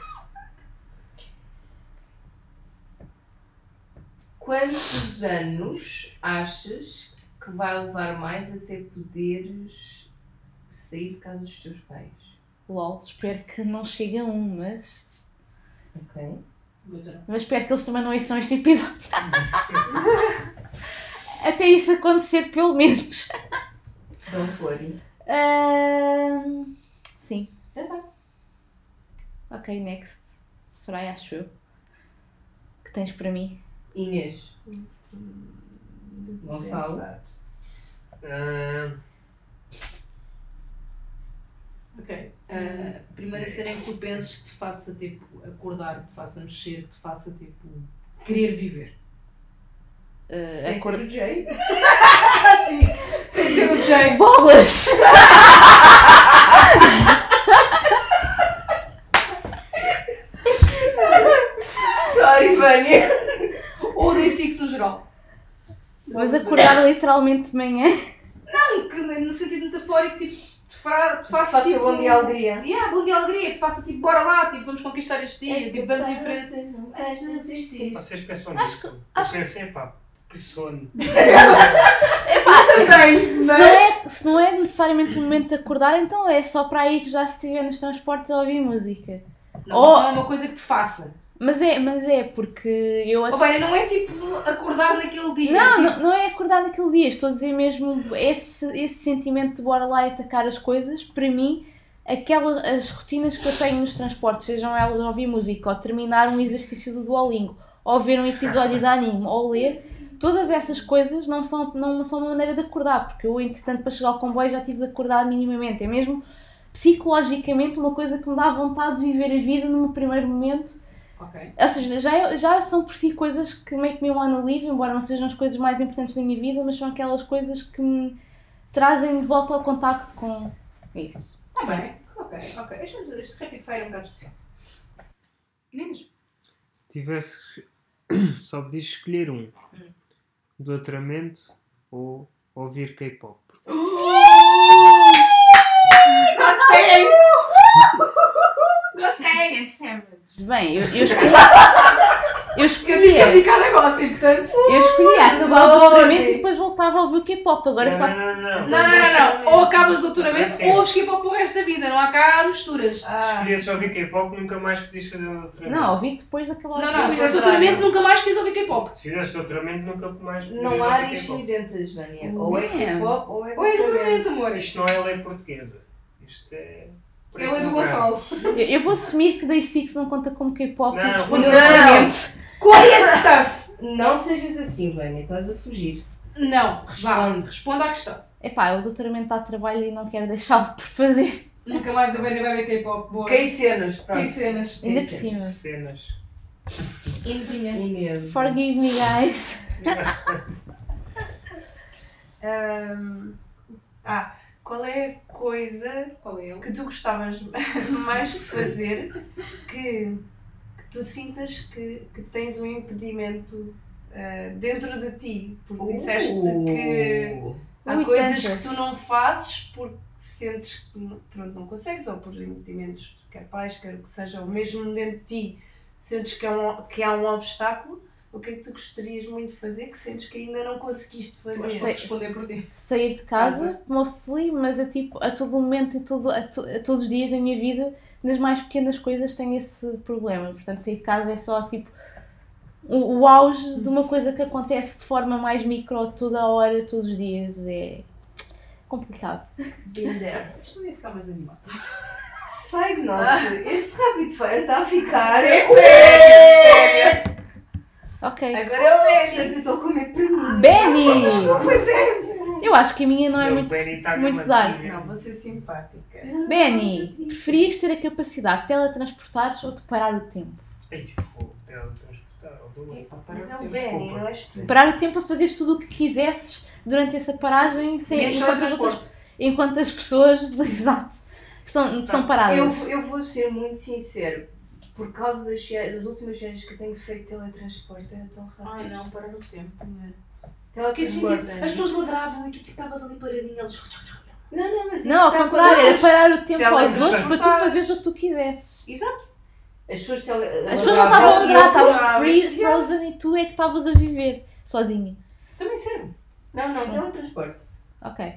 Speaker 5: Quantos anos achas que vai levar mais até poderes sair de casa dos teus pais?
Speaker 2: lol, espero que não chegue a um, mas...
Speaker 5: Ok.
Speaker 2: Mas espero que eles também não ouçam este episódio. Até isso acontecer, pelo menos.
Speaker 5: Don't worry.
Speaker 2: Ahn, sim. Ok, next. Soraya, acho eu. Que tens para mim?
Speaker 5: Inês. Gonçalo.
Speaker 6: Ah,
Speaker 4: Ok. Uh, primeira cena em que tu penses que te faça tipo acordar, que te faça mexer, que te faça tipo querer viver.
Speaker 2: Uh,
Speaker 5: Sem
Speaker 2: acor-
Speaker 5: ser o Jay.
Speaker 4: Ah, sim! Sem ser o Jay!
Speaker 2: Bolas!
Speaker 5: Sorry, Vânia.
Speaker 4: Ou o Day Six no geral.
Speaker 2: Mas acordar literalmente de manhã.
Speaker 4: Não, que no sentido metafórico, tipo, te, fra- te faça
Speaker 5: Faça
Speaker 4: tipo...
Speaker 5: bom dia alegria.
Speaker 4: Yeah, bom dia alegria, que te faça tipo, bora lá, tipo, vamos conquistar este dia, tipo, vamos em frente.
Speaker 5: Não vais desistir.
Speaker 6: vocês pensam
Speaker 2: Acho
Speaker 6: nisso?
Speaker 2: acho-
Speaker 6: Eu pensei, pá, que sono.
Speaker 2: É
Speaker 4: também,
Speaker 3: Se
Speaker 4: mas...
Speaker 3: não, é, se não é necessariamente o momento de acordar, então é só para aí que já se estiver nos transportes a ouvir música.
Speaker 4: Não,
Speaker 3: Oh.
Speaker 4: isso não é uma coisa que te faça.
Speaker 3: Mas é, mas é porque eu...
Speaker 4: Oh, bem, não é tipo acordar naquele dia.
Speaker 3: Não,
Speaker 4: tipo...
Speaker 3: não, não é acordar naquele dia, estou a dizer mesmo esse, esse sentimento de bora lá e atacar as coisas, para mim, aquela, as rotinas que eu tenho nos transportes, sejam elas ouvir música, ou terminar um exercício do Duolingo, ou ver um episódio de anime, ou ler, todas essas coisas não são, não são uma maneira de acordar, porque eu, entretanto, para chegar ao comboio já tive de acordar minimamente, é mesmo psicologicamente uma coisa que me dá vontade de viver a vida no meu primeiro momento.
Speaker 4: Ok.
Speaker 3: Ou seja, já, já são por si coisas que make me wanna live, embora não sejam as coisas mais importantes da minha vida, mas são aquelas coisas que me trazem de volta ao contacto com isso.
Speaker 4: Está bem. Ok, ok. Este, este Rapid Fire é um bocado especial. Meninos?
Speaker 6: Se tivesse... Só podias escolher um.
Speaker 4: Hum.
Speaker 6: Doutoramento ou ouvir K-pop.
Speaker 4: Gostei! Gostei!
Speaker 8: Isso é savage.
Speaker 3: Bem, eu, eu escolhi... Eu
Speaker 4: Eu
Speaker 3: escolhi,
Speaker 4: tive que aplicar negócio, e portanto...
Speaker 3: eu escolhi acabar o doutoramento e depois voltava a ouvir o K-pop. Agora só...
Speaker 6: Não, não, não.
Speaker 4: Não, não, não, não. Ou acabas o doutoramento
Speaker 6: Sim.
Speaker 4: ou ouves K-pop o resto da vida. Não há cá misturas.
Speaker 6: Se escolhesses ouvir K-pop, nunca mais podias fazer um doutoramento.
Speaker 3: Não, ouvi depois de acabar o
Speaker 4: Não, não,
Speaker 3: doutoramento.
Speaker 4: fizeste doutoramento, nunca mais fiz ouvir K-pop.
Speaker 6: Se fizesse doutoramento, nunca mais podias
Speaker 5: Não há
Speaker 6: ouvir
Speaker 5: áreas
Speaker 6: K-pop.
Speaker 5: cinzentas, Vânia. Ou é
Speaker 3: Damn.
Speaker 5: K-pop ou é
Speaker 4: Ou é
Speaker 5: doutoramento.
Speaker 4: doutoramento, amor.
Speaker 6: Isto não é lei portuguesa. Isto é...
Speaker 4: É lei do Gonçalo.
Speaker 3: Eu, eu vou assumir que Day Six não conta como K-pop e
Speaker 6: Não,
Speaker 3: respondeu
Speaker 5: não.
Speaker 3: ao doutoramento.
Speaker 4: Quiet stuff!
Speaker 5: Não sejas assim, Vânia, estás a fugir.
Speaker 4: Não, vá,
Speaker 5: Responde.
Speaker 4: responda à questão.
Speaker 3: Epá, o doutoramento dá trabalho e não quero deixá-lo por fazer.
Speaker 4: Nunca mais a Vânia vai ver K-pop. Boa.
Speaker 5: Que cenas, pronto.
Speaker 4: Que cenas.
Speaker 3: Ainda por
Speaker 5: Isso é.
Speaker 3: cima.
Speaker 6: Cenas.
Speaker 4: Inzinha.
Speaker 5: Mesmo.
Speaker 3: Forgive me, guys.
Speaker 9: Ahm, ah, qual é a coisa
Speaker 4: Qual é ele?
Speaker 9: que tu gostavas mais de fazer que, que tu sintas que, que tens um impedimento ah, dentro de ti? Porque disseste que há
Speaker 3: Ui,
Speaker 9: coisas
Speaker 3: tantas.
Speaker 9: que tu não fazes porque sentes que não- pronto, não consegues, ou por impedimentos, quer pais, quer o que seja, ou mesmo dentro de ti sentes que, é um, que há um obstáculo. O que é que tu gostarias muito de fazer que sentes que ainda não conseguiste
Speaker 4: Mas
Speaker 9: fazer?
Speaker 4: posso responder por ti.
Speaker 3: Sair de casa, mostly, mas eu tipo, a todo momento e todo, a, to- a todos os dias da minha vida, nas mais pequenas coisas tenho esse problema. Portanto, sair de casa é só tipo o, o auge de uma coisa que acontece de forma mais micro toda a hora, todos os dias. É complicado.
Speaker 9: Been there.
Speaker 4: Isto não ia ficar mais animado.
Speaker 5: Side note, este Rapid Fire está a ficar...
Speaker 9: Sério?
Speaker 3: Ok.
Speaker 9: Agora é o Benny.
Speaker 5: Portanto, eu estou com medo para mim.
Speaker 3: Benny!
Speaker 4: Pois é.
Speaker 3: Eu acho que a minha não é
Speaker 6: O
Speaker 3: muito,
Speaker 6: Benny tá
Speaker 3: muito
Speaker 6: com
Speaker 3: dark.
Speaker 6: uma-
Speaker 9: Não, vou ser simpática.
Speaker 3: Benny, preferias ter a capacidade de teletransportares ou de parar o tempo?
Speaker 6: Ei, fogo, teletransportar, ou do
Speaker 4: Epá, para
Speaker 9: Mas é o
Speaker 6: Desculpa.
Speaker 9: Benny, não és tu.
Speaker 3: Parar o tempo a fazeres tudo o que quisesses durante essa paragem, sem,
Speaker 4: Menos
Speaker 3: enquanto, as outras,
Speaker 4: teletransporte.
Speaker 3: enquanto as pessoas, exato, estão, estão paradas.
Speaker 5: Eu, eu vou ser muito sincero. Por causa das, via- das últimas viagens que eu tenho feito teletransporte, era tão rápido.
Speaker 4: Ai não, para no tempo.
Speaker 5: Teletransporte.
Speaker 4: Porque assim, tipo, as pessoas ladravam e tu tipo, estavas ali paradinha, eles...
Speaker 5: Não, não, mas
Speaker 3: Não, ao
Speaker 5: isto
Speaker 3: contrário,
Speaker 5: está a
Speaker 3: era parar o tempo aos
Speaker 9: Teletransportar.
Speaker 3: outros para tu fazeres o que tu quisesses.
Speaker 5: As pessoas, tele...
Speaker 3: As pessoas não estavam a
Speaker 5: e eu
Speaker 3: ladrar, estavam
Speaker 9: estava-
Speaker 3: free, frozen e tu é que estavas a viver sozinha.
Speaker 5: Também serve. Não, não, teletransporte.
Speaker 3: Ok.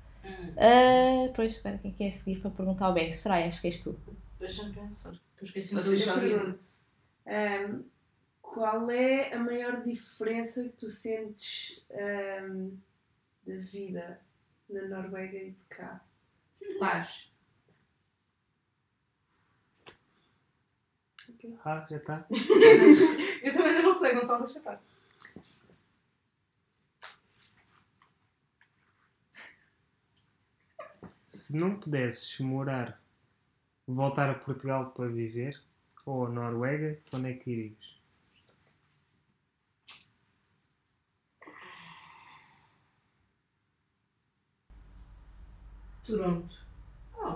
Speaker 3: Ah, pois, agora quem quer seguir para perguntar ao Ben? Soraya, acho que és tu.
Speaker 4: Deixa-me pensar. Eu
Speaker 9: Se
Speaker 4: esqueci-me
Speaker 9: vocês
Speaker 4: de saber.
Speaker 9: perguntam, ahm, qual é a maior diferença que tu sentes ahm, da vida na Noruega e de cá?
Speaker 4: Lares.
Speaker 6: Ah, já está.
Speaker 4: Eu também ainda não sei, Gonçalo, deixa estar.
Speaker 6: Se não pudesses morar, voltar a Portugal para viver, ou a Noruega, onde é que irias?
Speaker 5: Toronto.
Speaker 4: Oh,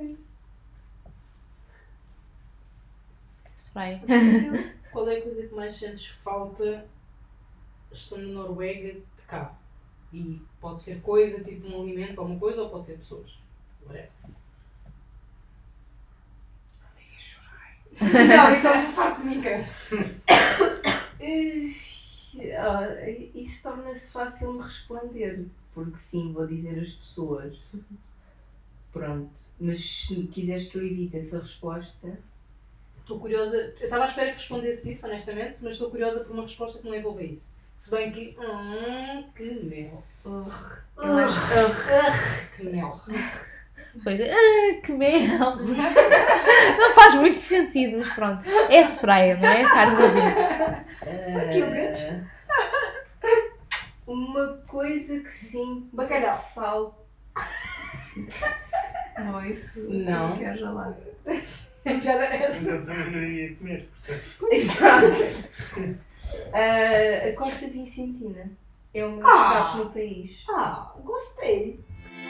Speaker 3: Soraya.
Speaker 4: qual é a coisa que mais sentes falta estando na Noruega de cá? E pode ser coisa, tipo um alimento ou uma coisa, ou pode ser pessoas. Whatever. Não, isso é uma parte de mim, cara.
Speaker 5: Ah, isso torna-se fácil de responder, porque sim, vou dizer as pessoas. Pronto. Mas se quiseres que eu evite essa resposta...
Speaker 4: Estou curiosa, eu estava à espera que respondesse isso, honestamente, mas estou curiosa por uma resposta que não envolva isso. Se bem que... Hum, que mel.
Speaker 9: Eu acho
Speaker 4: Que mel.
Speaker 2: Pois, ah, que mel! Não faz muito sentido, mas pronto. É a Soraya, não é, caros ouvintes?
Speaker 5: Uh, uma coisa que sim...
Speaker 4: Bacalhau.
Speaker 5: Falta...
Speaker 9: Não, isso
Speaker 5: Não.
Speaker 9: não quero jalar.
Speaker 4: A piada é essa.
Speaker 6: Mas eu também não ia comer, portanto.
Speaker 5: Exato. Uh, a Costa Vicentina é o meu
Speaker 4: Ah.
Speaker 5: escape no país.
Speaker 4: Ah, gostei.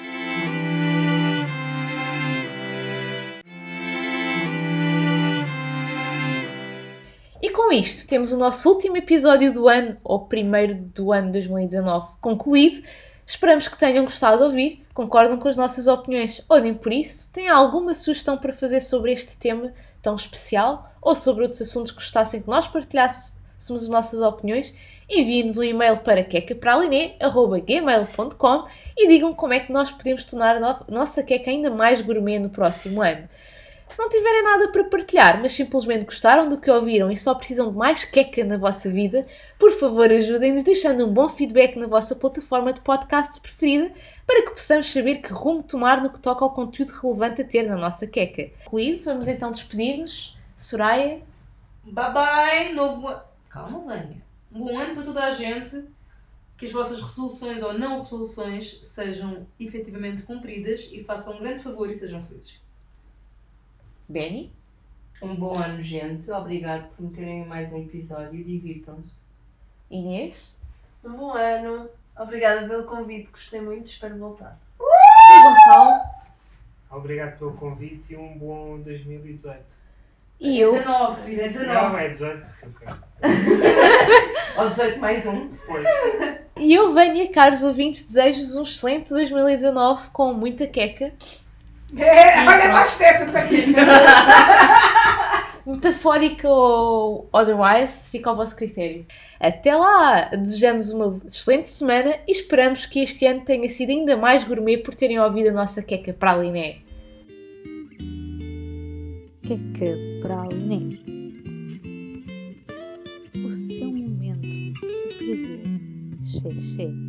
Speaker 2: E com isto temos o nosso último episódio do ano, ou primeiro do ano dois mil e dezanove, concluído. Esperamos que tenham gostado de ouvir, concordam com as nossas opiniões ou nem por isso, têm alguma sugestão para fazer sobre este tema tão especial ou sobre outros assuntos que gostassem que nós partilhássemos as nossas opiniões, enviem-nos um e-mail para quecapralinê arroba gmail ponto com e digam como é que nós podemos tornar a no- nossa queca ainda mais gourmet no próximo ano. Se não tiverem nada para partilhar, mas simplesmente gostaram do que ouviram e só precisam de mais queca na vossa vida, por favor ajudem-nos deixando um bom feedback na vossa plataforma de podcasts preferida para que possamos saber que rumo tomar no que toca ao conteúdo relevante a ter na nossa queca. Concluído, vamos então despedir-nos. Soraya,
Speaker 4: Bye bye, novo ano. Calma, Vânia. Um bom ano para toda a gente. Que as vossas resoluções ou não resoluções sejam efetivamente cumpridas e façam um grande favor e sejam felizes.
Speaker 2: Benny,
Speaker 5: Um bom ano, gente. Obrigado por me terem em mais um episódio. Divirtam-se.
Speaker 2: Inês
Speaker 9: Um bom ano. Obrigada pelo convite, gostei muito, espero voltar.
Speaker 2: e Gonçalo.
Speaker 6: Obrigado pelo convite e um bom dois mil e dezoito.
Speaker 2: E eu,
Speaker 4: dezanove, filha,
Speaker 6: Não,
Speaker 4: dezanove.
Speaker 6: é dezoito. Ok.
Speaker 5: Ou dezoito mais um.
Speaker 6: Foi.
Speaker 2: e eu, Vânia, caros ouvintes, desejo-vos um excelente dois mil e dezanove com muita queca.
Speaker 4: É, olha, mais dessa que está aqui.
Speaker 2: Metafórica ou otherwise, fica ao vosso critério. Até lá! Desejamos uma excelente semana e esperamos que este ano tenha sido ainda mais gourmet por terem ouvido a nossa queca praliné.
Speaker 10: Queca praliné. O seu momento de prazer. Xé, xé.